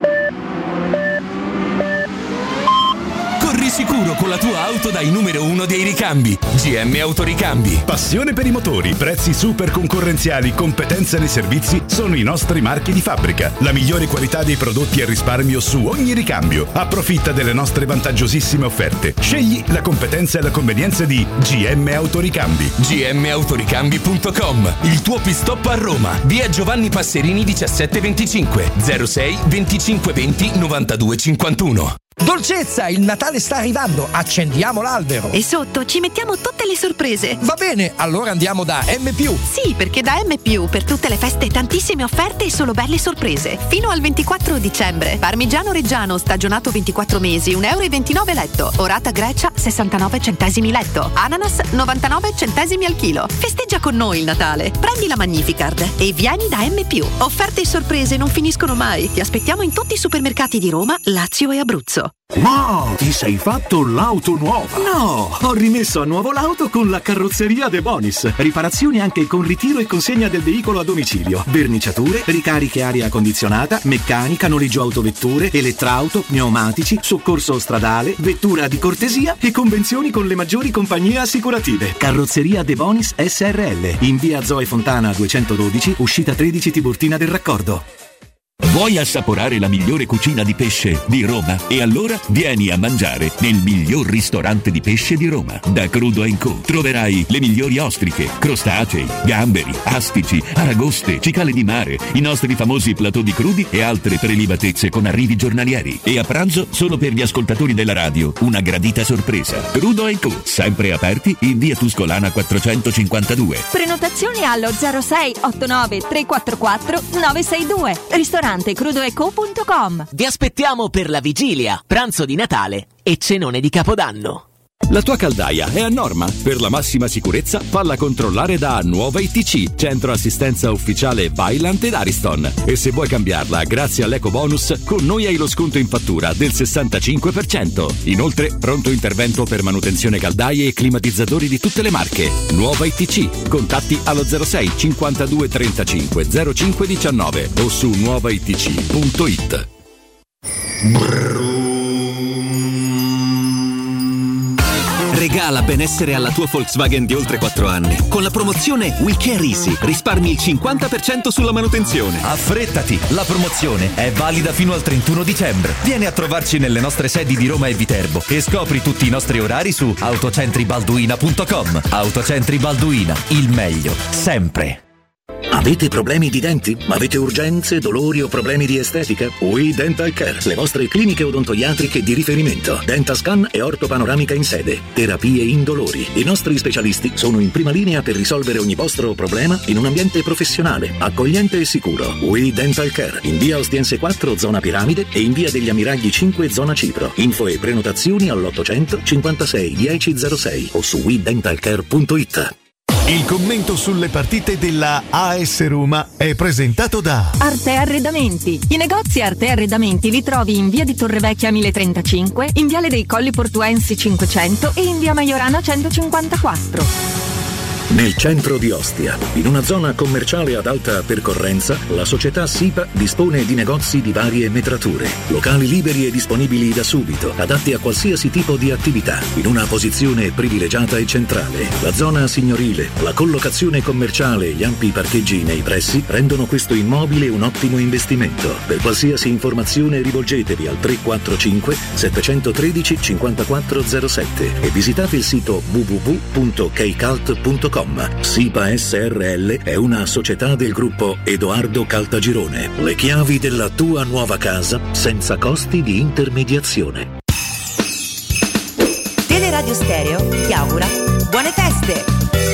Sicuro con la tua auto dai numero uno dei ricambi. G M Autoricambi. Passione per i motori, prezzi super concorrenziali, competenza nei servizi sono i nostri marchi di fabbrica. La migliore qualità dei prodotti e risparmio su ogni ricambio. Approfitta delle nostre vantaggiosissime offerte. Scegli la competenza e la convenienza di G M Autoricambi. G M Autoricambi punto com. Il tuo pit stop a Roma. Via Giovanni Passerini diciassette venticinque zero sei venticinque venti novantadue cinquantuno. Dolcezza, il Natale sta arrivando, accendiamo l'albero. E sotto ci mettiamo tutte le sorprese. Va bene, allora andiamo da M+. Sì, perché da M+, per tutte le feste tantissime offerte e solo belle sorprese. Fino al ventiquattro dicembre. Parmigiano Reggiano, stagionato ventiquattro mesi, un euro e ventinove letto. Orata Grecia, sessantanove centesimi letto. Ananas, novantanove centesimi al chilo. Festeggia con noi il Natale. Prendi la Magnificard e vieni da M+. Offerte e sorprese non finiscono mai. Ti aspettiamo in tutti i supermercati di Roma, Lazio e Abruzzo. Ma ti sei fatto l'auto nuova? No, ho rimesso a nuovo l'auto con la carrozzeria De Bonis. Riparazioni anche con ritiro e consegna del veicolo a domicilio. Verniciature, ricariche aria condizionata, meccanica, noleggio autovetture, elettrauto, pneumatici, soccorso stradale, vettura di cortesia e convenzioni con le maggiori compagnie assicurative. Carrozzeria De Bonis S R L, in via Zoe Fontana duecentododici, uscita tredici Tiburtina del Raccordo. Vuoi assaporare la migliore cucina di pesce di Roma? E allora vieni a mangiare nel miglior ristorante di pesce di Roma. Da Crudo and Co. troverai le migliori ostriche, crostacei, gamberi, astici, aragoste, cicale di mare, i nostri famosi plateau di crudi e altre prelibatezze con arrivi giornalieri. E a pranzo, solo per gli ascoltatori della radio, una gradita sorpresa. Crudo and Co. sempre aperti in via Tuscolana quattrocentocinquantadue. Prenotazioni allo zero sei otto nove tre quattro quattro nove sei due. Ristorante crudo e co punto com. Vi aspettiamo per la vigilia, pranzo di Natale e cenone di Capodanno. La tua caldaia è a norma? Per la massima sicurezza falla controllare da Nuova I T C, centro assistenza ufficiale Vaillant ed Ariston. E se vuoi cambiarla grazie all'eco bonus, con noi hai lo sconto in fattura del sessantacinque per cento. Inoltre pronto intervento per manutenzione caldaie e climatizzatori di tutte le marche. Nuova I T C, contatti allo zero sei cinquantadue trentacinque zero cinque diciannove o su nuova i t c punto it. Regala benessere alla tua Volkswagen di oltre quattro anni. Con la promozione We Care Easy risparmi il cinquanta per cento sulla manutenzione. Affrettati, la promozione è valida fino al trentuno dicembre. Vieni a trovarci nelle nostre sedi di Roma e Viterbo e scopri tutti i nostri orari su autocentri balduina punto com. Autocentri Balduina, il meglio, sempre. Avete problemi di denti? Avete urgenze, dolori o problemi di estetica? We Dental Care, le vostre cliniche odontoiatriche di riferimento. Dentascan e ortopanoramica in sede. Terapie indolori. I nostri specialisti sono in prima linea per risolvere ogni vostro problema in un ambiente professionale, accogliente e sicuro. We Dental Care, in via Ostiense quattro, zona Piramide, e in via degli Ammiragli cinque, zona Cipro. Info e prenotazioni all'ottocento cinquantasei dieci zero sei o su we dental care punto it. Il commento sulle partite della A S Roma è presentato da Arte Arredamenti. I negozi Arte Arredamenti li trovi in via di Torrevecchia mille trentacinque, in viale dei Colli Portuensi cinquecento e in via Maiorana centocinquantaquattro. Nel centro di Ostia, in una zona commerciale ad alta percorrenza, la società SIPA dispone di negozi di varie metrature, locali liberi e disponibili da subito, adatti a qualsiasi tipo di attività, in una posizione privilegiata e centrale. La zona signorile, la collocazione commerciale e gli ampi parcheggi nei pressi rendono questo immobile un ottimo investimento. Per qualsiasi informazione rivolgetevi al tre quattro cinque sette uno tre cinquantaquattro zero sette e visitate il sito w w w punto keicalt punto com. SIPA S R L è una società del gruppo Edoardo Caltagirone. Le chiavi della tua nuova casa senza costi di intermediazione. Teleradio Stereo ti augura buone feste.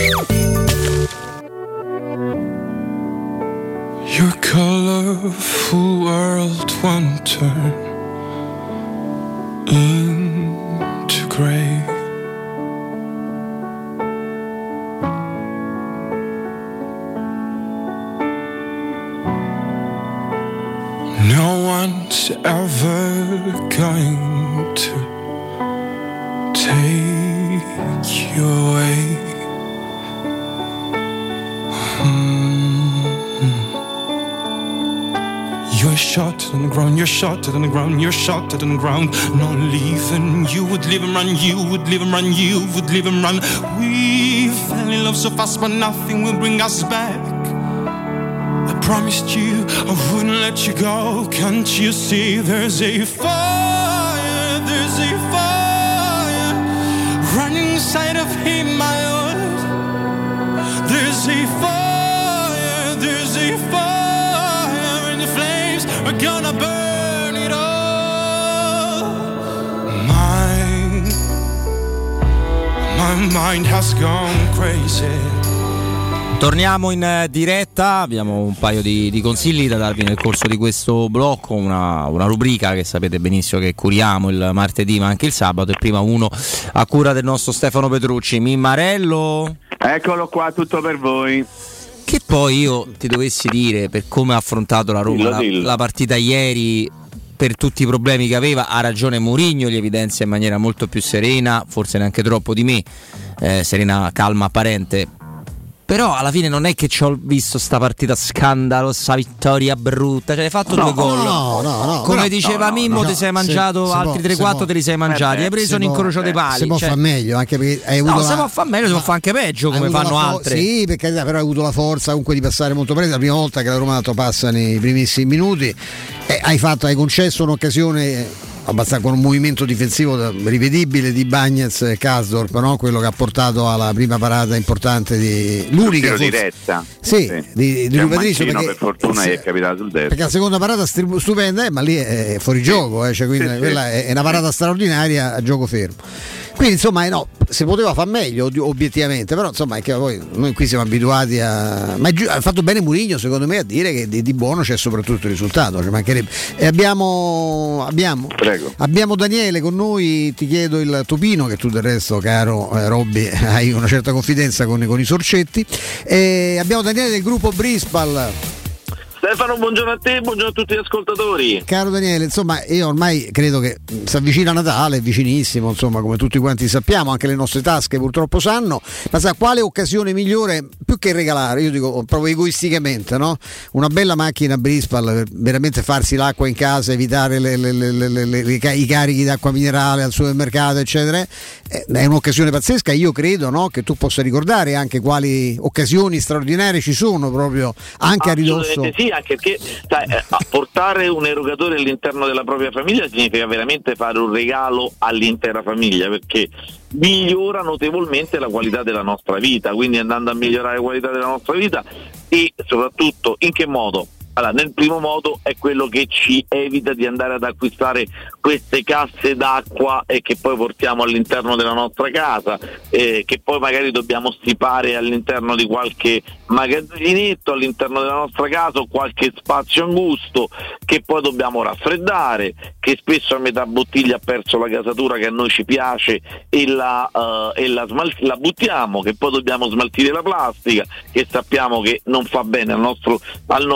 Your colorful world won't turn into gray. No one's ever going to take you away. Hmm. You're shot to the ground, you're shot to the ground, you're shot to the ground. No leaving, you would live and run, you would live and run, you would live and run. We fell in love so fast, but nothing will bring us back. I promised you I wouldn't let you go. Can't you see there's a fire, there's a fire running inside of him, my Lord. There's a fire, there's a fire, and the flames are gonna burn it all. My, my mind has gone crazy. Torniamo in diretta, abbiamo un paio di, di consigli da darvi nel corso di questo blocco, una, una rubrica che sapete benissimo che curiamo il martedì ma anche il sabato, e prima uno a cura del nostro Stefano Petrucci. Mimmarello? Eccolo qua, tutto per voi. Che poi io ti dovessi dire, per come ha affrontato la Roma dillo, dillo. La, la partita ieri, per tutti i problemi che aveva, ha ragione Mourinho, li evidenzia in maniera molto più serena, forse neanche troppo di me, eh, serena, calma, apparente. Però alla fine non è che ci ho visto sta partita scandalosa, vittoria brutta, cioè hai fatto no, due gol. No, no, no. Come però, diceva no, Mimmo, no, ti sei no, mangiato se, altri tre quattro, te li sei mangiati, eh, hai preso un incrocio dei pali. Si può cioè, far meglio, anche perché hai avuto no, la... si può far meglio, si può fare anche peggio, come fanno fo- altre. Sì, per carità, però hai avuto la forza comunque di passare molto presto. La prima volta che la Roma passa nei primissimi minuti, eh, hai fatto, hai concesso un'occasione abbastanza con un movimento difensivo rivedibile di Bagnez e Kasdorp, no? Quello che ha portato alla prima parata importante di l'unica forse, diretta sì, sì. di, di Patrizio, perché per fortuna sì, è capitato sul destro, perché la seconda parata stupenda, eh, ma lì è fuori gioco, eh, cioè, quindi sì, quella sì. è una parata straordinaria a gioco fermo. Quindi insomma eh, no, si poteva far meglio obiettivamente, però insomma è che poi noi qui siamo abituati a... ma gi- ha fatto bene Mourinho secondo me a dire che di, di buono c'è soprattutto il risultato, cioè mancherebbe. E abbiamo abbiamo, Prego. abbiamo Daniele con noi, ti chiedo il topino, che tu del resto caro eh, Robby hai una certa confidenza con, con i sorcetti, e abbiamo Daniele del gruppo Brispal. Stefano, buongiorno a te, buongiorno a tutti gli ascoltatori. Caro Daniele, insomma, io ormai credo che si avvicina Natale, è vicinissimo, insomma, come tutti quanti sappiamo, anche le nostre tasche purtroppo sanno, ma sa quale occasione migliore, più che regalare, io dico proprio egoisticamente, no? Una bella macchina Brispal per veramente farsi l'acqua in casa, evitare le, le, le, le, le, le, i carichi d'acqua minerale al supermercato, eccetera. È un'occasione pazzesca, io credo, no, che tu possa ricordare anche quali occasioni straordinarie ci sono proprio anche a ridosso. Sì, anche perché sai, portare un erogatore all'interno della propria famiglia significa veramente fare un regalo all'intera famiglia, perché migliora notevolmente la qualità della nostra vita, quindi andando a migliorare la qualità della nostra vita, e soprattutto in che modo? Allora, nel primo modo è quello che ci evita di andare ad acquistare queste casse d'acqua e che poi portiamo all'interno della nostra casa, eh, che poi magari dobbiamo stipare all'interno di qualche magazzinetto all'interno della nostra casa, o qualche spazio angusto che poi dobbiamo raffreddare, che spesso a metà bottiglia ha perso la gasatura che a noi ci piace e la, uh, e la, smal- la buttiamo, che poi dobbiamo smaltire la plastica, che sappiamo che non fa bene al nostro, al nostro fisico,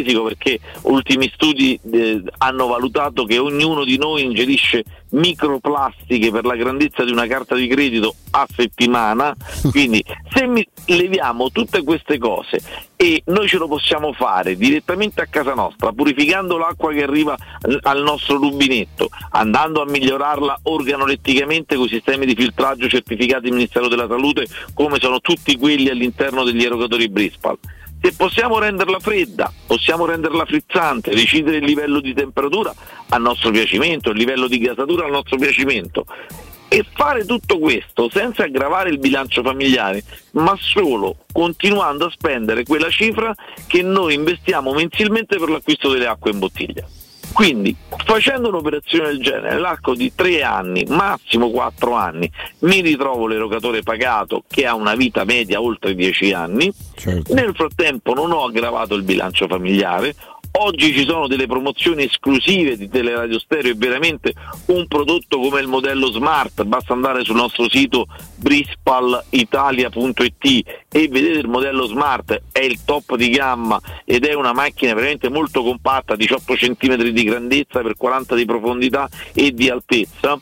fisico, perché ultimi studi eh, hanno valutato che ognuno di noi ingerisce microplastiche per la grandezza di una carta di credito a settimana. Quindi se mi leviamo tutte queste cose e noi ce lo possiamo fare direttamente a casa nostra, purificando l'acqua che arriva al nostro rubinetto, andando a migliorarla organoletticamente con i sistemi di filtraggio certificati del Ministero della Salute, come sono tutti quelli all'interno degli erogatori Brispal. Se possiamo renderla fredda, possiamo renderla frizzante, decidere il livello di temperatura a nostro piacimento, il livello di gasatura a nostro piacimento, e fare tutto questo senza aggravare il bilancio familiare, ma solo continuando a spendere quella cifra che noi investiamo mensilmente per l'acquisto delle acque in bottiglia. Quindi, facendo un'operazione del genere nell'arco di tre anni, massimo quattro anni, mi ritrovo l'erogatore pagato che ha una vita media oltre dieci anni. Certo. Nel frattempo non ho aggravato il bilancio familiare. Oggi ci sono delle promozioni esclusive di Teleradio Stereo, è veramente un prodotto come il modello Smart, basta andare sul nostro sito brispal italia punto it e vedete il modello Smart, è il top di gamma ed è una macchina veramente molto compatta, diciotto centimetri di grandezza per quaranta di profondità e di altezza,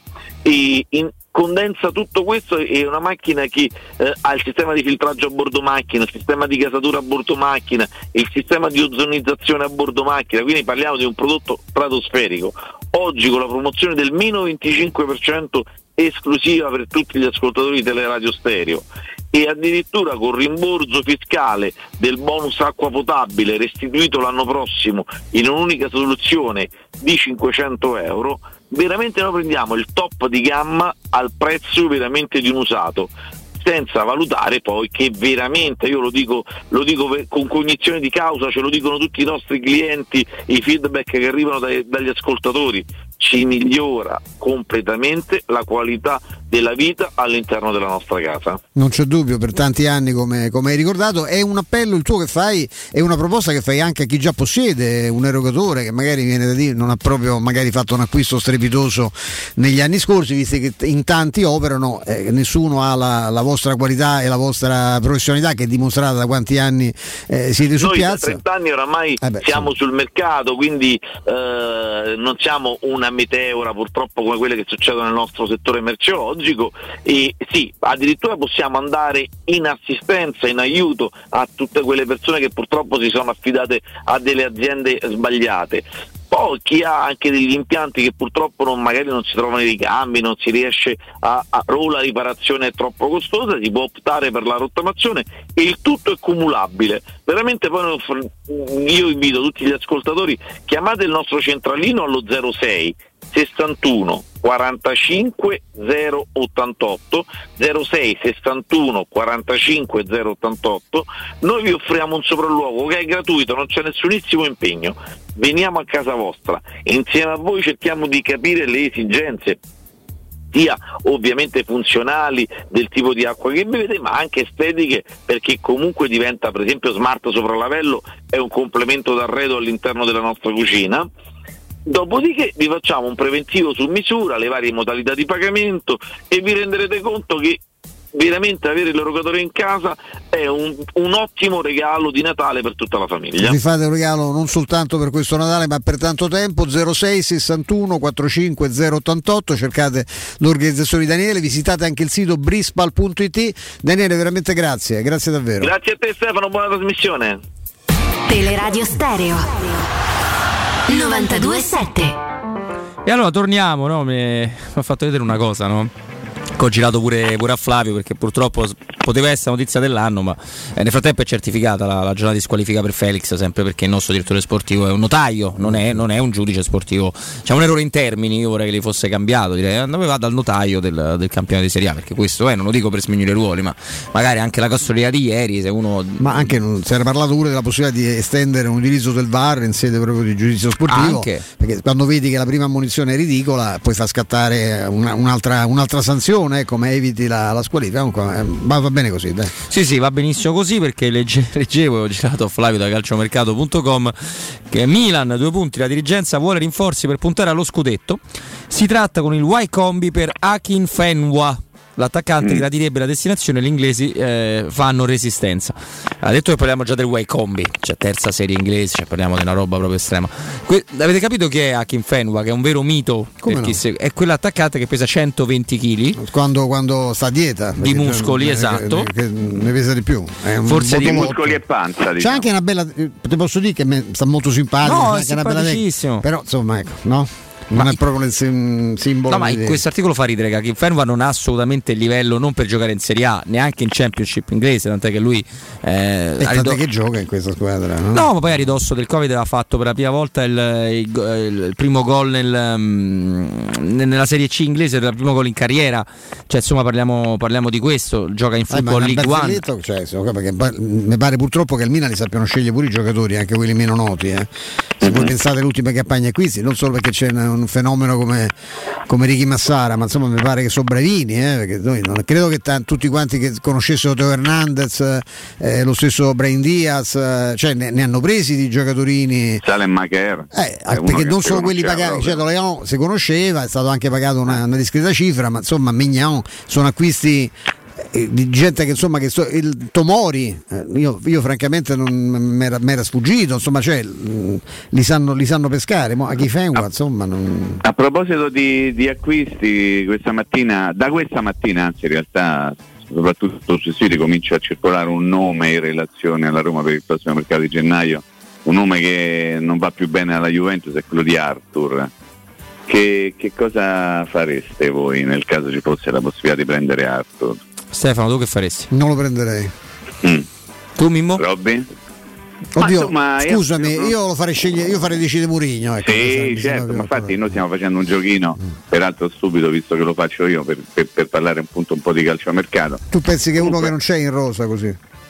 e in condensa tutto questo. È una macchina che eh, ha il sistema di filtraggio a bordo macchina, il sistema di gasatura a bordo macchina, il sistema di ozonizzazione a bordo macchina, quindi parliamo di un prodotto stratosferico. Oggi con la promozione del meno venticinque per cento esclusiva per tutti gli ascoltatori di Teleradio Stereo e addirittura con rimborso fiscale del bonus acqua potabile restituito l'anno prossimo in un'unica soluzione di cinquecento euro, veramente noi prendiamo il top di gamma al prezzo veramente di un usato, senza valutare poi che veramente, io lo dico, lo dico con cognizione di causa, ce lo dicono tutti i nostri clienti, i feedback che arrivano dai, dagli ascoltatori, ci migliora completamente la qualità della vita all'interno della nostra casa. Non c'è dubbio, per tanti anni, come, come hai ricordato. È un appello il tuo che fai, è una proposta che fai anche a chi già possiede un erogatore, che magari viene da dire non ha proprio magari fatto un acquisto strepitoso negli anni scorsi, visto che in tanti operano, eh, nessuno ha la, la vostra qualità e la vostra professionalità che è dimostrata da quanti anni eh, siete su Noi piazza. Da trenta anni oramai eh beh, siamo sì. sul mercato, quindi eh, non siamo una meteora purtroppo come quelle che succedono nel nostro settore merceologico, e sì, addirittura possiamo andare in assistenza, in aiuto a tutte quelle persone che purtroppo si sono affidate a delle aziende sbagliate. Poi chi ha anche degli impianti che purtroppo non, magari non si trovano i ricambi, non si riesce a, a o la riparazione è troppo costosa, si può optare per la rottamazione e il tutto è cumulabile. Veramente poi io invito tutti gli ascoltatori, chiamate il nostro centralino allo zero sei sessantuno quarantacinque zero ottantotto zero sei sessantuno quarantacinque zero ottantotto. Noi vi offriamo un sopralluogo che è gratuito, non c'è nessunissimo impegno, veniamo a casa vostra e insieme a voi cerchiamo di capire le esigenze sia ovviamente funzionali del tipo di acqua che bevete, ma anche estetiche, perché comunque diventa, per esempio, Smart Sopralavello è un complemento d'arredo all'interno della nostra cucina. Dopodiché vi facciamo un preventivo su misura, le varie modalità di pagamento, e vi renderete conto che veramente avere l'erogatore in casa è un, un ottimo regalo di Natale per tutta la famiglia. Vi fate un regalo non soltanto per questo Natale ma per tanto tempo. Zero sei sessantuno quarantacinque zero ottantotto, cercate l'organizzazione di Daniele, visitate anche il sito brispal punto it. Daniele, veramente grazie, grazie davvero. Grazie a te Stefano, buona trasmissione. Teleradio Stereo novantadue sette. E allora torniamo, no? Mi ha fatto vedere una cosa, no? Che ho girato pure, pure a Flavio, perché purtroppo poteva essere notizia dell'anno, ma eh, nel frattempo è certificata la, la giornata di squalifica per Felix, sempre perché il nostro direttore sportivo è un notaio, non è, non è un giudice sportivo. C'è un errore in termini, io vorrei che li fosse cambiato, direi andava dal notaio del, del campionato di Serie A, perché questo è, non lo dico per sminuire i ruoli, ma magari anche la castoria di ieri, se uno... Ma anche si era parlato pure della possibilità di estendere un utilizzo del V A R in sede proprio di giudizio sportivo, anche. Perché quando vedi che la prima ammonizione è ridicola poi fa scattare una, un'altra, un'altra sanzione, come eviti la, la squalifica. Comunque va, va bene così, dai. Sì, sì, va benissimo così, perché legge, leggevo, ho girato a Flavio da calciomercato punto com che Milan, due punti, la dirigenza vuole rinforzi per puntare allo scudetto. Si tratta con il Y Combi per Akin Fenwa, l'attaccante Mm. gradirebbe la destinazione, gli inglesi eh, fanno resistenza. Ha detto che parliamo già del Wycombe, cioè terza serie inglese, cioè parliamo di una roba proprio estrema. Que- avete capito chi è Akinfenwa, che è un vero mito? Come per chi no? se- è quell'attaccante che pesa centoventi chili Quando, quando sta a dieta di perché muscoli, ne- esatto. che- che ne pesa di più. È un Forse di botolotto. muscoli e panza, C'è diciamo. anche una bella, ti posso dire che me- sta molto simpatico, No, c'è è anche una bella simpaticissimo. tecnica, però insomma ecco, no? Non Ma- è proprio il sim- simbolo. No, ma in di- questo articolo fa ridere che Akinfenwa non ha assolutamente il livello non per giocare in Serie A, neanche in Championship inglese, tant'è che lui eh, E a tant'è rido- che gioca in questa squadra, no? No, ma poi a ridosso del Covid aveva fatto per la prima volta il, il, il primo gol nel, um, nella Serie C inglese, il primo gol in carriera. Cioè, insomma, parliamo, parliamo di questo. Gioca in Eh, ma Football una League One. Berzelletto, cioè, insomma, perché pa- mi pare purtroppo che al Milan li sappiano scegliere pure i giocatori, anche quelli meno noti. Eh. Se voi pensate alle ultime campagne acquisti, non solo perché c'è un un fenomeno come, come Ricky Massara, ma insomma mi pare che sono bravini, eh, perché noi non credo che t- tutti quanti che conoscessero Teo Hernandez, eh, lo stesso Brahim Diaz, eh, cioè ne, ne hanno presi di giocatori. Salem Macher. Eh, È uno perché che non si solo quelli conosceva pagati, proprio. cioè Leon si conosceva, è stato anche pagato una, una discreta cifra, ma insomma Mignon sono acquisti eh, di gente che insomma che so, il Tomori, eh, io, io francamente non mi era sfuggito, insomma cioè, mh, li, sanno, li sanno pescare, ma Akinfenwa insomma non... A proposito di, di acquisti, questa mattina, da questa mattina anzi in realtà, soprattutto sui siti comincia a circolare un nome in relazione alla Roma per il prossimo mercato di gennaio, un nome che non va più bene alla Juventus, è quello di Arthur. Che, che cosa fareste voi nel caso ci fosse la possibilità di prendere Arthur? Stefano, tu che faresti? Non lo prenderei. Mm. Tu Mimmo? Robby? Oddio, Ma insomma, io- scusami, io- io lo farei scegliere, io farei decidere Mourinho. Ecco, Sì, mi sembra certo, più- ma infatti noi stiamo facendo un giochino, peraltro stupido visto che lo faccio io per, per, per parlare appunto un po' di calciomercato. Tu pensi che uno Comunque- che non c'è in rosa così?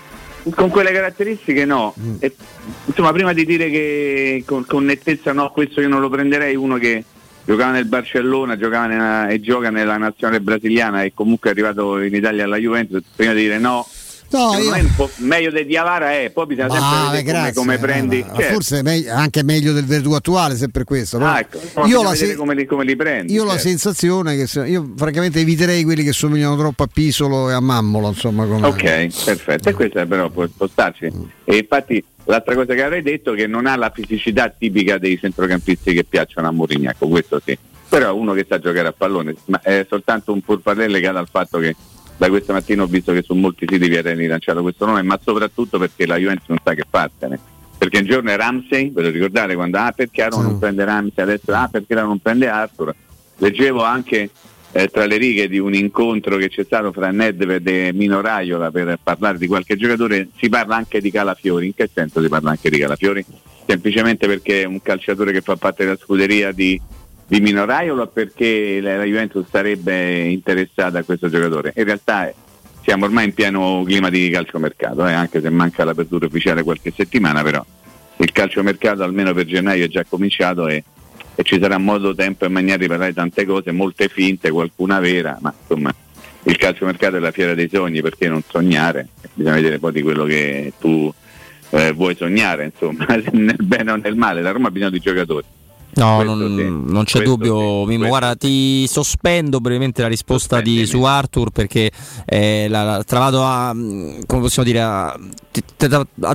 Con quelle caratteristiche no. Mm. E, insomma, prima di dire che con, con nettezza no, questo io non lo prenderei, uno che giocava nel Barcellona, giocava nella, e gioca nella nazionale brasiliana e comunque è arrivato in Italia alla Juventus, prima di dire no. No, secondo io- me un po' meglio del Diavara è, poi bisogna sempre Ah, vedere beh, come, grazie, come prendi. ma- ma certo. forse è meglio- anche meglio del Verdù attuale, se per questo. però Ah, ecco, io bisogna la vedere se- come, li, come li prendi. Io ho la certo. sensazione che se- io francamente eviterei quelli che somigliano troppo a Pisolo e a Mammolo, insomma, come... Ok, perfetto, e questa però può spostarci. E infatti l'altra cosa che avrei detto è che non ha la fisicità tipica dei centrocampisti che piacciono a Mourinho, ecco, questo sì. Però uno che sa giocare a pallone, ma è soltanto un purparlè legato al fatto che da questa mattina ho visto che su molti siti viene rilanciato questo nome, ma soprattutto perché la Juventus non sa che farsene. Perché un giorno è Ramsey, ve lo ricordate quando ah perché Aaron non prende Ramsey, adesso ah perché Aaron non prende Arthur. Leggevo anche eh, tra le righe di un incontro che c'è stato fra Nedved e Mino Raiola per parlare di qualche giocatore, si parla anche di Calafiori. In che senso si parla anche di Calafiori? Semplicemente perché è un calciatore che fa parte della scuderia di di Mino Raiola, perché la la Juventus sarebbe interessata a questo giocatore. In realtà eh, siamo ormai in pieno clima di calciomercato, eh, anche se manca l'apertura ufficiale qualche settimana, però il calciomercato almeno per gennaio è già cominciato e, e ci sarà modo, tempo e maniera di parlare tante cose, molte finte, qualcuna vera, ma insomma il calciomercato è la fiera dei sogni, perché non sognare? Bisogna vedere poi di quello che tu eh, vuoi sognare, insomma, nel bene o nel male. La Roma ha bisogno di giocatori. No, Questo non, sì, non c'è questo dubbio, sì, Mimmo. questo Guarda, ti sospendo brevemente la risposta di, su Arthur perché eh, la, la, tra l'altro a, come possiamo dire, a, ti- ti- a- a-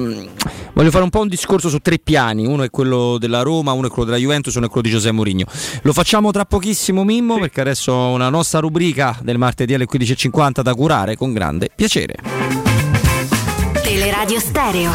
voglio fare un po' un discorso su tre piani. Uno è quello della Roma, uno è quello della Juventus, uno è quello di José Mourinho. Lo facciamo tra pochissimo, Mimmo, perché adesso ho una nostra rubrica del martedì alle quindici e cinquanta da curare con grande piacere. Teleradio Stereo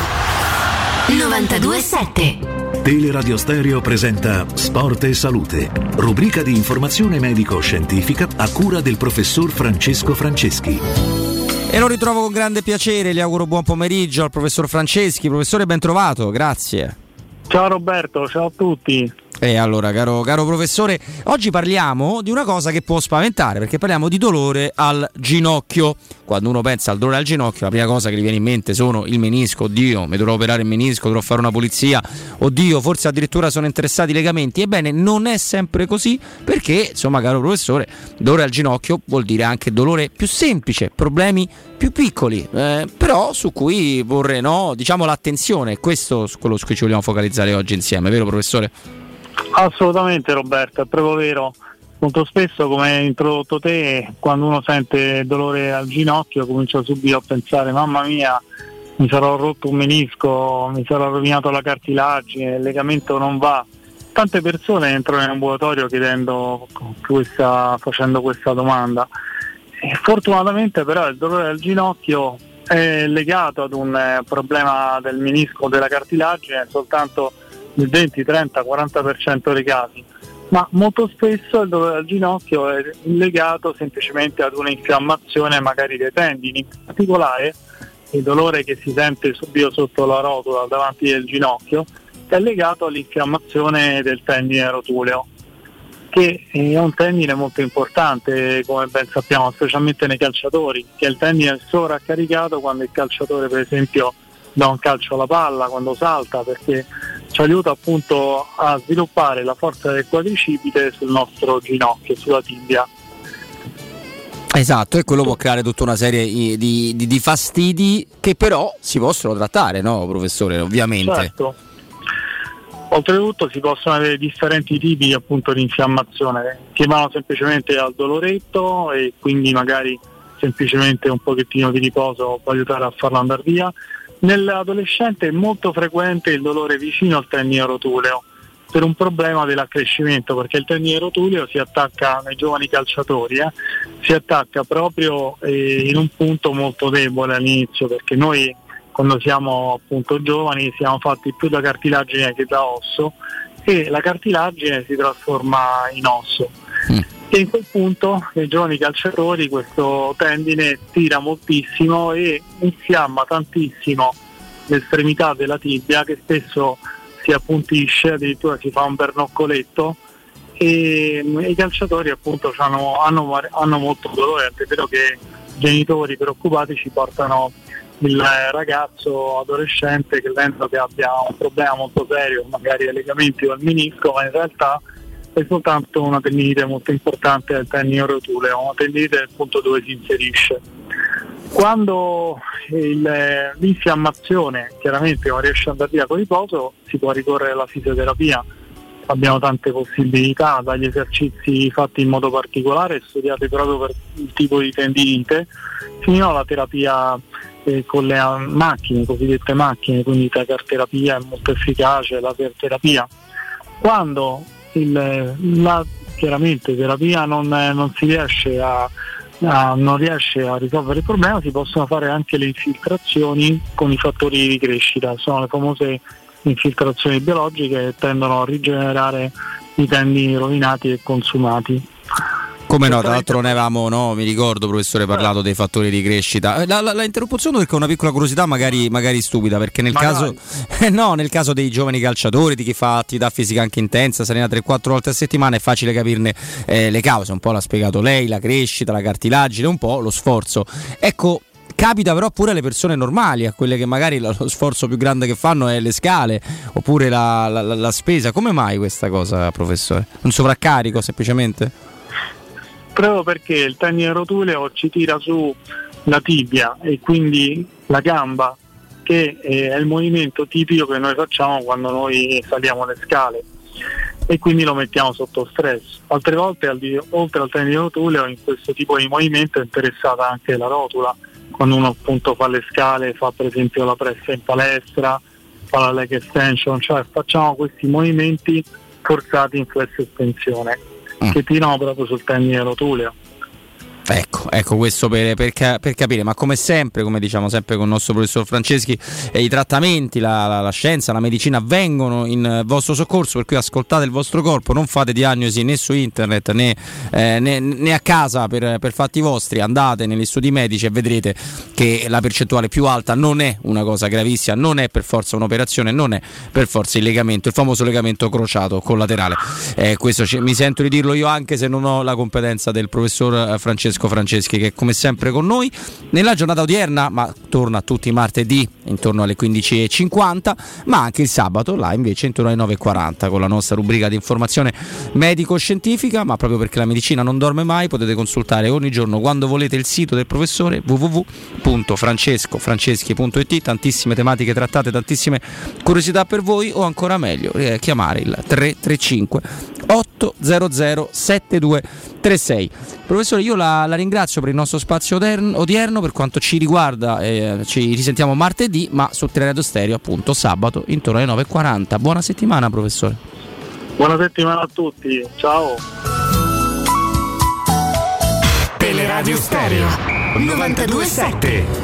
novantadue sette. Teleradio Stereo presenta Sport e Salute, rubrica di informazione medico-scientifica a cura del professor Francesco Franceschi. E lo ritrovo con grande piacere, gli auguro buon pomeriggio al professor Franceschi. Professore, ben trovato, grazie. Ciao Roberto, ciao a tutti. E allora, caro, caro professore, oggi parliamo di una cosa che può spaventare, perché parliamo di dolore al ginocchio. Quando uno pensa al dolore al ginocchio, la prima cosa che gli viene in mente sono il menisco. Oddio, mi dovrò operare il menisco, dovrò fare una pulizia. Oddio, forse addirittura sono interessati i legamenti. Ebbene, non è sempre così, perché, insomma, caro professore, dolore al ginocchio vuol dire anche dolore più semplice, problemi più piccoli, eh, però su cui vorrei, no, diciamo, l'attenzione. Questo è quello su cui ci vogliamo focalizzare oggi insieme, vero professore? Assolutamente Roberto, è proprio vero. molto spesso, come hai introdotto te, quando uno sente dolore al ginocchio comincia subito a pensare: mamma mia, mi sarò rotto un menisco, mi sarò rovinato la cartilagine, il legamento non va. Tante persone entrano in ambulatorio chiedendo questa, facendo questa domanda. E fortunatamente però il dolore al ginocchio è legato ad un eh, problema del menisco o della cartilagine soltanto nel venti, trenta, quaranta per cento dei casi, ma molto spesso il dolore al ginocchio è legato semplicemente ad un'infiammazione magari dei tendini. In particolare il dolore che si sente subito sotto la rotola davanti del ginocchio è legato all'infiammazione del tendine rotuleo, che è un tendine molto importante, come ben sappiamo, specialmente nei calciatori, che è il tendine sovraccaricato quando il calciatore per esempio dà un calcio alla palla, quando salta, perché ci aiuta appunto a sviluppare la forza del quadricipite sul nostro ginocchio, sulla tibia. Esatto, e quello può creare tutta una serie di, di, di fastidi che però si possono trattare, no professore, ovviamente? Certo. Oltretutto si possono avere differenti tipi appunto di infiammazione che vanno semplicemente al doloretto e quindi magari semplicemente un pochettino di riposo può aiutare a farlo andare via. Nell'adolescente è molto frequente il dolore vicino al tendine rotuleo per un problema dell'accrescimento, perché il tendine rotuleo si attacca nei giovani calciatori, eh, si attacca proprio eh, in un punto molto debole all'inizio, perché noi quando siamo appunto giovani siamo fatti più da cartilagine che da osso e la cartilagine si trasforma in osso. Mm. E in quel punto nei giovani calciatori questo tendine tira moltissimo e infiamma tantissimo l'estremità della tibia, che spesso si appuntisce, addirittura si fa un bernoccoletto, e, e i calciatori appunto hanno, hanno, hanno molto dolore, anche vero che genitori preoccupati ci portano il ragazzo adolescente credendo che abbia un problema molto serio, magari ai legamenti o al menisco, ma in realtà è soltanto una tendinite molto importante del tendine rotuleo, una tendinite del punto dove si inserisce. Quando il, l'infiammazione chiaramente non riesce ad andare via con riposo, si può ricorrere alla fisioterapia. Abbiamo tante possibilità, dagli esercizi fatti in modo particolare, studiati proprio per il tipo di tendinite, fino alla terapia eh, con le macchine, cosiddette macchine, quindi tacarterapia è molto efficace, laser terapia. Quando il, la chiaramente terapia non, non si riesce a, a non riesce a risolvere il problema, si possono fare anche le infiltrazioni con i fattori di crescita, sono le famose infiltrazioni biologiche che tendono a rigenerare i tendini rovinati e consumati. Come no, tra l'altro ne avevamo, no, mi ricordo professore, parlato dei fattori di crescita. La, la, la interruzione perché ho una piccola curiosità magari, magari stupida, perché nel magari. caso eh, no, nel caso dei giovani calciatori, di chi fa attività fisica anche intensa, si allena tre quattro volte a settimana, è facile capirne eh, le cause, un po' l'ha spiegato lei, la crescita, la cartilagine, un po' lo sforzo. Ecco, capita però pure alle persone normali, a quelle che magari lo sforzo più grande che fanno è le scale oppure la, la, la spesa. Come mai questa cosa, professore? Un sovraccarico semplicemente? Proprio perché il tendine rotuleo ci tira su la tibia e quindi la gamba, che è il movimento tipico che noi facciamo quando noi saliamo le scale, e quindi lo mettiamo sotto stress. Altre volte, al di, oltre al tendine rotuleo, in questo tipo di movimento è interessata anche la rotula. Quando uno appunto fa le scale, fa per esempio la pressa in palestra, fa la leg extension, cioè facciamo questi movimenti forzati in flesso estensione mm. che tirano proprio sul tendine rotuleo. Ecco, ecco questo per, per, per capire, ma come sempre, come diciamo sempre con il nostro professor Franceschi, eh, i trattamenti, la, la, la scienza, la medicina vengono in vostro soccorso, per cui ascoltate il vostro corpo, non fate diagnosi né su internet né, eh, né, né a casa per, per fatti vostri, andate negli studi medici e vedrete che la percentuale più alta non è una cosa gravissima, non è per forza un'operazione, non è per forza il legamento, il famoso legamento crociato collaterale. Eh, questo ci, mi sento di dirlo io anche se non ho la competenza del professor Francesco Franceschi, che come sempre con noi nella giornata odierna, ma torna tutti i martedì intorno alle quindici e cinquanta, ma anche il sabato là invece intorno alle nove e quaranta con la nostra rubrica di informazione medico-scientifica. Ma proprio perché la medicina non dorme mai, potete consultare ogni giorno quando volete il sito del professore w w w punto francesco franceschi punto i t, tantissime tematiche trattate, tantissime curiosità per voi, o ancora meglio eh, chiamare il tre tre cinque otto zero zero sette due tre sei. Professore, io la, la ringrazio per il nostro spazio odierno, odierno per quanto ci riguarda, eh, ci risentiamo martedì, ma su Teleradio Stereo appunto sabato intorno alle nove e quaranta. Buona settimana, professore. Buona settimana a tutti, ciao. Teleradio Stereo novantadue sette.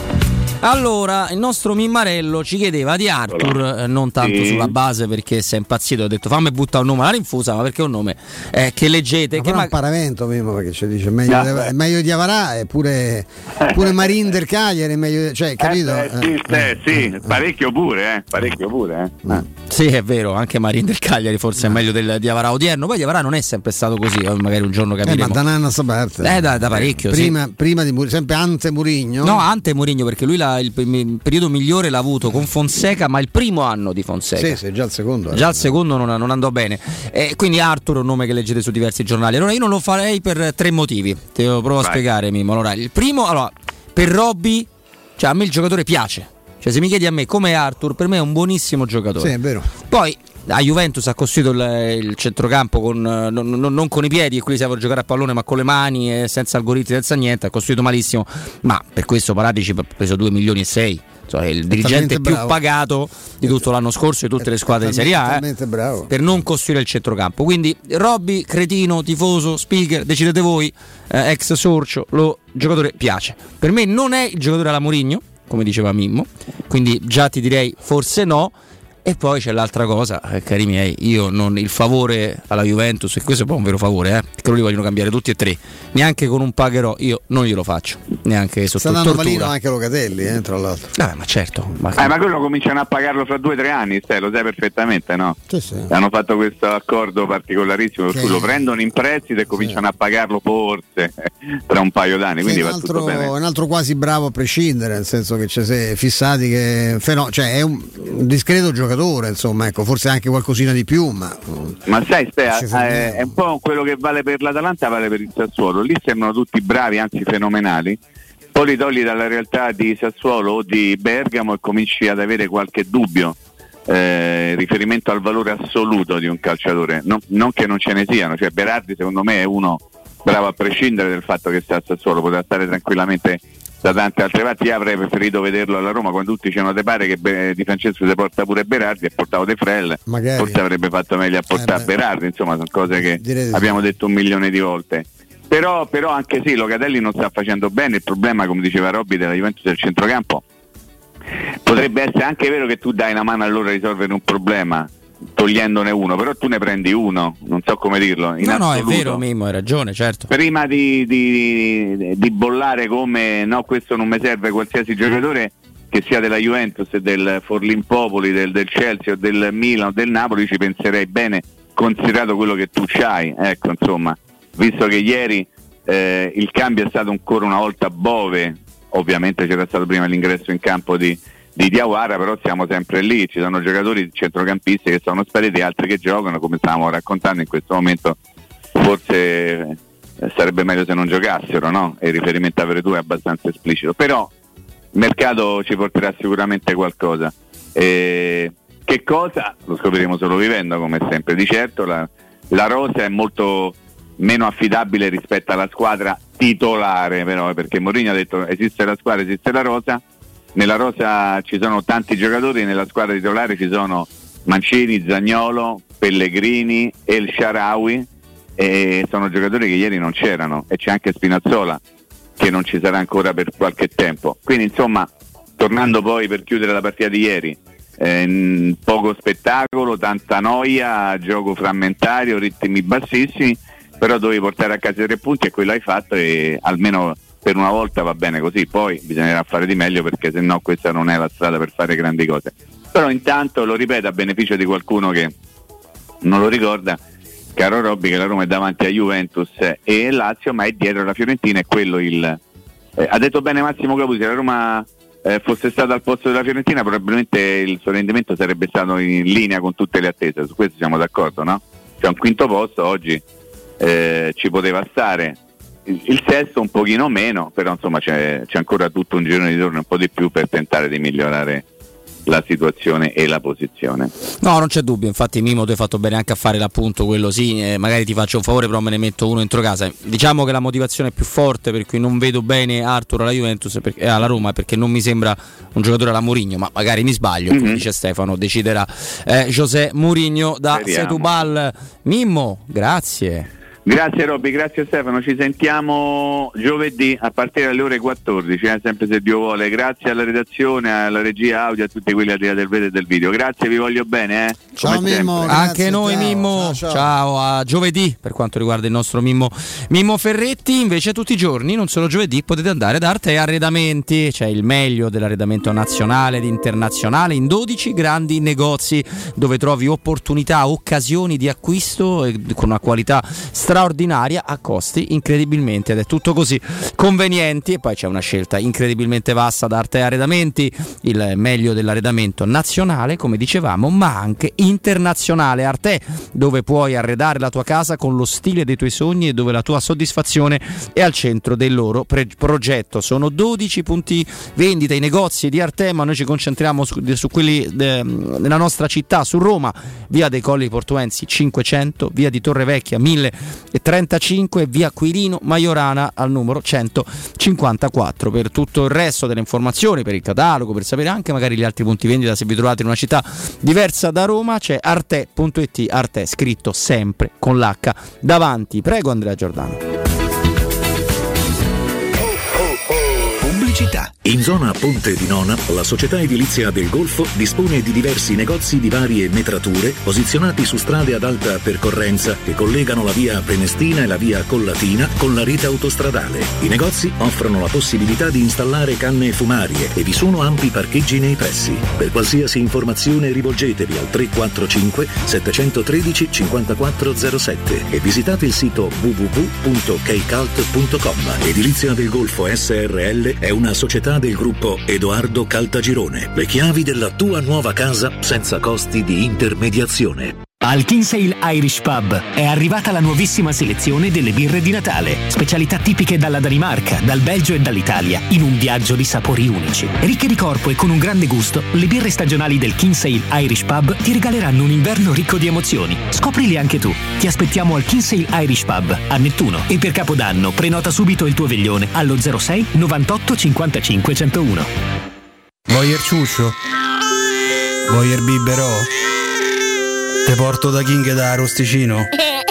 Allora, il nostro Mimmarello ci chiedeva di Arthur, eh, non tanto sì. sulla base perché si è impazzito, ho detto fammi buttare un nome alla rinfusa, ma perché è un nome eh, che leggete. Ma che ma... un paravento Mimmo, perché ci dice meglio, No, di, beh. meglio di Avarà, e pure, pure Marin del Cagliari, meglio, cioè, capito? Eh, beh, sì, eh, sì, parecchio pure, eh, parecchio pure, eh. Eh. Sì, è vero, anche Marin del Cagliari forse è meglio del, di Avarà odierno. Poi di Avarà non è sempre stato così, eh, magari un giorno Eh, capiremo. ma da Nanna sta parte. Eh, da, da parecchio, prima, sì. prima di Mur- sempre Ante Murigno. No, Ante Mourinho, perché lui la, il, il periodo migliore l'ha avuto con Fonseca, ma il primo anno di Fonseca. Sì, sì, già il secondo. Già il secondo non, non andò bene. E quindi Arthur è un nome che leggete su diversi giornali. Allora io non lo farei per tre motivi. Te lo provo a Vai. spiegare, Mimmo. Allora, il primo, allora, per Robby, cioè a me il giocatore piace. Cioè se mi chiedi a me come Arthur, per me è un buonissimo giocatore. Sì, è vero. Poi a Juventus ha costruito il, il centrocampo con, non, non, non con i piedi, e quelli servono giocare a pallone, ma con le mani, e senza algoritmi, senza niente. Ha costruito malissimo, ma per questo Paratici ha preso due milioni e sei. Cioè, è il dirigente più bravo. pagato di tutto l'anno scorso di tutte le squadre di Serie A, Talmente bravo. eh, per non costruire il centrocampo. Quindi Robby, cretino, tifoso, speaker, decidete voi, eh, ex sorcio, lo giocatore piace. Per me non è il giocatore alla Mourinho, come diceva Mimmo, quindi già ti direi forse no. E poi c'è l'altra cosa, eh, cari miei, io non il favore alla Juventus, e questo è poi un vero favore, eh, perché loro li vogliono cambiare tutti e tre, neanche con un pagherò, io non glielo faccio, neanche sotto Sta dando tortura. Valino anche Locatelli, eh, tra l'altro. Eh, ma certo, ma, Eh, ma quello cominciano a pagarlo fra due o tre anni, sai, lo sai perfettamente, no? Sì, sì. Hanno fatto questo accordo particolarissimo per Che- cui lo prendono in prestito e cominciano a pagarlo forse eh, tra un paio d'anni, Sì, quindi un, va altro, tutto bene. un altro quasi bravo a prescindere, nel senso che ci si è fissati che feno- cioè è un, un discreto giocatore, insomma, ecco, forse anche qualcosina di più, ma Ma sai, Stea, Ci fermiamo. eh, è un po' quello che vale per l'Atalanta, vale per il Sassuolo. Lì sembrano tutti bravi, anzi fenomenali. Poi li togli dalla realtà di Sassuolo o di Bergamo e cominci ad avere qualche dubbio eh, in riferimento al valore assoluto di un calciatore. Non, non che non ce ne siano, cioè Berardi secondo me è uno bravo a prescindere dal fatto che sta a Sassuolo, poteva stare tranquillamente da tante altre parti. Io avrei preferito vederlo alla Roma quando tutti dicevano te pare che Be- Di Francesco si porta pure Berardi e portavo De Frel, magari. forse avrebbe fatto meglio a portare Eh beh. Berardi, insomma sono cose che Direi di sì. abbiamo detto un milione di volte. Però, però anche sì, Locatelli non sta facendo bene. Il problema, come diceva Robby, della Juventus del centrocampo potrebbe essere anche vero che tu dai una mano a loro a risolvere un problema togliendone uno, però tu ne prendi uno, non so come dirlo in no, no, è assoluto. vero, Mimmo, hai ragione, certo. Prima di, di, di bollare come no, questo non mi serve qualsiasi giocatore, che sia della Juventus, del Forlimpopoli, del, del Chelsea o del Milan o del Napoli, ci penserei bene, considerato quello che tu c'hai. Ecco, insomma, visto che ieri eh, il cambio è stato ancora una volta Bove, ovviamente c'era stato prima l'ingresso in campo di di Diawara, però siamo sempre lì, ci sono giocatori centrocampisti che sono spariti, altri che giocano, come stavamo raccontando in questo momento. Forse eh, sarebbe meglio se non giocassero, no? E il riferimento a Veretù è abbastanza esplicito, però il mercato ci porterà sicuramente qualcosa. E che cosa? Lo scopriremo solo vivendo, come sempre. Di certo la, la rosa è molto meno affidabile rispetto alla squadra titolare, però, perché Mourinho ha detto esiste la squadra, esiste la rosa. Nella rosa ci sono tanti giocatori, nella squadra titolare ci sono Mancini, Zaniolo, Pellegrini, El Shaarawy, e sono giocatori che ieri non c'erano, e c'è anche Spinazzola che non ci sarà ancora per qualche tempo. Quindi insomma, tornando poi per chiudere la partita di ieri, eh, poco spettacolo, tanta noia, gioco frammentario, ritmi bassissimi, però dovevi portare a casa i tre punti e quello hai fatto, e almeno per una volta va bene così. Poi bisognerà fare di meglio, perché se no questa non è la strada per fare grandi cose. Però intanto, lo ripeto a beneficio di qualcuno che non lo ricorda, caro Robby, che la Roma è davanti a Juventus e Lazio, ma è dietro la Fiorentina, e quello il eh, ha detto bene Massimo Capusi, se la Roma eh, fosse stata al posto della Fiorentina probabilmente il suo rendimento sarebbe stato in linea con tutte le attese. Su questo siamo d'accordo, no? Cioè un quinto posto oggi eh, ci poteva stare. Il sesto un pochino meno, però insomma c'è, c'è ancora tutto un girone di torno, un po' di più, per tentare di migliorare la situazione e la posizione. No, non c'è dubbio, infatti Mimo tu hai fatto bene anche a fare l'appunto, quello sì, eh, magari ti faccio un favore però me ne metto uno entro casa. Diciamo che la motivazione è più forte per cui non vedo bene Arthur alla Juventus perché, eh, alla Roma, perché non mi sembra un giocatore alla Mourinho, ma magari mi sbaglio, mm-hmm. come dice Stefano, deciderà eh, José Mourinho da Speriamo. Setúbal. Mimmo, grazie. Grazie Robby, grazie Stefano, ci sentiamo giovedì a partire dalle ore quattordici, eh, sempre se Dio vuole. Grazie alla redazione, alla regia audio, a tutti quelli al di là del video e del video. Grazie, vi voglio bene. Eh? Ciao Mimmo, grazie, anche noi ciao, Mimmo, ciao, ciao. ciao, a giovedì per quanto riguarda il nostro Mimmo Mimmo Ferretti. Invece tutti i giorni, non solo giovedì, potete andare da Arte Arredamenti, c'è il meglio dell'arredamento nazionale ed internazionale in dodici grandi negozi dove trovi opportunità, occasioni di acquisto eh, con una qualità straordinaria straordinaria a costi incredibilmente, ed è tutto così convenienti, e poi c'è una scelta incredibilmente vasta da Arte Arredamenti, il meglio dell'arredamento nazionale come dicevamo, ma anche internazionale. Arte, dove puoi arredare la tua casa con lo stile dei tuoi sogni e dove la tua soddisfazione è al centro del loro pre- progetto. Sono dodici punti vendita, i negozi di Arte, ma noi ci concentriamo su, su quelli de, nella nostra città, su Roma, via dei Colli Portuensi cinquecento, via di Torrevecchia mille e trentacinque, via Quirino Maiorana al numero centocinquantaquattro. Per tutto il resto delle informazioni, per il catalogo, per sapere anche magari gli altri punti vendita se vi trovate in una città diversa da Roma, c'è arte punto it, Arte scritto sempre con l'H davanti. Prego Andrea Giordano. Pubblicità. In zona Ponte di Nona, la società edilizia del Golfo dispone di diversi negozi di varie metrature posizionati su strade ad alta percorrenza che collegano la via Prenestina e la via Collatina con la rete autostradale. I negozi offrono la possibilità di installare canne fumarie e vi sono ampi parcheggi nei pressi. Per qualsiasi informazione rivolgetevi al tre quattro cinque sette uno tre cinque zero sette e visitate il sito w w w punto keicalt punto com. Edilizia del Golfo S R L è una società del gruppo Edoardo Caltagirone. Le chiavi della tua nuova casa senza costi di intermediazione. Al Kinsale Irish Pub è arrivata la nuovissima selezione delle birre di Natale, specialità tipiche dalla Danimarca, dal Belgio e dall'Italia, in un viaggio di sapori unici. Ricche di corpo e con un grande gusto, le birre stagionali del Kinsale Irish Pub ti regaleranno un inverno ricco di emozioni. Scoprili anche tu. Ti aspettiamo al Kinsale Irish Pub a Nettuno, e per Capodanno prenota subito il tuo veglione allo zero sei novantotto cinquantacinque centouno. Voyer ciuscio? Voyer biberò? Te porto da King da Arosticino?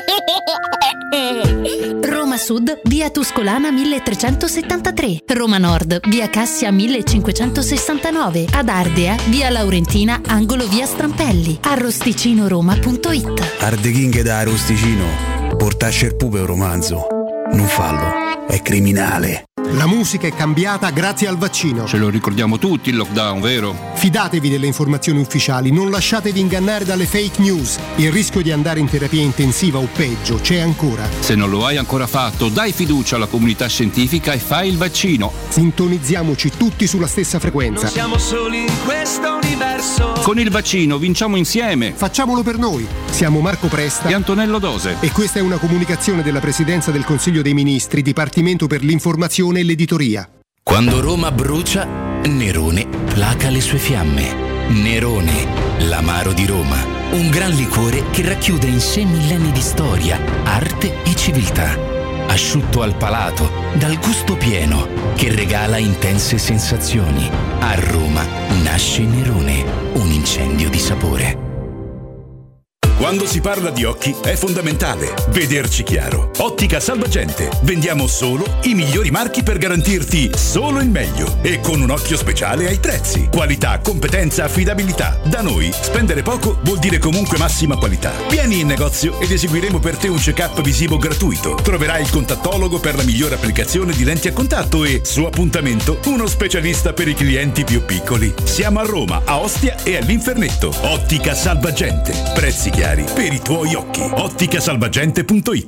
Roma Sud, via Tuscolana milletrecentosettantatré. Roma Nord, via Cassia millecinquecentosessantanove. Ad Ardea, via Laurentina, angolo via Strampelli. Arrosticinoroma punto it. Arde King da Arosticino. Portasce il pupe un romanzo. Non fallo, è criminale. La musica è cambiata grazie al vaccino. Ce lo ricordiamo tutti il lockdown, vero? Fidatevi delle informazioni ufficiali, non lasciatevi ingannare dalle fake news. Il rischio di andare in terapia intensiva o peggio c'è ancora. Se non lo hai ancora fatto, dai fiducia alla comunità scientifica e fai il vaccino. Sintonizziamoci tutti sulla stessa frequenza. Non siamo soli in questo universo. Con il vaccino vinciamo insieme. Facciamolo per noi. Siamo Marco Presta e Antonello Dose. E questa è una comunicazione della Presidenza del Consiglio dei Ministri, Dipartimento per l'informazione e l'editoria. Quando Roma brucia, Nerone placa le sue fiamme. Nerone, l'amaro di Roma. Un gran liquore che racchiude in sé millenni di storia, arte e civiltà. Asciutto al palato, dal gusto pieno, che regala intense sensazioni. A Roma nasce Nerone, un incendio di sapore. Quando si parla di occhi è fondamentale vederci chiaro. Ottica Salvagente. Vendiamo solo i migliori marchi per garantirti solo il meglio e con un occhio speciale ai prezzi. Qualità, competenza, affidabilità. Da noi spendere poco vuol dire comunque massima qualità. Vieni in negozio ed eseguiremo per te un check-up visivo gratuito. Troverai il contattologo per la migliore applicazione di lenti a contatto e, su appuntamento, uno specialista per i clienti più piccoli. Siamo a Roma, a Ostia e all'Infernetto. Ottica Salvagente. Prezzi chiari per i tuoi occhi. ottica salvagente punto it.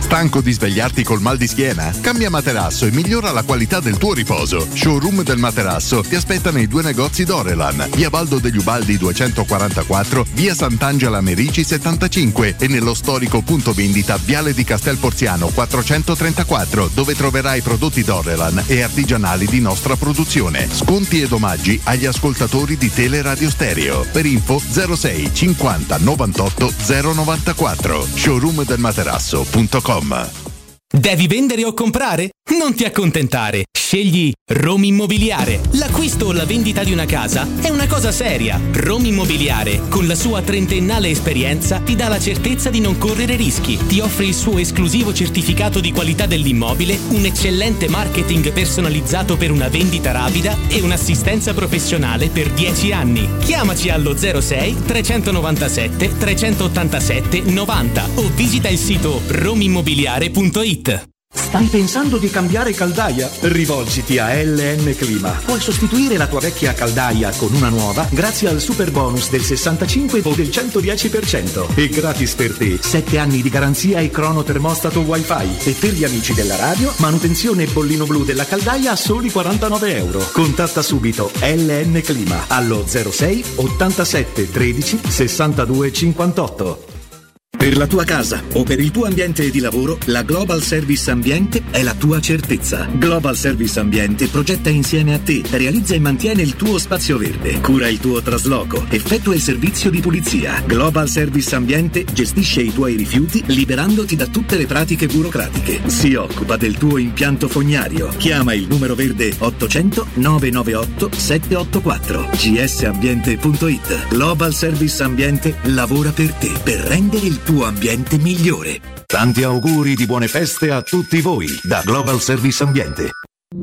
Stanco di svegliarti col mal di schiena? Cambia materasso e migliora la qualità del tuo riposo. Showroom del materasso ti aspetta nei due negozi Dorelan, via Baldo degli Ubaldi duecentoquarantaquattro, via Sant'Angela Merici settantacinque e nello storico punto vendita Viale di Castel Porziano quattrocentotrentaquattro, dove troverai prodotti Dorelan e artigianali di nostra produzione. Sconti ed omaggi agli ascoltatori di Teleradio Stereo. Per info zero sei cinquanta novantotto zero novantaquattro. showroom del materasso punto com. Devi vendere o comprare? Non ti accontentare. Scegli Roma Immobiliare. L'acquisto o la vendita di una casa è una cosa seria. Roma Immobiliare, con la sua trentennale esperienza, ti dà la certezza di non correre rischi. Ti offre il suo esclusivo certificato di qualità dell'immobile, un eccellente marketing personalizzato per una vendita rapida e un'assistenza professionale per dieci anni. Chiamaci allo zero sei trecentonovantasette trecentottantasette novanta o visita il sito romimmobiliare punto it. Stai pensando di cambiare caldaia? Rivolgiti a L N Clima. Puoi sostituire la tua vecchia caldaia con una nuova grazie al super bonus del sessantacinque o del centodieci per cento. E gratis per te sette anni di garanzia e crono termostato wifi. E per gli amici della radio, manutenzione e bollino blu della caldaia a soli quarantanove euro. Contatta subito L N Clima allo zero sei ottantasette tredici sessantadue cinquantotto. Per la tua casa o per il tuo ambiente di lavoro, la Global Service Ambiente è la tua certezza. Global Service Ambiente progetta insieme a te, realizza e mantiene il tuo spazio verde, cura il tuo trasloco, effettua il servizio di pulizia. Global Service Ambiente gestisce i tuoi rifiuti liberandoti da tutte le pratiche burocratiche. Si occupa del tuo impianto fognario. Chiama il numero verde ottocento novecentonovantaotto settecentoottantaquattro. g s ambiente punto it. Global Service Ambiente lavora per te, per rendere il tuo ambiente migliore. Tanti auguri di buone feste a tutti voi da Global Service Ambiente.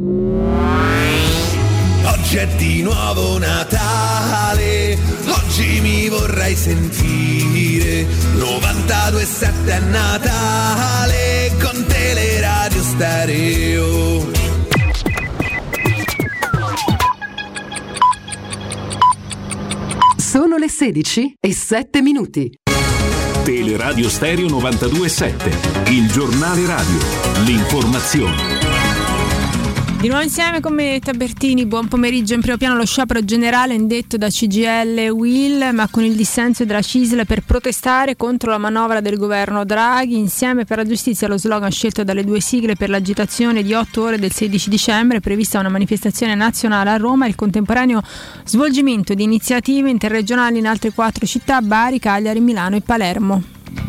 Oggi è di nuovo Natale, oggi mi vorrei sentire novantadue virgola sette è Natale con Teleradio Stereo. Sono le sedici e sette minuti. Teleradio Stereo novantadue virgola sette, il giornale radio, l'informazione. Di nuovo insieme con me Tabertini, buon pomeriggio. In primo piano lo sciopero generale indetto da C G I L e U I L, ma con il dissenso della C I S L per protestare contro la manovra del governo Draghi. Insieme per la giustizia, lo slogan scelto dalle due sigle per l'agitazione di otto ore del sedici dicembre, prevista una manifestazione nazionale a Roma e il contemporaneo svolgimento di iniziative interregionali in altre quattro città: Bari, Cagliari, Milano e Palermo.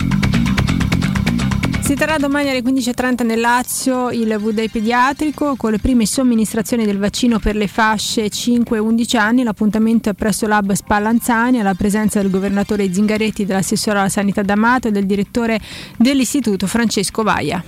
Si terrà domani alle quindici e trenta nel Lazio il V-Day pediatrico con le prime somministrazioni del vaccino per le fasce cinque undici anni. L'appuntamento è presso l'Hub Spallanzani, alla presenza del governatore Zingaretti, dell'assessore alla sanità D'Amato e del direttore dell'istituto Francesco Vaia.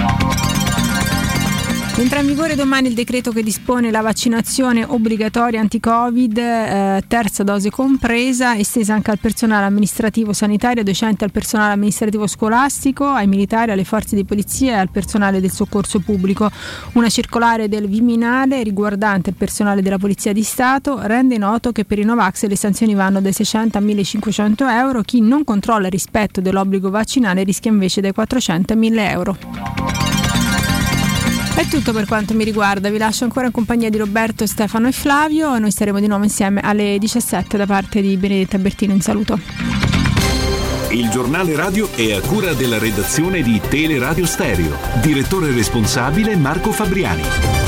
Entra in vigore domani il decreto che dispone la vaccinazione obbligatoria anti-Covid, eh, terza dose compresa, estesa anche al personale amministrativo sanitario, docente, al personale amministrativo scolastico, ai militari, alle forze di polizia e al personale del soccorso pubblico. Una circolare del Viminale riguardante il personale della Polizia di Stato rende noto che per i Novax le sanzioni vanno dai seicento a millecinquecento euro. Chi non controlla il rispetto dell'obbligo vaccinale rischia invece dai quattrocento a mille euro. È tutto per quanto mi riguarda, vi lascio ancora in compagnia di Roberto, Stefano e Flavio e noi staremo di nuovo insieme alle diciassette da parte di Benedetta Bertino. Un saluto. Il giornale radio è a cura della redazione di Teleradio Stereo. Direttore responsabile Marco Fabriani.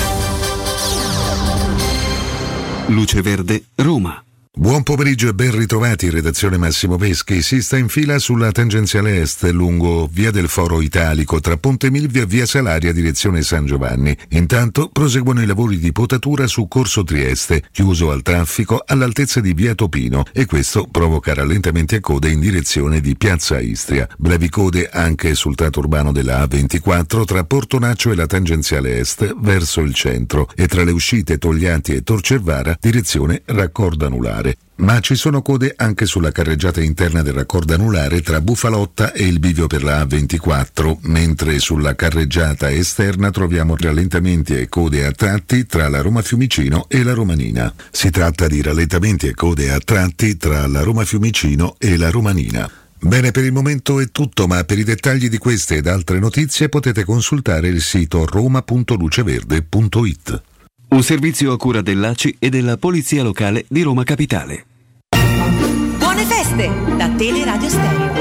Luce Verde, Roma. Buon pomeriggio e ben ritrovati, redazione Massimo Peschi. Si sta in fila sulla tangenziale est lungo via del Foro Italico tra Ponte Milvio e via Salaria direzione San Giovanni. Intanto proseguono i lavori di potatura su Corso Trieste, chiuso al traffico all'altezza di via Topino, e questo provoca rallentamenti e code in direzione di piazza Istria. Brevi code anche sul tratto urbano della A ventiquattro tra Portonaccio e la tangenziale est verso il centro e tra le uscite Togliatti e Torcervara direzione raccordo anulare. Ma ci sono code anche sulla carreggiata interna del raccordo anulare tra Bufalotta e il bivio per la A ventiquattro, mentre sulla carreggiata esterna troviamo rallentamenti e code a tratti tra la Roma Fiumicino e la Romanina. Si tratta di rallentamenti e code a tratti tra la Roma Fiumicino e la Romanina. Bene, per il momento è tutto, ma per i dettagli di queste ed altre notizie potete consultare il sito roma punto luceverde punto it. Un servizio a cura dell'A C I e della Polizia Locale di Roma Capitale. Buone feste da Teleradio Stereo.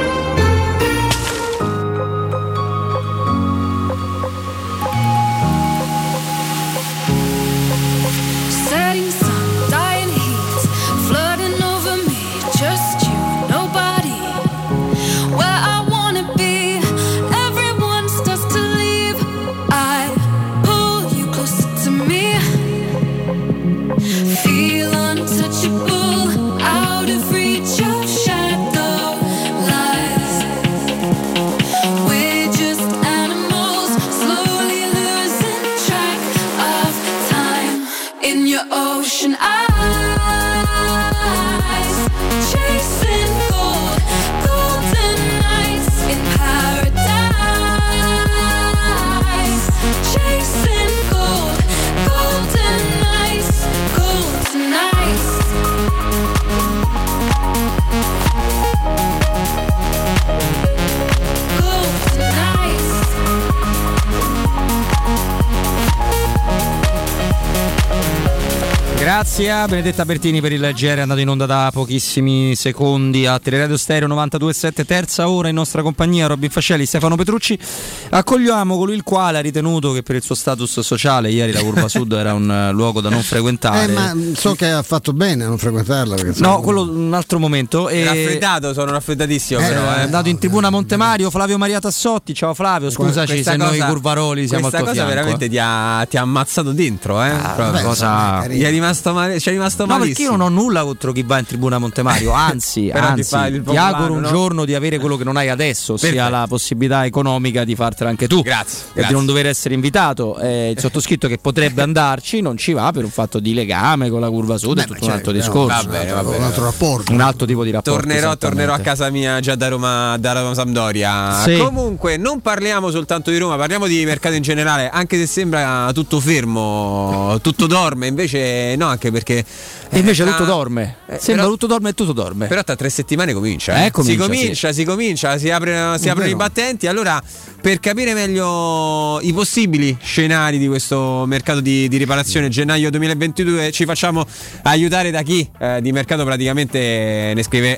Grazie a Benedetta Bertini per il G R, è andato in onda da pochissimi secondi a Teleradio Stereo novantadue virgola sette, terza ora in nostra compagnia Robin Fascelli, Stefano Petrucci. Accogliamo colui il quale ha ritenuto che per il suo status sociale ieri la Curva Sud era un luogo da non frequentare. Eh, ma so che ha fatto bene a non frequentarla. Perché no, quello un altro momento. E... raffreddato, sono raffreddatissimo. Eh, però, è eh. andato in tribuna Montemario Flavio Maria Tassotti. Ciao Flavio, scusaci questa se cosa, noi curvaroli siamo al tuo questa cosa fianco. veramente ti ha, ti ha ammazzato dentro, eh? Ah, beh, cosa... Gli è rimasto male, c'è rimasto no, malissimo. Perché io non ho nulla contro chi va in tribuna Montemario, anzi, anzi ti, ti auguro un no? giorno di avere quello che non hai adesso, ossia Perfetto. la possibilità economica di fartela anche tu. Grazie. E grazie. di non dover essere invitato. Eh, il sottoscritto che potrebbe andarci non ci va per un fatto di legame con la Curva Sud, è tutto certo, un altro discorso. Va bene, va bene. Un altro rapporto. Un altro tipo di rapporto. Tornerò, tornerò a casa mia già da Roma, da Roma Sampdoria. Sì. Comunque non parliamo soltanto di Roma, parliamo di mercato in generale, anche se sembra tutto fermo, tutto dorme, invece no, anche perché e invece eh, tutto dorme. Eh, Sembra però, tutto dorme e tutto dorme. Però tra tre settimane comincia. Eh? Eh, comincia si comincia, sì. si comincia, si, apre, si aprono i battenti. Allora, per capire meglio i possibili scenari di questo mercato di, di riparazione gennaio duemilaventidue, ci facciamo aiutare da chi eh, di mercato praticamente ne scrive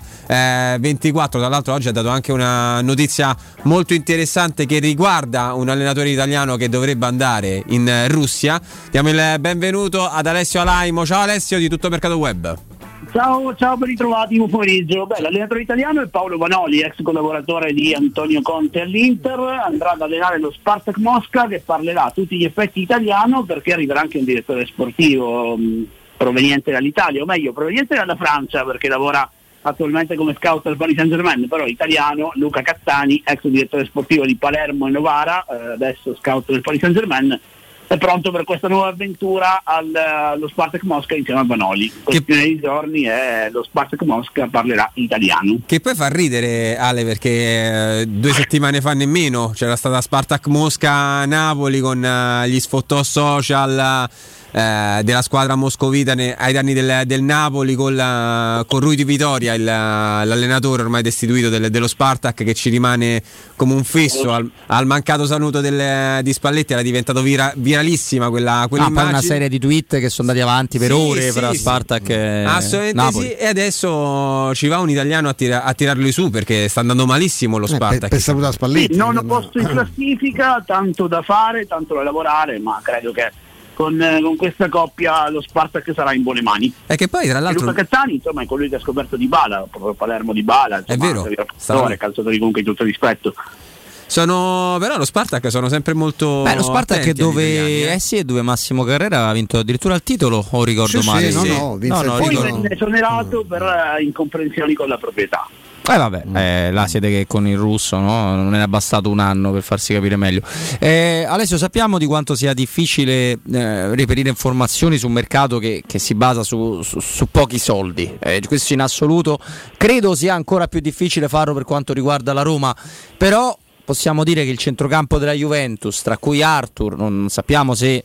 acca ventiquattro. Tra l'altro oggi ha dato anche una notizia molto interessante che riguarda un allenatore italiano che dovrebbe andare in Russia. Diamo il benvenuto ad Alessio Alaimo. Ciao Alessio di Tutto Mercato Web. Ciao, ciao, ben ritrovati, buon pomeriggio. Beh, l'allenatore italiano è Paolo Vanoli, ex collaboratore di Antonio Conte all'Inter, andrà ad allenare lo Spartak Mosca, che parlerà a tutti gli effetti italiano, perché arriverà anche un direttore sportivo mh, proveniente dall'Italia, o meglio proveniente dalla Francia, perché lavora attualmente come scout al Paris Saint-Germain, però italiano, Luca Cattani, ex direttore sportivo di Palermo e Novara, eh, adesso scout del Paris Saint-Germain, è pronto per questa nuova avventura al, allo Spartak Mosca insieme a Vanoli. Questione di giorni è lo Spartak Mosca parlerà italiano. Che poi fa ridere, Ale, perché eh, due settimane fa nemmeno c'era stata Spartak Mosca Napoli con eh, gli sfottò social eh, della squadra moscovita ne, ai danni del, del Napoli con, la, con Rui di Vitoria, il, l'allenatore ormai destituito del, dello Spartak, che ci rimane come un fisso al, al mancato saluto del, di Spalletti. Era diventato vira, viralissima quella quell'immagine. Ah, poi una serie di tweet che sono andati avanti per sì, ore sì, fra sì. Spartak e assolutamente Napoli. Sì, e adesso ci va un italiano a, tira, a tirarli su, perché sta andando malissimo lo Spartak. Eh, per, per salutare Spalletti. Sì, nono posto in classifica, tanto da fare, tanto da lavorare, ma credo che Con, con questa coppia lo Spartak sarà in buone mani. E che poi tra l'altro e Luca Cattani, insomma, è colui che ha scoperto Dybala, proprio Palermo Dybala, insomma, è vero, calciatore, calciatori comunque di tutto rispetto. Sono però lo Spartak sono sempre molto Beh, lo Spartak è dove italiani, eh? eh sì, è dove Massimo Carrera ha vinto addirittura il titolo, o ricordo sì, male? Sì, sì. no, no, no, no, poi ricordo... venne esonerato per uh, incomprensioni con la proprietà. Eh vabbè, eh, là siete che con il russo, no? Non era bastato un anno per farsi capire meglio. Eh, Alessio, sappiamo di quanto sia difficile eh, reperire informazioni su un mercato che, che si basa su, su, su pochi soldi. Eh, questo in assoluto. Credo sia ancora più difficile farlo per quanto riguarda la Roma, però possiamo dire che il centrocampo della Juventus, tra cui Arthur, non sappiamo se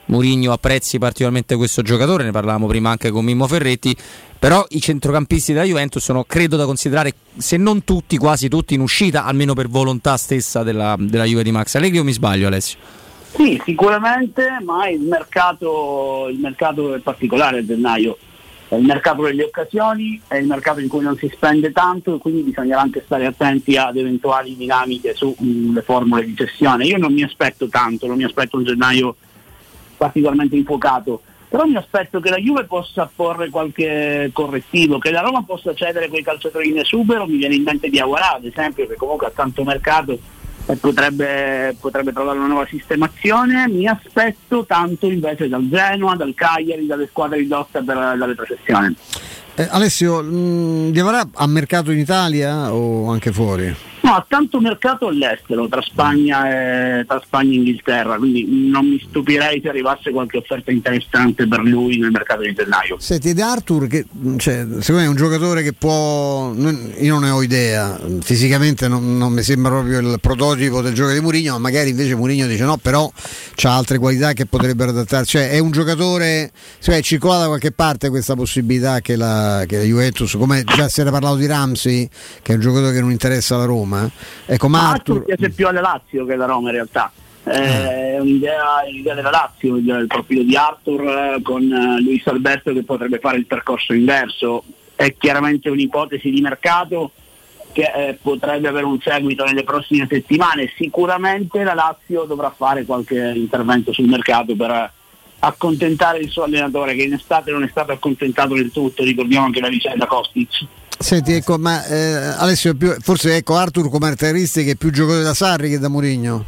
Mourinho apprezzi particolarmente questo giocatore, ne parlavamo prima anche con Mimmo Ferretti, però i centrocampisti della Juventus sono, credo, da considerare, se non tutti, quasi tutti in uscita, almeno per volontà stessa della, della Juve di Max Allegri, o mi sbaglio, Alessio? Sì, sicuramente, ma il mercato, il mercato è particolare a gennaio, è il mercato delle occasioni, è il mercato in cui non si spende tanto e quindi bisognerà anche stare attenti ad eventuali dinamiche sulle um, formule di gestione. Io non mi aspetto tanto, non mi aspetto un gennaio particolarmente infuocato, però mi aspetto che la Juve possa porre qualche correttivo, che la Roma possa cedere quei calciatori in esubero. Mi viene in mente Diawara, ad esempio, che comunque ha tanto mercato e potrebbe, potrebbe trovare una nuova sistemazione. Mi aspetto tanto invece dal Genoa, dal Cagliari, dalle squadre di lotta per la retrocessione. Eh, Alessio, mh, Diawara ha mercato in Italia o anche fuori? No, ha tanto mercato all'estero, tra Spagna e tra Spagna e Inghilterra, quindi non mi stupirei se arrivasse qualche offerta interessante per lui nel mercato di gennaio. Senti, ed Arthur, che cioè, secondo me è un giocatore che può, io non ne ho idea, fisicamente non, non mi sembra proprio il prototipo del gioco di Mourinho, ma magari invece Mourinho dice no, però c'ha altre qualità che potrebbero adattarsi, cioè è un giocatore, cioè è circolata da qualche parte questa possibilità che la, che la Juventus, come già si era parlato di Ramsey, che è un giocatore che non interessa la Roma. Ecco, ma Arthur piace più alla Lazio che alla Roma in realtà. Eh, è un'idea, un'idea della Lazio, il profilo di Arthur eh, con eh, Luis Alberto che potrebbe fare il percorso inverso. È chiaramente un'ipotesi di mercato che eh, potrebbe avere un seguito nelle prossime settimane. Sicuramente la Lazio dovrà fare qualche intervento sul mercato per eh, accontentare il suo allenatore, che in estate non è stato accontentato del tutto. Ricordiamo anche la vicenda Kostic. Senti, ecco, ma eh, Alessio, più, forse ecco Arthur come caratteristiche è più giocatore da Sarri che da Mourinho?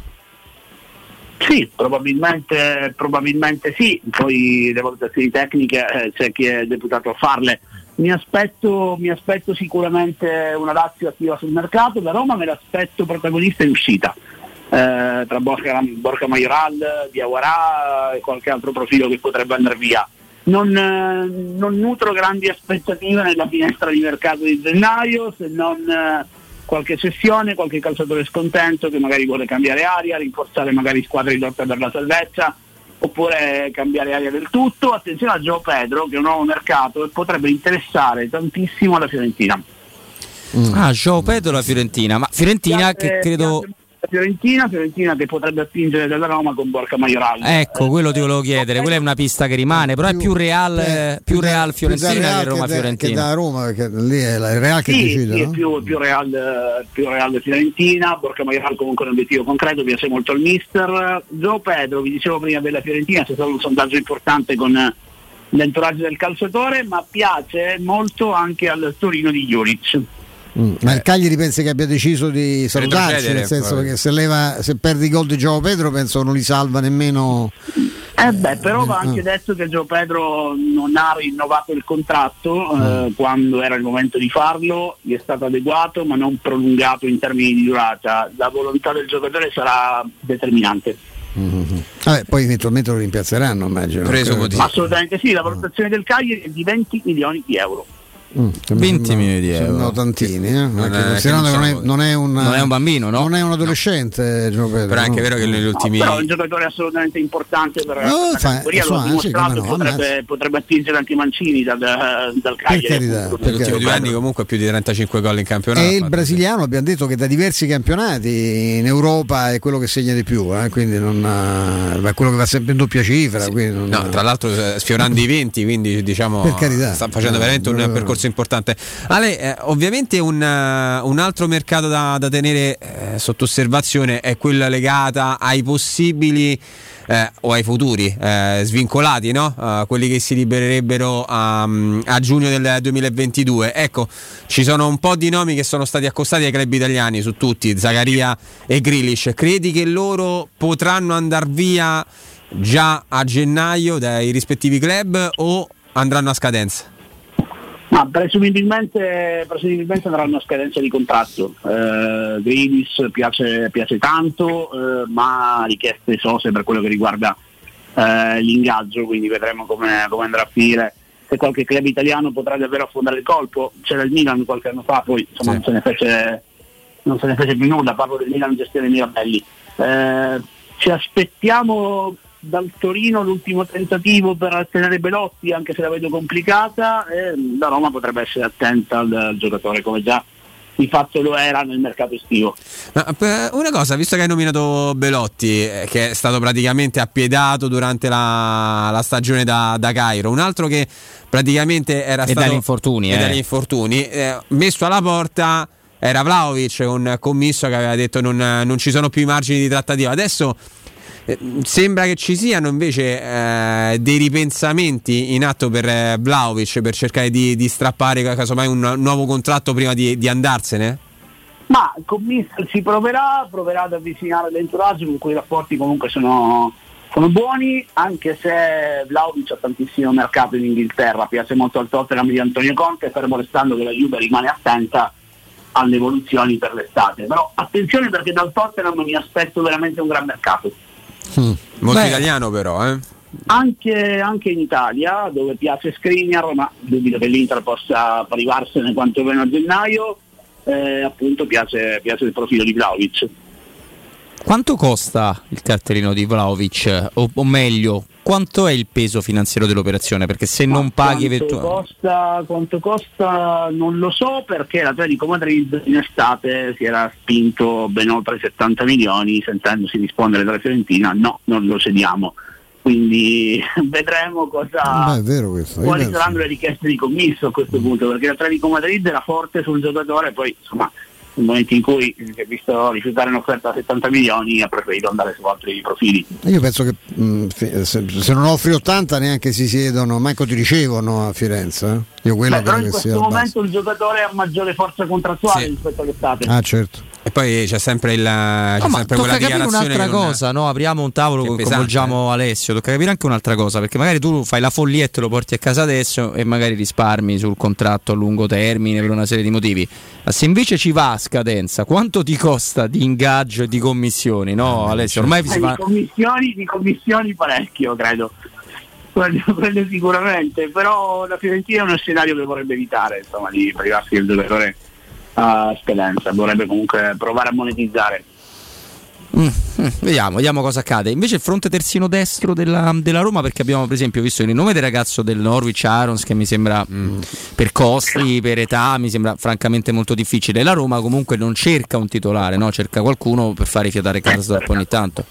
Sì, probabilmente, probabilmente sì, poi le valutazioni tecniche eh, c'è chi è deputato a farle. Mi aspetto, mi aspetto sicuramente una Lazio attiva sul mercato, la Roma me l'aspetto protagonista in uscita, eh, tra Borca, Borca Majoral, Diawara e qualche altro profilo che potrebbe andare via. Non, eh, non nutro grandi aspettative nella finestra di mercato di gennaio, se non eh, qualche cessione, qualche calciatore scontento che magari vuole cambiare aria, rinforzare magari squadre di lotta per la salvezza, oppure cambiare aria del tutto. Attenzione a João Pedro, che è un nuovo mercato e potrebbe interessare tantissimo la Fiorentina. Mm. Ah, João Pedro la Fiorentina, ma Fiorentina piace, che credo... Piace... Fiorentina, Fiorentina che potrebbe attingere dalla Roma con Borca Majoral. Ecco, quello ti volevo chiedere, quella è una pista che rimane, però è più Real, eh, più Real Fiorentina più Real che Roma Fiorentina. Che da Roma, perché lì è il Real che sì, decide, sì, no? è più, più Real, più Real Fiorentina. Borca Majoral comunque è un obiettivo concreto, piace molto al mister. João Pedro, vi dicevo prima della Fiorentina, c'è stato un sondaggio importante con l'entourage del calciatore, ma piace molto anche al Torino di Juric. Mm. Ma il Cagliari pensa che abbia deciso di salutarci, nel senso che se, leva, se perdi i gol di João Pedro penso non li salva nemmeno. Eh beh, però va anche detto che João Pedro non ha rinnovato il contratto eh, quando era il momento di farlo, gli è stato adeguato ma non prolungato in termini di durata. La volontà del giocatore sarà determinante. Mm-hmm. Vabbè, poi eventualmente lo rimpiazzeranno, immagino. Assolutamente sì, la valutazione del Cagliari è di venti milioni di euro. Mm, venti milioni di euro, sono tantini, eh? non, è, considerando che non, è, non, è un, non è un bambino, no? Non è un adolescente, no. Pedro, però è anche no? vero che negli ultimi no, però è un giocatore assolutamente importante per no, la fa, categoria, fa, lo ha dimostrato, sì, no, potrebbe, potrebbe attingere anche Mancini dal, dal Cagliari. Per carità, negli ultimi due anni comunque più di trentacinque gol in campionato. E il brasiliano abbiamo detto che da diversi campionati in Europa è quello che segna di più, eh? Quindi non è quello che va sempre in doppia cifra. Sì. Non, no, tra l'altro sfiorando i venti, quindi diciamo per carità, sta facendo veramente un percorso importante. Ale, eh, ovviamente un, uh, un altro mercato da, da tenere eh, sotto osservazione è quella legata ai possibili eh, o ai futuri eh, svincolati, no? Uh, quelli che si libererebbero a, a giugno del duemilaventidue. Ecco, ci sono un po' di nomi che sono stati accostati ai club italiani, su tutti, Zakaria e Grealish. Credi che loro potranno andare via già a gennaio dai rispettivi club o andranno a scadenza? Ma presumibilmente, presumibilmente andranno a scadenza di contratto. eh, Grealish piace, piace tanto, eh, ma ha richieste sose per quello che riguarda eh, l'ingaggio, quindi vedremo come, come andrà a finire. Se qualche club italiano potrà davvero affondare il colpo. C'era il Milan qualche anno fa, poi insomma, sì. non se ne fece non se ne fece più nulla, parlo del Milan gestione Mirabelli. Eh, ci aspettiamo dal Torino l'ultimo tentativo per tenere Belotti, anche se la vedo complicata, e la Roma potrebbe essere attenta al, al giocatore, come già di fatto lo era nel mercato estivo. Ma, una cosa, visto che hai nominato Belotti, eh, che è stato praticamente appiedato durante la, la stagione da, da Cairo, un altro che praticamente era e stato dagli infortuni, e eh. dagli infortuni eh, messo alla porta era Vlahovic, un commisso che aveva detto non, non ci sono più i margini di trattativa. Adesso eh, sembra che ci siano invece eh, dei ripensamenti in atto per eh, Vlahovic, per cercare di, di strappare casomai un nuovo contratto prima di, di andarsene? Ma il commisso ci proverà, proverà ad avvicinare l'entourage, con cui i rapporti comunque sono, sono buoni, anche se Vlahovic ha tantissimo mercato in Inghilterra, piace molto al Tottenham di Antonio Conte, fermo restando che la Juve rimane attenta alle evoluzioni per l'estate. Però attenzione, perché dal Tottenham mi aspetto veramente un gran mercato. Mm. Molto Beh, italiano però, eh? Anche, anche in Italia, dove piace Skriniar, ma dubito che l'Inter possa privarsene quantomeno a gennaio, eh, appunto piace, piace il profilo di Vlahovic. Quanto costa il cartellino di Vlahovic? O, o meglio, quanto è il peso finanziario dell'operazione? Perché se non paghi quanto eventualmente... costa, quanto costa non lo so, perché l'Atletico Madrid in estate si era spinto ben oltre settanta milioni, sentendosi rispondere dalla Fiorentina no, non lo cediamo. Quindi vedremo cosa Beh, è vero questo. quali Io saranno le richieste di commisso a questo punto, perché l'Atletico Madrid era forte sul giocatore, poi insomma nel momento in cui si è visto rifiutare un'offerta da settanta milioni ha preferito andare su altri profili. Io penso che mh, se, se non offri ottanta neanche si siedono, manco ti ricevono a Firenze. Eh? Io quello Beh, però credo in che sia questo la base. momento il giocatore ha maggiore forza contrattuale Sì. rispetto all'estate. Ah, certo. E poi c'è sempre il c'è No, ma sempre tocca quella capire dichiarazione un'altra che non- cosa, no? Apriamo un tavolo, Che co- pesante, coinvolgiamo Alessio. Tocca capire anche un'altra cosa, perché magari tu fai la follietta e lo porti a casa adesso e magari risparmi sul contratto a lungo termine per una serie di motivi. Ma se invece ci va a scadenza, quanto ti costa di ingaggio e di commissioni? No, Alessio, ormai Eh, si di fa... commissioni, di commissioni parecchio, credo. Quello, quello sicuramente, però la Fiorentina è uno scenario che vorrebbe evitare, insomma, di privarsi del giocatore a scadenza, vorrebbe comunque provare a monetizzare. Mm, mm, vediamo, vediamo cosa accade. Invece il fronte terzino destro della, della Roma, perché abbiamo per esempio visto il nome del ragazzo del Norwich, Arons, che mi sembra mm, per costi, per età, mi sembra francamente molto difficile. La Roma comunque non cerca un titolare, no? Cerca qualcuno per fare fiatare Karsdorp ogni tanto.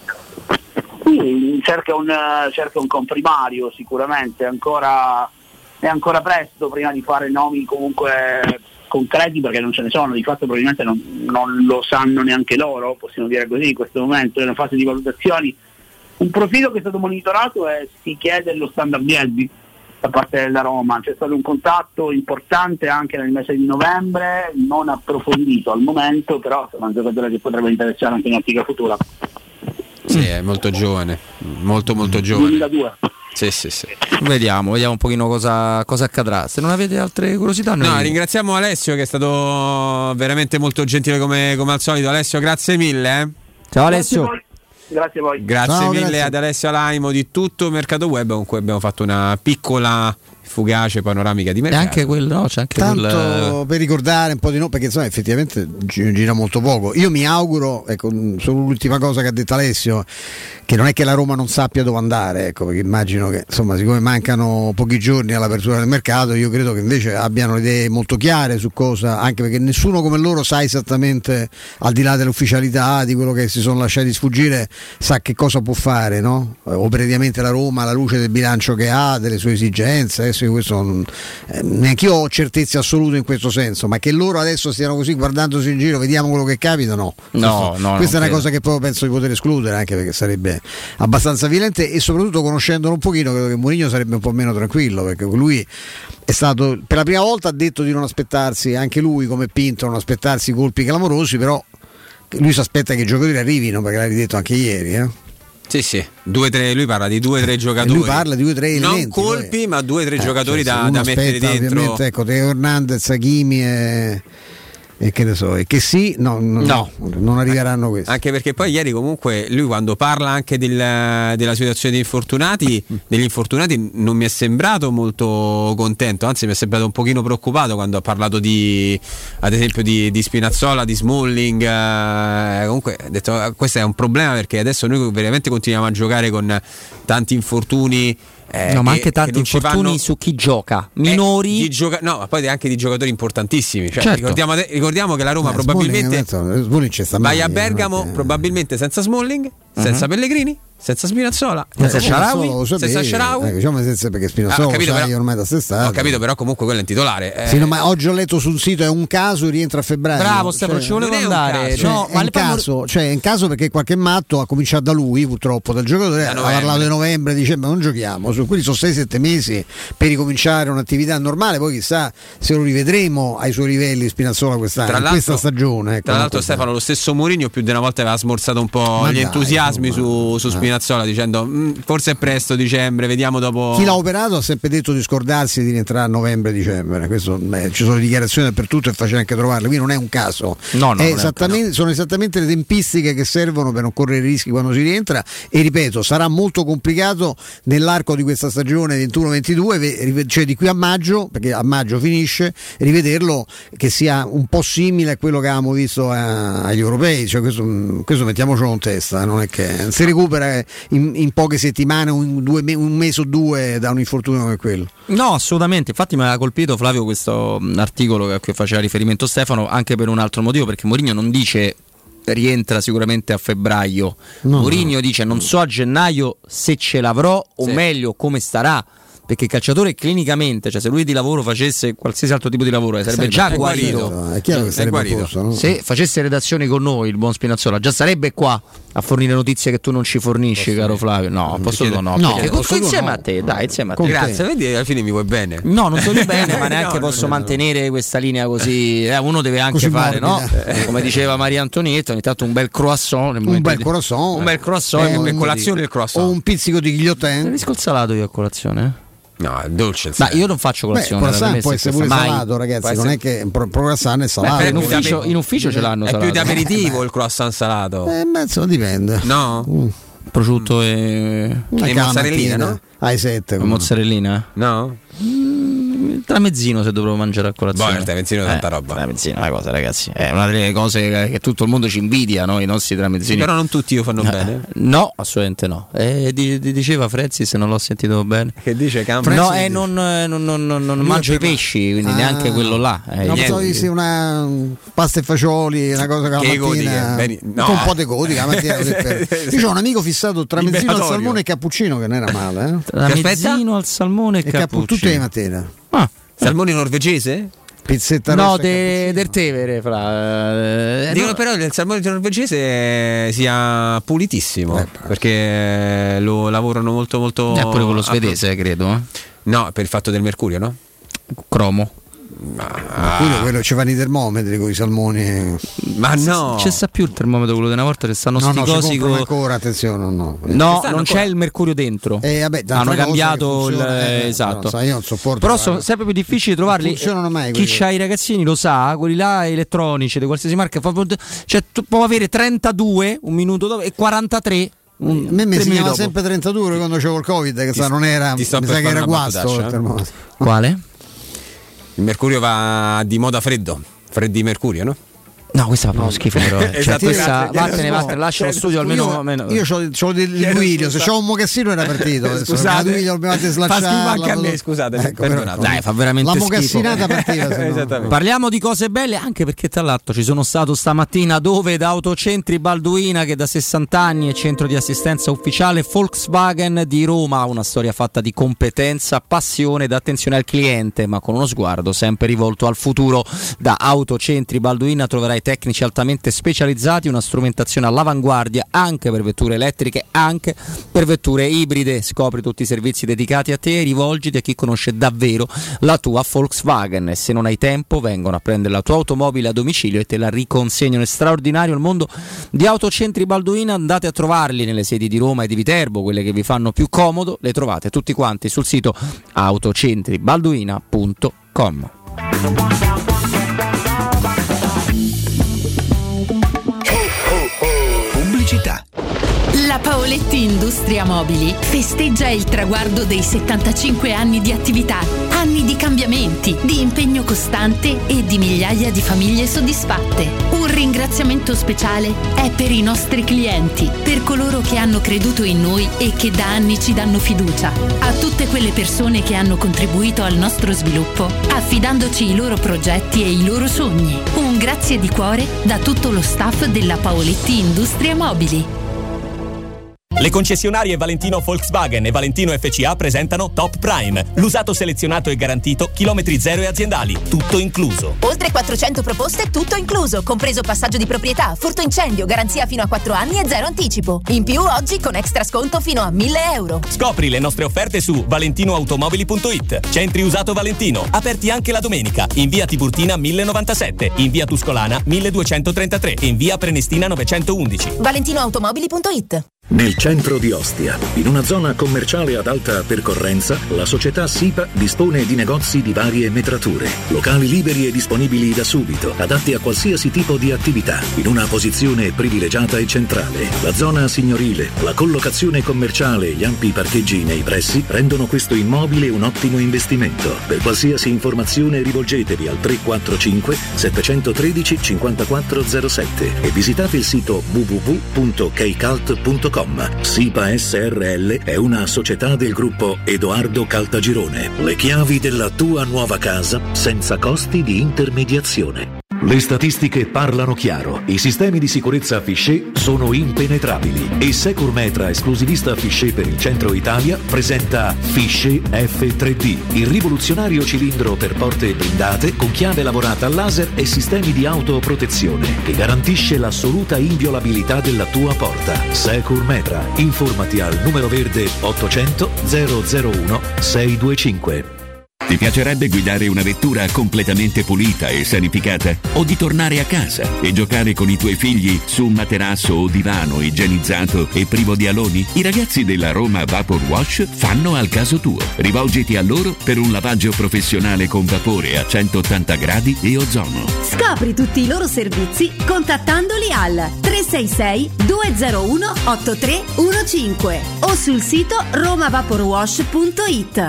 Sì, cerca un, cerca un comprimario sicuramente, ancora, è ancora presto prima di fare nomi comunque concreti, perché non ce ne sono, di fatto probabilmente non, non lo sanno neanche loro, possiamo dire così, in questo momento è una fase di valutazioni. Un profilo che è stato monitorato è si chiede lo standard Bielbi da parte della Roma, c'è stato un contatto importante anche nel mese di novembre, non approfondito al momento, però è un giocatore che potrebbe interessare anche in ottica futura. Sì, è molto giovane, molto molto giovane. duemiladue. Sì, sì, sì. Vediamo, vediamo un pochino cosa, cosa accadrà. Se non avete altre curiosità, noi... No, ringraziamo Alessio che è stato veramente molto gentile come, come al solito. Alessio, grazie mille. Eh. Ciao Alessio. Grazie a voi. Grazie Ciao, mille grazie. ad Alessio Alaimo di tutto Mercato Web, con cui abbiamo fatto una piccola fugace panoramica di E mercato. anche quel, no, c'è anche Tanto quel... per ricordare un po' di no, perché insomma effettivamente gi- gira molto poco. Io mi auguro, ecco, solo l'ultima cosa che ha detto Alessio, che non è che la Roma non sappia dove andare, ecco, perché immagino che insomma, siccome mancano pochi giorni all'apertura del mercato, io credo che invece abbiano le idee molto chiare su cosa, anche perché nessuno come loro sa esattamente, al di là dell'ufficialità, di quello che si sono lasciati sfuggire, sa che cosa può fare, no? Eh, operativamente la Roma alla luce del bilancio che ha, delle sue esigenze. Adesso io questo non, eh, neanche io ho certezze assolute in questo senso, ma che loro adesso stiano così guardandosi in giro, vediamo quello che capita, no. No, Questo- no, questa è non una credo. cosa che proprio penso di poter escludere, anche perché sarebbe abbastanza violente, e soprattutto conoscendolo un pochino credo che Mourinho sarebbe un po' meno tranquillo, perché lui è stato, per la prima volta ha detto di non aspettarsi, anche lui come Pinto, non aspettarsi colpi clamorosi, però lui si aspetta che i giocatori arrivino, perché l'ha ridetto anche ieri, eh. Sì, sì, due, tre, lui parla di due o tre giocatori. Lui parla di due o tre non elementi, colpi, poi. ma due o tre Eh, giocatori cioè, se da, uno da mettere aspetta, dentro. ovviamente, ecco, Teo Hernandez, Hakimi e, E che ne so, e che sì, no, no, no. non arriveranno questi. Anche perché poi ieri comunque lui quando parla anche del, della situazione degli infortunati, degli infortunati non mi è sembrato molto contento, anzi mi è sembrato un pochino preoccupato quando ha parlato di, ad esempio di, di Spinazzola, di Smalling. Eh, comunque ha detto questo è un problema perché adesso noi veramente continuiamo a giocare con tanti infortuni. Eh, no, ma che, anche tanti infortuni fanno... su chi gioca, minori, eh, di gioca... no, ma poi anche di giocatori importantissimi. Cioè, certo. ricordiamo, ricordiamo che la Roma eh, probabilmente Smalling, Smalling vai a Bergamo, probabilmente senza Smalling, senza uh-huh. Pellegrini, senza Spinazzola, senza Shaarawy, senza Shaarawy. Eh, diciamo senza perché Spinazzola ah, capito, sai però, ormai da st'estate. Ho capito, però comunque quello è in titolare. Eh. Sì, no, ma oggi ho letto sul sito è un caso, rientra a febbraio. Bravo Stefano, cioè, ci volevo andare. Cioè, no, è un caso, cioè è un caso perché qualche matto ha cominciato da lui, purtroppo, dal giocatore, ha parlato di novembre, dicembre, non giochiamo, su quelli sono sei sette mesi per ricominciare un'attività normale, poi chissà se lo rivedremo ai suoi livelli Spinazzola quest'anno, in questa stagione. Ecco, tra l'altro Stefano, lo stesso Mourinho più di una volta aveva smorzato un po' ma gli dai, entusiasmi ma, su, su Spinazzola dicendo forse è presto dicembre, vediamo dopo. Chi l'ha operato ha sempre detto di scordarsi di rientrare a novembre-dicembre. Questo, beh, ci sono dichiarazioni dappertutto, è facile anche trovarle, qui non è un caso. No, no, è esattamente, sono esattamente le tempistiche che servono per non correre rischi quando si rientra e ripeto, sarà molto complicato nell'arco di questa stagione ventuno ventidue, cioè di qui a maggio, perché a maggio finisce, rivederlo che sia un po' simile a quello che avevamo visto a, agli europei, cioè questo, questo mettiamocelo in testa, non è che si recupera in, in poche settimane, un, due, un mese o due da un infortunio come quello. No, assolutamente, infatti mi aveva colpito Flavio questo articolo a cui faceva riferimento Stefano anche per un altro motivo, perché Mourinho non dice rientra sicuramente a febbraio, no, Mourinho no. dice non so a gennaio se ce l'avrò o sì. meglio come starà, perché il calciatore clinicamente, cioè se lui di lavoro facesse qualsiasi altro tipo di lavoro sarebbe, sarebbe già guarito, guarito. È chiaro che sarebbe guarito. Posto, no? Se facesse redazioni con noi il buon Spinazzola già sarebbe qua a fornire notizie che tu non ci fornisci, posso caro Flavio. No, posso no, no, no posso insieme no. a te, dai, insieme a te. Grazie, vedi, alla fine mi vuoi bene. No, non solo bene, ma neanche no, posso no, mantenere no. questa linea così. Eh, uno deve anche così fare, morbida. No? Come diceva Maria Antonietta, ogni tanto un bel croissant, un bel croissant, un bel croissant, eh, per colazione il croissant. O un pizzico di ghigliottin. Capisco il salato io a colazione? No, è dolce il ma io non faccio colazione. Beh, può essere pure mai. salato, ragazzi. Non è che pro, croissant è salato. Beh, in, ufficio, in ufficio ce l'hanno. È salato. più di aperitivo il croissant salato. Eh, mezzo dipende. No. Mm. Prosciutto e, e mozzarellina, no? Ai sette. Mozzarellina? No. Mm, tramezzino se dovevo mangiare a colazione. Boh, il tramezzino è tanta eh, roba. Tramezzino è una cosa, ragazzi. È una delle cose che tutto il mondo ci invidia, no? I nostri tramezzini. Però non tutti lo fanno eh, bene. No, assolutamente no. Eh, di, di, diceva Frezzi, se non l'ho sentito bene. Che dice Campo? No, eh, non, non, non, non, non mangio i pesci, quindi ah, neanche quello là. Eh, non so se una pasta e fagioli, una cosa che, che la mattina bene, no. con un po' di codica la mattina così per... Io ho un amico fissato tramezzino al salmone e cappuccino che non era male, eh? Tramezzino al salmone e, e cappuccino tutte le mattine. Ah. Salmone norvegese? Pizzetta no, rossa de, del Tevere fra. Eh, Dicono no. però che il salmone norvegese sia pulitissimo eh, perché lo lavorano molto molto. È pure quello svedese, a... credo. Eh? No, per il fatto del mercurio, no? Cromo. Ma quello, quello ci vanno i termometri con i salmoni. Ma no, c'è sta più il termometro quello di una volta che stanno no, sti no, cosi con... ancora attenzione no, no, no non c'è il mercurio dentro eh, vabbè, hanno cambiato il eh, esatto so, io non sopporto però sono sempre più difficili trovarli. Non funzionano mai chi c'ha i ragazzini lo sa, quelli là elettronici di qualsiasi marca fa... cioè tu può avere trentadue un minuto dopo e quarantatré. Un, a me mi segnava sempre trentadue quando c'avevo il Covid che ti, sa non era mi sa che era guasto il quale? Il mercurio va di moda freddo, freddi mercurio, no? No, questa fa no. schifo però. Cioè, esatto, questa, vattene, vattene, lascia lo studio almeno. Io, almeno. io c'ho, c'ho del Duilio, se c'ho un mocassino era partito. Scusate, Duilio, fa schifo anche a me, scusate. Ecco, perdonate. Dai, fa veramente la schifo. mocassinata partiva. Parliamo di cose belle anche perché tra l'altro ci sono stato stamattina dove da Autocentri Balduina che da sessanta anni è centro di assistenza ufficiale Volkswagen di Roma, una storia fatta di competenza, passione ed attenzione al cliente, ma con uno sguardo sempre rivolto al futuro. Da Autocentri Balduina troverai tecnici altamente specializzati, una strumentazione all'avanguardia anche per vetture elettriche, anche per vetture ibride. Scopri tutti i servizi dedicati a te e rivolgiti a chi conosce davvero la tua Volkswagen e se non hai tempo vengono a prendere la tua automobile a domicilio e te la riconsegnano. È straordinario il mondo di Autocentri Balduina, andate a trovarli nelle sedi di Roma e di Viterbo, quelle che vi fanno più comodo, le trovate tutti quanti sul sito autocentribalduina punto com. La Paoletti Industria Mobili festeggia il traguardo dei settantacinque anni di attività, anni di cambiamenti, di impegno costante e di migliaia di famiglie soddisfatte. Un ringraziamento speciale è per i nostri clienti, per coloro che hanno creduto in noi e che da anni ci danno fiducia, a tutte quelle persone che hanno contribuito al nostro sviluppo, affidandoci i loro progetti e i loro sogni. Un grazie di cuore da tutto lo staff della Paoletti Industria Mobili. Le concessionarie Valentino Volkswagen e Valentino F C A presentano Top Prime, l'usato selezionato e garantito, chilometri zero e aziendali, tutto incluso. Oltre quattrocento proposte, tutto incluso, compreso passaggio di proprietà, furto incendio, garanzia fino a quattro anni e zero anticipo. In più oggi con extra sconto fino a mille euro. Scopri le nostre offerte su valentinoautomobili punto it. Centri usato Valentino, aperti anche la domenica, in via Tiburtina mille novantasette, in via Tuscolana milleduecentotrentatré e in via Prenestina novecentoundici. valentinoautomobili punto it. Nel centro di Ostia, in una zona commerciale ad alta percorrenza, la società SIPA dispone di negozi di varie metrature, locali liberi e disponibili da subito, adatti a qualsiasi tipo di attività, in una posizione privilegiata e centrale. La zona signorile, la collocazione commerciale e gli ampi parcheggi nei pressi rendono questo immobile un ottimo investimento. Per qualsiasi informazione rivolgetevi al tre quattro cinque sette uno tre cinque zero sette e visitate il sito w w w punto keicalt punto com. SIPA S R L è una società del gruppo Edoardo Caltagirone. Le chiavi della tua nuova casa senza costi di intermediazione. Le statistiche parlano chiaro. I sistemi di sicurezza Fichet sono impenetrabili e Securmetra, esclusivista Fichet per il centro Italia, presenta Fichet F tre D, il rivoluzionario cilindro per porte blindate con chiave lavorata a laser e sistemi di autoprotezione che garantisce l'assoluta inviolabilità della tua porta. Securmetra. Informati al numero verde ottocento zero zero uno sei due cinque. Ti piacerebbe guidare una vettura completamente pulita e sanificata? O di tornare a casa e giocare con i tuoi figli su un materasso o divano igienizzato e privo di aloni? I ragazzi della Roma Vapor Wash fanno al caso tuo. Rivolgiti a loro per un lavaggio professionale con vapore a centottanta gradi e ozono. Scopri tutti i loro servizi contattandoli al tre sei sei due zero uno otto tre uno cinque o sul sito roma vapor wash punto it.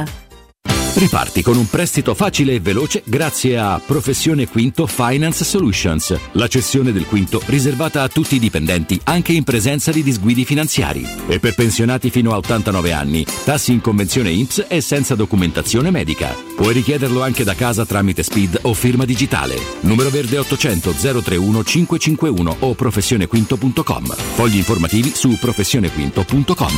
Riparti con un prestito facile e veloce grazie a Professione Quinto Finance Solutions, la cessione del quinto riservata a tutti i dipendenti anche in presenza di disguidi finanziari. E per pensionati fino a ottantanove anni, tassi in convenzione I N P S e senza documentazione medica. Puoi richiederlo anche da casa tramite S P I D o firma digitale. Numero verde ottocento zero tre uno cinque cinque uno o professionequinto punto com. Fogli informativi su professionequinto punto com.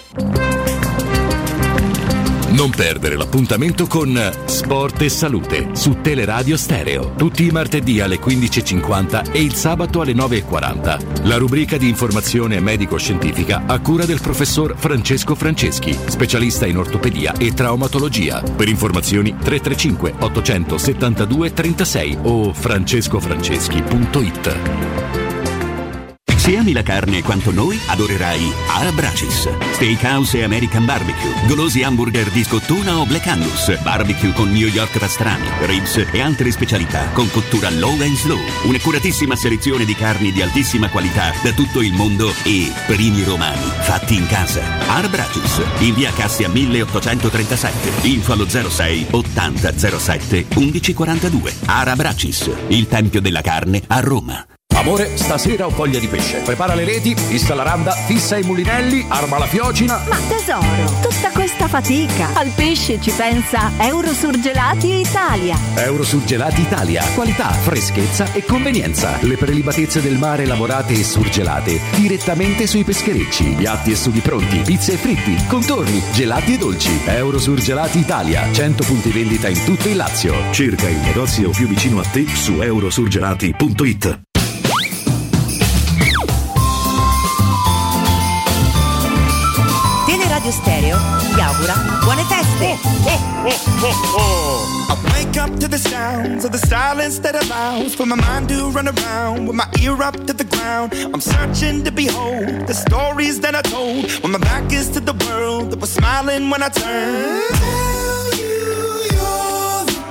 Non perdere l'appuntamento con Sport e Salute su Teleradio Stereo, tutti i martedì alle quindici e cinquanta e il sabato alle nove e quaranta. La rubrica di informazione medico-scientifica a cura del professor Francesco Franceschi, specialista in ortopedia e traumatologia. Per informazioni tre tre cinque ottocentosettantadue trentasei o francescofranceschi punto it. Se ami la carne quanto noi, adorerai Arabracis. Steakhouse e American Barbecue, golosi hamburger di scottuna o Black Angus, barbecue con New York pastrami, ribs e altre specialità con cottura low and slow. Un'accuratissima selezione di carni di altissima qualità da tutto il mondo e primi romani fatti in casa. Arabracis, in via Cassia milleottocentotrentasette, info allo zero sei ottanta zero sette undici quarantadue. Arabracis, il tempio della carne a Roma. Amore, stasera ho voglia di pesce. Prepara le reti, fissa la randa, fissa i mulinelli, arma la fiocina. Ma tesoro, tutta questa fatica. Al pesce ci pensa Eurosurgelati Italia. Eurosurgelati Italia. Qualità, freschezza e convenienza. Le prelibatezze del mare lavorate e surgelate direttamente sui pescherecci. Piatti e sughi pronti, pizze e fritti, contorni, gelati e dolci. Eurosurgelati Italia. cento punti vendita in tutto il Lazio. Cerca il negozio più vicino a te su eurosurgelati punto it. Radio Stereo vi augura buone feste. I wake up to the sounds of the silence that allows for my mind to run around with my ear up to the ground. I'm searching to behold the stories that I told when my back is to the world that was smiling when I turned. Tell you you're the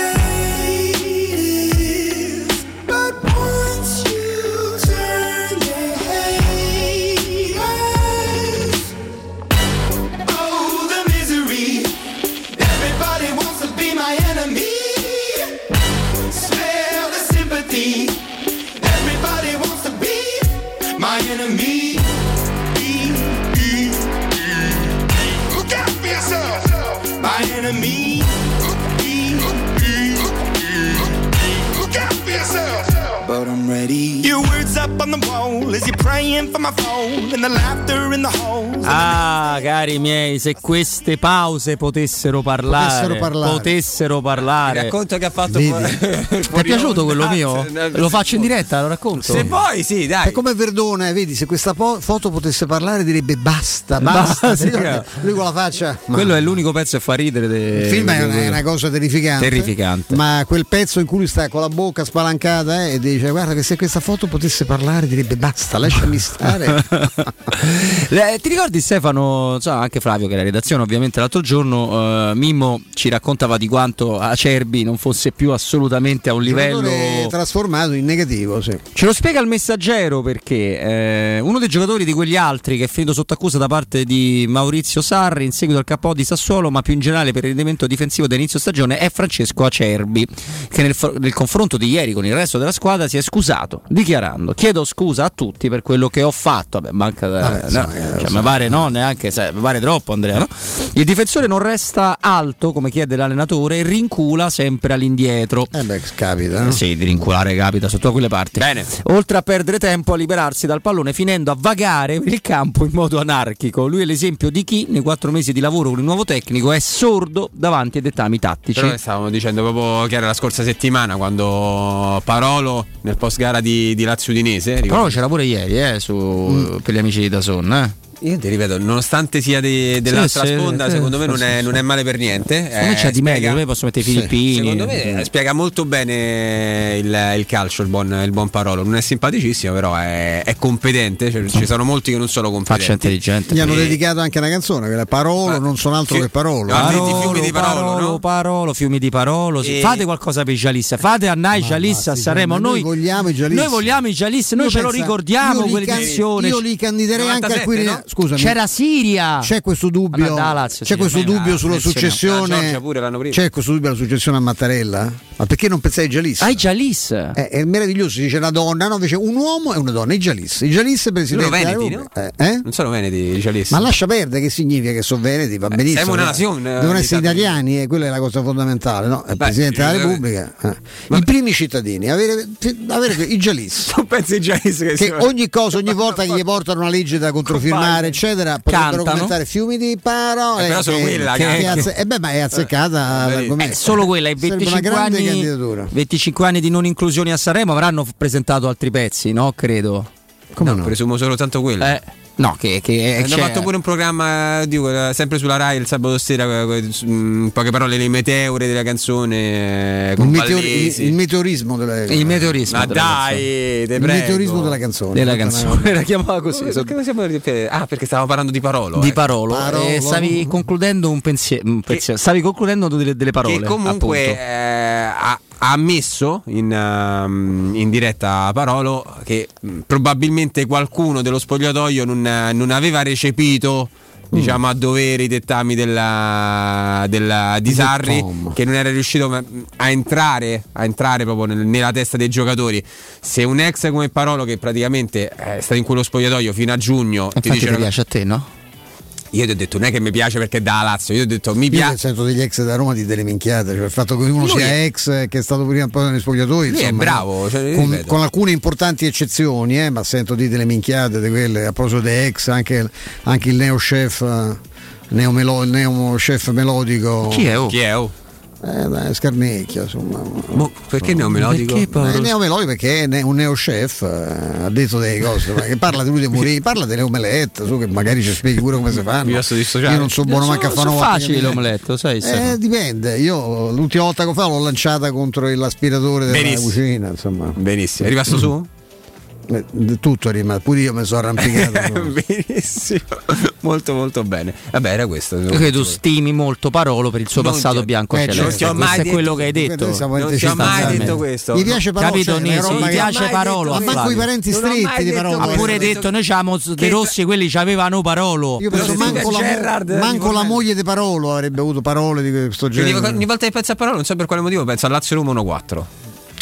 greatest, but once you turn your head telling me. E, E, E. Look out for yourself. But I'm ready. Your words up on the wall as you're praying for my phone and the laughter in the halls. Ah, cari miei, se queste pause potessero parlare, potessero parlare, potessero parlare. Mi racconto che ha fatto. Ti è piaciuto quello mio? Lo faccio in diretta, lo racconto. Se poi, sì, dai. È come Verdone, vedi, se questa po- foto potesse parlare direbbe basta, basta. Basta, sì, lui con la faccia. Ma... Quello è l'unico pezzo che fa ridere. De... Il film è una, è una cosa terrificante. Terrificante. Ma quel pezzo in cui lui sta con la bocca spalancata eh, e dice guarda che se questa foto potesse parlare direbbe basta, lasciami stare. Ti ricordi Stefano, cioè, anche Flavio che è la redazione ovviamente l'altro giorno, uh, Mimmo ci raccontava di quanto Acerbi non fosse più assolutamente a un livello trasformato in negativo, sì. Ce lo spiega il Messaggero perché eh, uno dei giocatori di quegli altri che è finito sotto accusa da parte di Maurizio Sarri in seguito al K O di Sassuolo, ma più in generale per il rendimento difensivo da inizio stagione, è Francesco Acerbi, che nel, nel confronto di ieri con il resto della squadra si è scusato dichiarando: chiedo scusa a tutti per quello che ho fatto. Vabbè, manca da, Vabbè, no, insomma, cioè, so. mi pare no, neanche sai, mi pare troppo Andrea, no? Il difensore non resta alto come chiede l'allenatore e rincula sempre all'indietro. Eh beh, capita, no? Eh sì, di rinculare capita sotto quelle parti. Bene. Oltre a perdere tempo a liberarsi dal pallone finendo a vagare per il campo in modo anarchico. Lui è l'esempio di chi nei quattro mesi di lavoro con il nuovo tecnico è sordo davanti ai dettami tattici. Però stavamo dicendo proprio che era la scorsa settimana quando Parolo nel post gara di, di Lazio Udinese. Parolo c'era pure ieri eh, su, mm. per gli amici di Dazon, eh. Io ti ripeto, nonostante sia di, dell'altra sì, sponda, sì, secondo sì, me non, sì, è, sì. non è male per niente. Secondo me c'è di meglio, noi posso mettere i filippini. Secondo me eh, spiega molto bene il, il calcio, il buon, il buon Parolo. Non è simpaticissimo, però è, è competente. Cioè, ci sono molti che non sono competenti. Faccia intelligente. Gli hanno E... dedicato anche una canzone, che è Parolo, non sono altro Fi- che Parolo. Parolo, fiumi di Parolo, Parolo, no? Parolo, fiumi di Parolo. Sì. E... Fate qualcosa per i Jalis, fate a Nai Jalis a Sanremo. Noi, noi vogliamo i Jalis. Noi vogliamo i Jalis, noi Io ce pensa, lo ricordiamo io quell'edizione. Io li candiderei anche al Quirinale. no? Scusami. C'era Siria. C'è questo dubbio, Vabbè, da Lazio, c'è sì, questo almeno, dubbio sulla attenzione. successione. La Giorgia pure l'hanno presa. C'è questo dubbio alla successione a Mattarella? Ma perché non pensai ai Jalis? Ai Jalis. Eh, è meraviglioso, si dice una donna, no, invece un uomo e una donna, i Jalis. I Jalis presidente Sono veneti, della no? eh, eh? Non sono veneti i Jalis. Ma lascia perdere, che significa che sono veneti, va benissimo. siamo una no? nazione, Devono eh, essere di italiani e quella è la cosa fondamentale, no? Il Beh, Presidente della eh, Repubblica. Eh. I primi cittadini, avere, avere i Jalis. Non pensi ai Jalis che, Che si- ogni cosa, ogni volta che gli portano una legge da controfirmare, eccetera, potrebbero Cantano. commentare fiumi di parole. Eh, però solo che- quella che- canta. che azze- eh beh, ma è azzeccata Eh, l'argomento. Eh, solo quella, i Sarebbe una venticinque grande anni, candidatura. venticinque anni di non inclusione a Sanremo avranno presentato altri pezzi, no? Credo. Come no, no? presumo solo tanto quello. Eh, no, che, che Hanno c'è- fatto pure un programma dico, sempre sulla Rai il sabato sera, in poche parole, le meteore della canzone eh, con Il, meteor- Vallesi. il, il meteorismo della, il meteorismo. Ma della dai, canzone. te il prego. meteorismo della canzone. Della canzone, la chiamava così. Perché non siamo- Ah, perché stavamo parlando di Parolo. Di eh. Parolo, Parolo. e stavi concludendo un pensiero, un pensiero. stavi concludendo delle, delle parole. Che comunque appunto. eh, ha, ha ammesso in, um, in diretta a Parolo che mh, probabilmente qualcuno dello spogliatoio non, non aveva recepito diciamo a dovere i dettami della, della di Sarri, che non era riuscito a, a entrare a entrare proprio nel- nella testa dei giocatori. Se un ex come Parolo, che praticamente è stato in quello spogliatoio fino a giugno, ti Infatti dice ti una- piace a te, no? io ti ho detto non è che mi piace perché è da Lazio, io ho detto mi Io piace. sento degli ex da Roma di delle minchiate, cioè il fatto che uno Lui sia è- ex che è stato prima un po' negli spogliatoi, Lui è insomma, bravo, cioè, con, ripeto. con alcune importanti eccezioni, eh, ma sento di delle minchiate di quelle a proposito dei ex, anche, anche il neo chef eh, neo melo- il neo chef melodico. Chi è? Oh? Chi è? Oh? Eh, dai, Scarnecchia, insomma. Boh, perché neomelodico? Perché Eh, neomelodico perché è ne- un neo chef, eh, ha detto delle cose, ma che parla di lui di morire, parla delle omelette, su che magari ci spieghi pure come si fanno. Mi posso dissociare. Io non so buono Sono- manco a fare sono una volta facili che mi- l'omelette, sai? Eh, Stefano? dipende, io l'ultima volta che ho fatto l'ho lanciata contro l'aspiratore della Benissimo. cucina, insomma. Benissimo, è rimasto su? Eh, tutto è rimasto, pure io mi sono arrampicato. Benissimo, molto molto bene. Vabbè, era questo. Io credo tu stimi molto Parolo per il suo Non passato ti- bianco eh, celeste. certo. Non ti ho Questo mai è detto- quello che hai detto. Noi siamo Non ti ho mai sostanzialmente. detto questo. Mi piace Parolo, Capito, cioè, una Nesi? roba Ti che- piace Parolo? Ma a manco i Flavio? parenti Non ho mai stretti di detto Parolo. Ha questo. pure detto noi c'avevamo De Rossi, quelli c'avevano Parolo. Io penso Però manco, se la, Gerrard manco di la Formello. moglie di Parolo avrebbe avuto parole di questo Quindi genere. ogni volta che penso a Parolo, non so per quale motivo, penso a Lazio Roma uno quattro.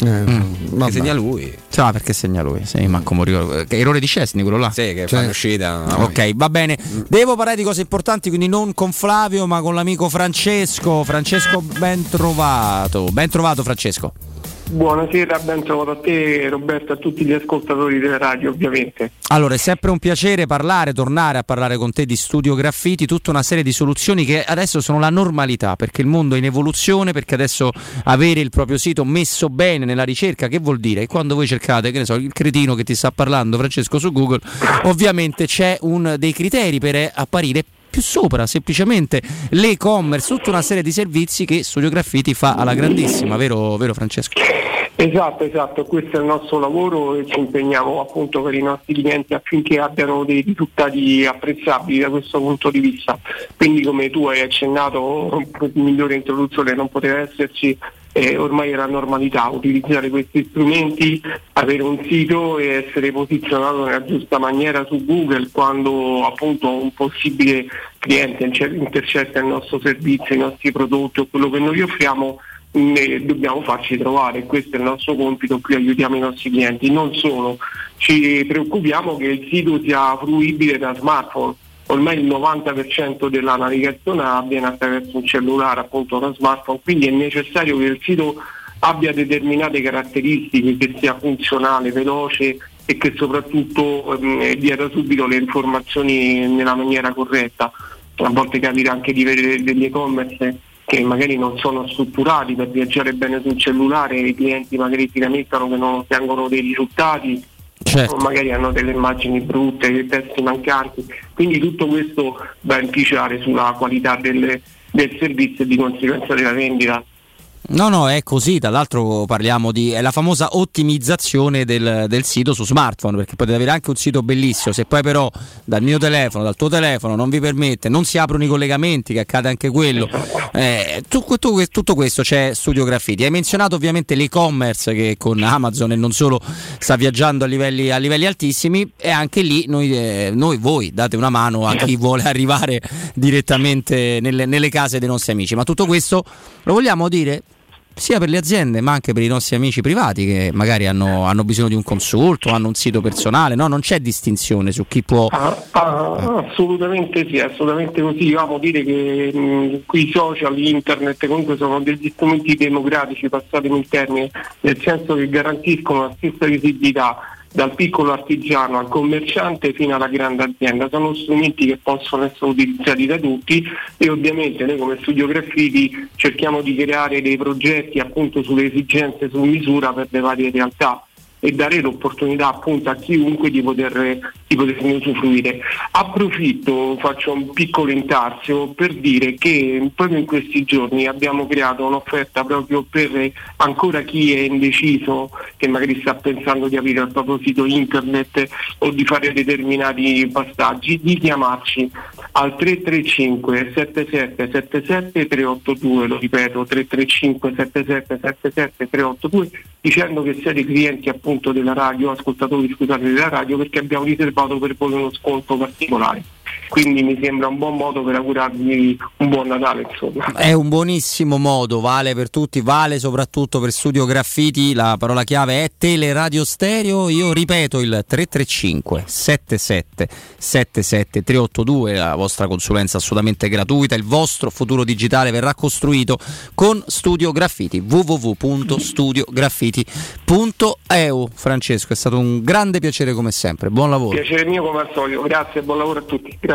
Eh, mm. Che segna lui. Sa perché segna lui, sì, ma come ricordo. Errore di Szczesny quello là. Sì, che fa l'uscita. Ah, ok, va bene. Devo parlare di cose importanti, quindi non con Flavio, ma con l'amico Francesco. Francesco, ben trovato. Ben trovato Francesco. Buonasera, ben trovato a te Roberto, a tutti gli ascoltatori della radio ovviamente. Allora, è sempre un piacere parlare, tornare a parlare con te di Studio Graffiti, tutta una serie di soluzioni che adesso sono la normalità, perché il mondo è in evoluzione, perché adesso avere il proprio sito messo bene nella ricerca, che vuol dire? Che quando voi cercate, che ne so, il cretino che ti sta parlando Francesco su Google, ovviamente c'è un dei criteri per apparire più sopra, semplicemente l'e-commerce, tutta una serie di servizi che Studio Graffiti fa alla grandissima, vero, vero Francesco? Esatto, esatto, questo è il nostro lavoro e ci impegniamo appunto per i nostri clienti affinché abbiano dei risultati apprezzabili da questo punto di vista. Quindi, come tu hai accennato, migliore introduzione non poteva esserci. Eh, ormai è la normalità utilizzare questi strumenti, avere un sito e essere posizionato nella giusta maniera su Google quando appunto un possibile cliente intercetta il nostro servizio, i nostri prodotti o quello che noi offriamo, ne dobbiamo farci trovare. Questo è il nostro compito, qui aiutiamo i nostri clienti. Non solo, ci preoccupiamo che il sito sia fruibile da smartphone. Ormai il novanta per cento della navigazione avviene attraverso un cellulare, appunto uno smartphone, quindi è necessario che il sito abbia determinate caratteristiche, che sia funzionale, veloce e che soprattutto ehm, dia da subito le informazioni nella maniera corretta. A volte capita anche di vedere degli e-commerce che magari non sono strutturati per viaggiare bene sul cellulare e i clienti magari si lamentano che non ottengono dei risultati. Certo. O magari hanno delle immagini brutte, dei testi mancanti, quindi tutto questo va a inficiare sulla qualità del, del servizio e di conseguenza della vendita. No, no, è così. Tra l'altro parliamo di è la famosa ottimizzazione del, del sito su smartphone, perché potete avere anche un sito bellissimo, se poi però dal mio telefono, dal tuo telefono non vi permette, non si aprono i collegamenti, che accade anche quello. Eh, tutto, tutto questo c'è Studio Graffiti. Hai menzionato ovviamente l'e-commerce che con Amazon e non solo sta viaggiando a livelli, a livelli altissimi, e anche lì noi, eh, noi voi date una mano a chi vuole arrivare direttamente nelle, nelle case dei nostri amici. Ma tutto questo lo vogliamo dire sia per le aziende ma anche per i nostri amici privati che magari hanno, hanno bisogno di un consulto, hanno un sito personale, no? Non c'è distinzione su chi può. Ah, ah, assolutamente sì, assolutamente così. Io amo dire che mh, qui i social, internet comunque sono degli strumenti democratici, passatemi il termine, nel senso che garantiscono la stessa visibilità dal piccolo artigiano al commerciante fino alla grande azienda. Sono strumenti che possono essere utilizzati da tutti e ovviamente noi come Studio Graffiti cerchiamo di creare dei progetti appunto sulle esigenze su misura per le varie realtà e dare l'opportunità appunto a chiunque di poter di poterne usufruire. Approfitto, faccio un piccolo intarsio per dire che proprio in questi giorni abbiamo creato un'offerta proprio per ancora chi è indeciso, che magari sta pensando di aprire il proprio sito internet o di fare determinati passaggi, di chiamarci al tre tre cinque sette sette sette sette tre otto due, lo ripeto, tre tre cinque sette sette sette sette tre otto due, dicendo che siete clienti appunto della radio, ascoltatori scusate della radio, perché abbiamo riservato per voi uno sconto particolare. Quindi mi sembra un buon modo per augurarvi un buon Natale, insomma. È un buonissimo modo, vale per tutti, vale soprattutto per Studio Graffiti. La parola chiave è Teleradio Stereo. Io ripeto il tre tre cinque sette sette sette sette tre otto due, la vostra consulenza assolutamente gratuita, il vostro futuro digitale verrà costruito con Studio Graffiti. w w w punto studio graffiti punto e u. Francesco, è stato un grande piacere come sempre, buon lavoro. Piacere mio come al solito, grazie e buon lavoro a tutti. Grazie.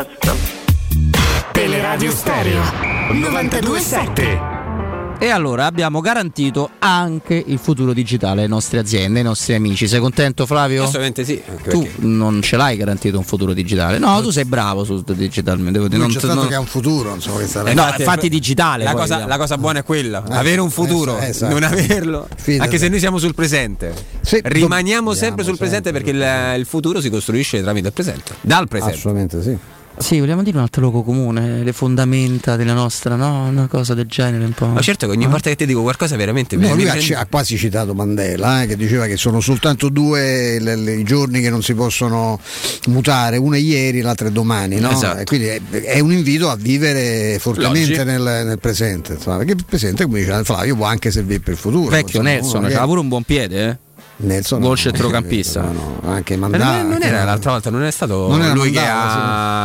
Teleradio Stereo novantadue sette. E allora abbiamo garantito anche il futuro digitale alle nostre aziende, ai nostri amici. Sei contento, Flavio? Assolutamente sì. Tu perché... non ce l'hai garantito un futuro digitale? No, tu sei bravo su digitalmente. Devo dire, non c'è stato non... che è un futuro, insomma, che sarà... eh, no, infatti digitale. La, poi, cosa, la cosa buona è quella, eh, avere un futuro, eh, esatto. non averlo. Fidate. Anche se noi siamo sul presente. Sì, rimaniamo sempre sul presente, sempre perché il, il futuro si costruisce tramite il presente. Dal presente. Assolutamente sì. Sì, vogliamo dire un altro luogo comune, le fondamenta della nostra, no? Una cosa del genere un po'. Ma certo che ogni eh? volta che ti dico qualcosa veramente no, mi, lui mi ha, prende... ha quasi citato Mandela, eh, che diceva che sono soltanto due le, le, i giorni che non si possono mutare, uno è ieri, l'altro è domani, no? Esatto. E quindi è, è un invito a vivere fortemente nel, nel presente, insomma, perché il presente, come dice Flavio, può anche servire per il futuro. Vecchio insomma, Nelson, che... c'ha pure un buon piede, eh? Nelson gol centrocampista, no, no, anche Ma Mandala, non, non era l'altra volta, non è stato non era lui Mandala, che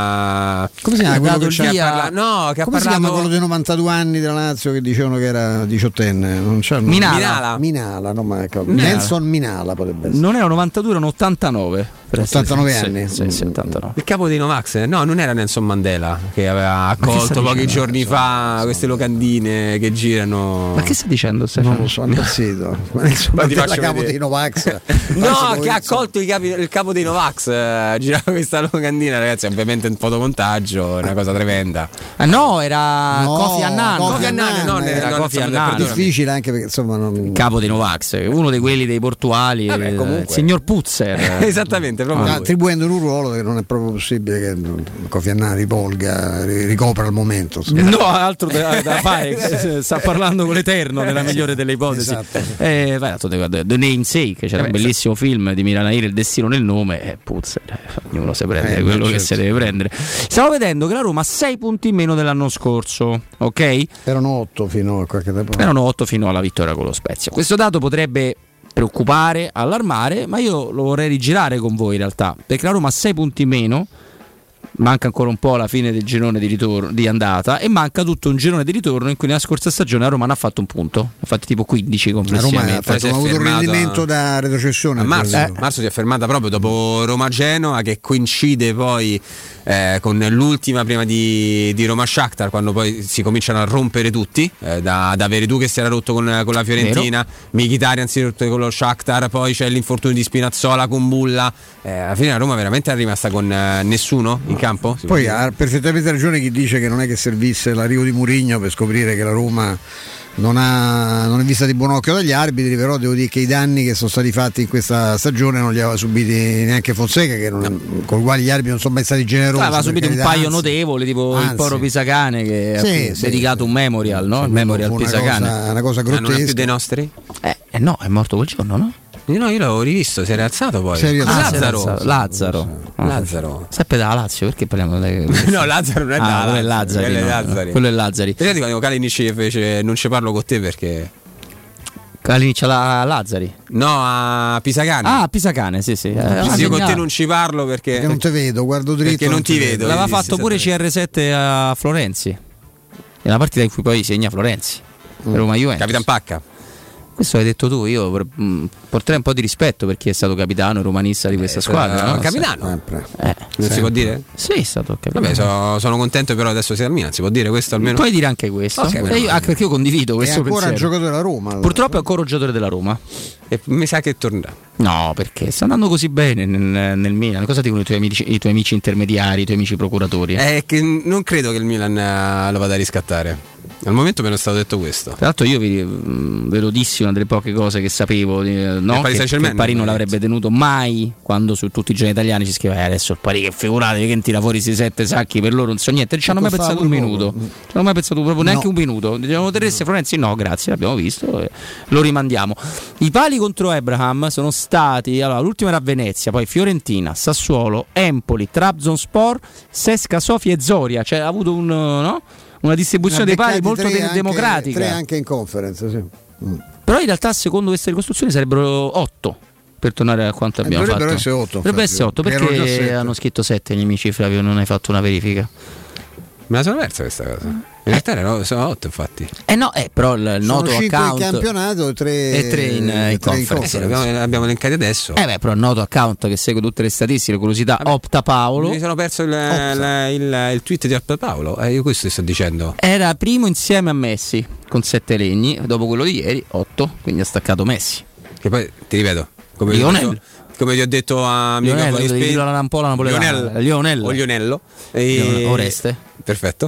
ha sì. Come si chiama quello che, che ha parla... no, che ha come parlato... si chiama quello dei novantadue anni della Lazio che dicevano che era diciottenne? Non c'è Minala. Minala, Minala, no, ma ecco. Nelson Minala potrebbe essere. Non era novantadue, erano ottantanove. ottantanove anni? Sì, sì, sì, ottantanove. Il capo dei Novax? No, non era Nelson Mandela che aveva accolto pochi giorni fa queste locandine che girano. Ma che stai dicendo? Non lo so, impazzito. Nelson Mandela, capo dei Novax. No, che ha accolto i capi, il capo dei Novax, eh, girava questa locandina, ragazzi, ovviamente un fotomontaggio, una cosa tremenda. Ah, no, era no, Kofi Annan. Kofi Annan, no, era no, Kofi no, Annan. Difficile anche perché insomma non... il capo dei Novax, uno di quelli dei portuali, Vabbè, il signor Puzzer. Esattamente, proprio ah, attribuendo un ruolo che non è proprio possibile che Kofi Annan rivolga, ricopra al momento. Insomma. No, altro da, da fare, sta parlando con l'Eterno nella migliore delle ipotesi. Esatto. Eh, vai, The Namesake, c'era eh, un bellissimo sì. film di Miranahir, Il destino nel nome, e eh, Puzzer, ognuno si prende eh, quello certo. che si deve prendere. Stiamo vedendo che la Roma ha sei punti in meno dell'anno scorso, ok? Erano otto fino a qualche tempo. Erano otto fino alla vittoria con lo Spezia. Questo dato potrebbe preoccupare, allarmare, ma io lo vorrei rigirare con voi in realtà, perché la Roma ha sei punti in meno, manca ancora un po' la fine del girone di ritorno di andata e manca tutto un girone di ritorno in cui nella scorsa stagione la Roma non ha fatto un punto, ha fatto tipo quindici complessivamente. La Roma ha, fatto, ha avuto un rendimento da retrocessione a marzo, eh. marzo si è fermata proprio dopo Roma-Genoa, che coincide poi eh, con l'ultima prima di, di Roma-Shakhtar, quando poi si cominciano a rompere tutti, eh, da, da Veretù che si era rotto con, con la Fiorentina, Mkhitaryan si è rotto con lo Shakhtar, poi c'è l'infortunio di Spinazzola con Bulla, eh, alla fine la Roma veramente è rimasta con eh, nessuno in campo. Poi ha perfettamente ragione chi dice che non è che servisse l'arrivo di Mourinho per scoprire che la Roma non, ha, non è vista di buon occhio dagli arbitri, però devo dire che i danni che sono stati fatti in questa stagione non li aveva subiti neanche Fonseca, che non, no. con i quali gli arbitri non sono mai stati generosi. Aveva subito un paio anzi, notevoli, tipo anzi. il Poro Pisacane che sì, ha sì, dedicato sì. un memorial, no? Il memorial Pisacane. Una cosa, una cosa grottesca. Ah, non è più dei nostri? Eh, eh no, è morto quel giorno, no? No, io l'avevo rivisto, si è rialzato poi. Si è rialzato. Ah, Lazzaro. Lazzaro. Lazzaro. Oh. Lazzaro. Sempre da Lazio, perché parliamo di... No, Lazzaro non è ah, da Lazzari. Lazzari, no. Lazzari. Quello è Lazzari. Vedi quando Kalinic fece non ci parlo con te perché... Kalinic alla Lazzari? No, a Pisacane. Ah, a Pisacane, sì, sì. Eh, io con te non ci parlo perché... Perché non ti vedo, guardo dritto. Perché non ti vedo. L'aveva fatto pure C R sette a Florenzi. Nella partita in cui poi segna Florenzi. Mm. Roma Juventus. Capitan Pacca. Questo hai detto tu, io mh, porterei un po' di rispetto per chi è stato capitano e romanista di questa eh, squadra. No? Capitano? Sempre. Eh, non sempre. Si può dire? Sì, è stato capitano. Vabbè, so, sono contento, però adesso sei al Milan, si può dire questo almeno? Puoi dire anche questo. Okay, eh, io, anche perché io condivido questo pensiero. È ancora un giocatore della Roma. Allora. Purtroppo è ancora un giocatore della Roma. E mi sa che tornerà. No, perché sta andando così bene nel, nel Milan. Cosa dicono i tuoi amici, i tuoi amici intermediari, i tuoi amici procuratori? È che non credo che il Milan lo vada a riscattare. Al momento me ne è stato detto questo. Tra l'altro io vi, ve lo dissi una delle poche cose che sapevo, eh, no? che, che il Parì non l'avrebbe tenuto mai, quando su tutti i giornali italiani ci scriveva eh, adesso il Parì che figuratevi che tira fuori questi sette sacchi, per loro non so niente, non ci hanno mai pensato un minuto, non ci hanno mai pensato proprio neanche no. un minuto. Dicevano Teresse Florenzi no grazie, l'abbiamo visto, eh, lo rimandiamo. I pali contro Abraham sono stati, allora l'ultimo era a Venezia, poi Fiorentina, Sassuolo, Empoli, Trabzonspor, Sesca Sofia e Zoria, cioè ha avuto un no? una distribuzione dei pali molto de- anche, democratica. Tre anche in conference, sì. Mm. Però in realtà secondo questa ricostruzione sarebbero otto, per tornare a quanto eh, abbiamo dovrebbero fatto. Essere otto, dovrebbe essere otto perché hanno scritto sette gli amici Flavio, non hai fatto una verifica. Me la sono persa questa cosa. In realtà erano, sono otto infatti. Eh no, eh, però il noto sono account in campionato e tre, e tre in, in, in conference. Eh sì, abbiamo, abbiamo elencati adesso. Eh beh, però il noto account che segue tutte le statistiche, curiosità, Vabbè, Opta Paolo. Mi sono perso il, il, il, il tweet di Opta Paolo. Eh, io questo ti sto dicendo. Era primo insieme a Messi con sette legni, dopo quello di ieri otto, quindi ha staccato Messi. Che poi ti ripeto, come Lionel. come ti ho detto a microfoni spenti, la lampola napoletana, Lionello o Lionello e Oreste. Perfetto.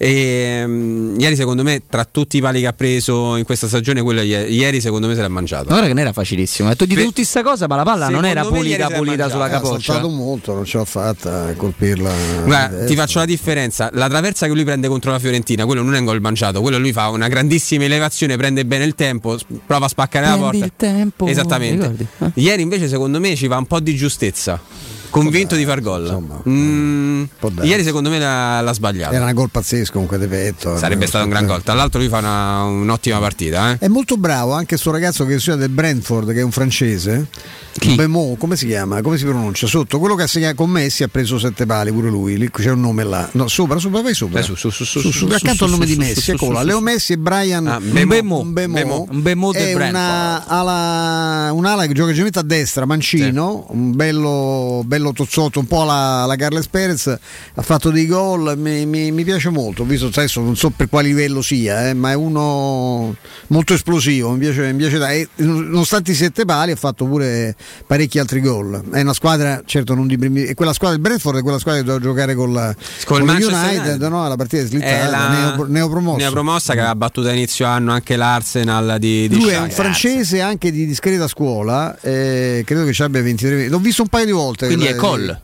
E, um, ieri secondo me tra tutti i pali che ha preso in questa stagione quello ieri, ieri secondo me se l'ha mangiato. Ma guarda che non era facilissimo. Ho detto di tutti sta cosa, ma la palla non era pulita pulita sulla capoccia. Ha saltato molto, non ce l'ho fatta a colpirla. Guarda, ti faccio la differenza. La traversa che lui prende contro la Fiorentina, quello non è un gol mangiato, quello lui fa una grandissima elevazione, prende bene il tempo, prova a spaccare Prendi la porta. Il tempo. Esattamente. Eh? Ieri invece secondo me ci va un po' di giustezza. Convinto di far gol. Mm, ieri secondo me l'ha, l'ha sbagliato. Era un gol pazzesco comunque De Petto. Sarebbe stato un gran gol. Tra l'altro lui fa una, un'ottima partita. Eh? È molto bravo anche sto ragazzo che è del Brentford, che è un francese. Chi? Bemo, come si chiama? Come si pronuncia? Sotto quello che ha segnato con Messi ha preso sette pali pure lui. Lì c'è un nome là. No, sopra, sopra, vai sopra. Eh, su, su, su, su, su, su, accanto su, al nome su, di su, Messi, su, eccolo su, là. su, Leo su. Messi e Brian Ah, Bemo. Un Bemo. Un Bemo del è una ala, un'ala che gioca generalmente a destra, mancino, sì. Un bello, bello tozzotto, un po' la, la Carles Perez, ha fatto dei gol, mi, mi, mi piace molto. Ho visto adesso, non so per quale livello sia, eh, ma è uno molto esplosivo. Mi piace, mi piace e, nonostante i sette pali, ha fatto pure parecchi altri gol. È una squadra, certo, non di primi. E quella squadra del Brentford è quella squadra che doveva giocare con la con con United, United, no? La partita è slittata, la neo, neopromossa. neopromossa che aveva battuto a inizio anno anche l'Arsenal di, di Lui Shaq. è un francese anche di discreta scuola, eh, credo che ci abbia ventitré. L'ho visto un paio di volte. Quindi è Col.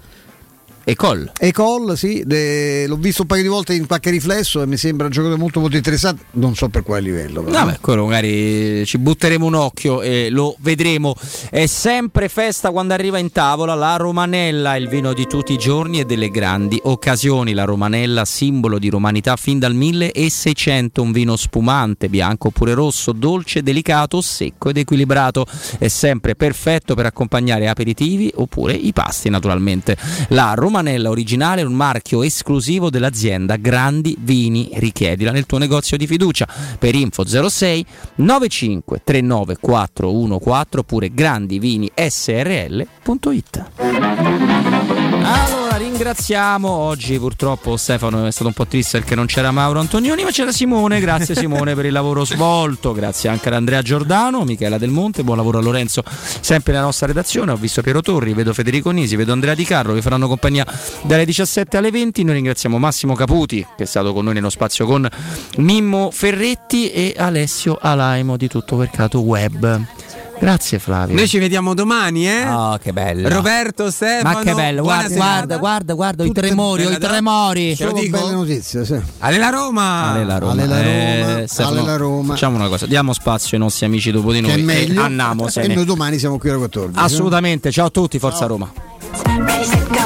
Ecol. Ecol, sì, de, l'ho visto un paio di volte in qualche riflesso e mi sembra un giocatore molto molto interessante, non so per quale livello. Però. Vabbè, quello magari ci butteremo un occhio e lo vedremo. È sempre festa quando arriva in tavola la Romanella, il vino di tutti i giorni e delle grandi occasioni. La Romanella, simbolo di romanità fin dal milleseicento, un vino spumante, bianco oppure rosso, dolce, delicato, secco ed equilibrato. È sempre perfetto per accompagnare aperitivi oppure i pasti, naturalmente. La Romanella originale è un marchio esclusivo dell'azienda Grandi Vini. Richiedila nel tuo negozio di fiducia. Per info zero sei novantacinque trentanove quattrocentoquarantadue oppure grandivini S R L punto it. Allora ringraziamo, oggi purtroppo Stefano è stato un po' triste perché non c'era Mauro Antonioni, ma c'era Simone. Grazie Simone per il lavoro svolto, grazie anche ad Andrea Giordano, Michela Del Monte, buon lavoro a Lorenzo sempre nella nostra redazione. Ho visto Piero Torri, vedo Federico Nisi, vedo Andrea Di Carlo, vi faranno compagnia dalle diciassette alle venti. Noi ringraziamo Massimo Caputi che è stato con noi nello spazio con Mimmo Ferretti e Alessio Alaimo di Tutto Mercato Web. Grazie Flavio. Noi ci vediamo domani, eh? Oh, che bello. Roberto, Stefano. Ma che bello, guarda, guarda, guarda, guarda, i tremori, i tremori. Sono belle notizie, sì. Allela Roma. Allela Roma. Allela Roma. Eh, Stefano, Allela Roma. Facciamo una cosa, diamo spazio ai nostri amici dopo di noi. Che è meglio. E andiamo, e noi domani siamo qui alle quattordici. Assolutamente, ciao a tutti, forza ciao. Roma.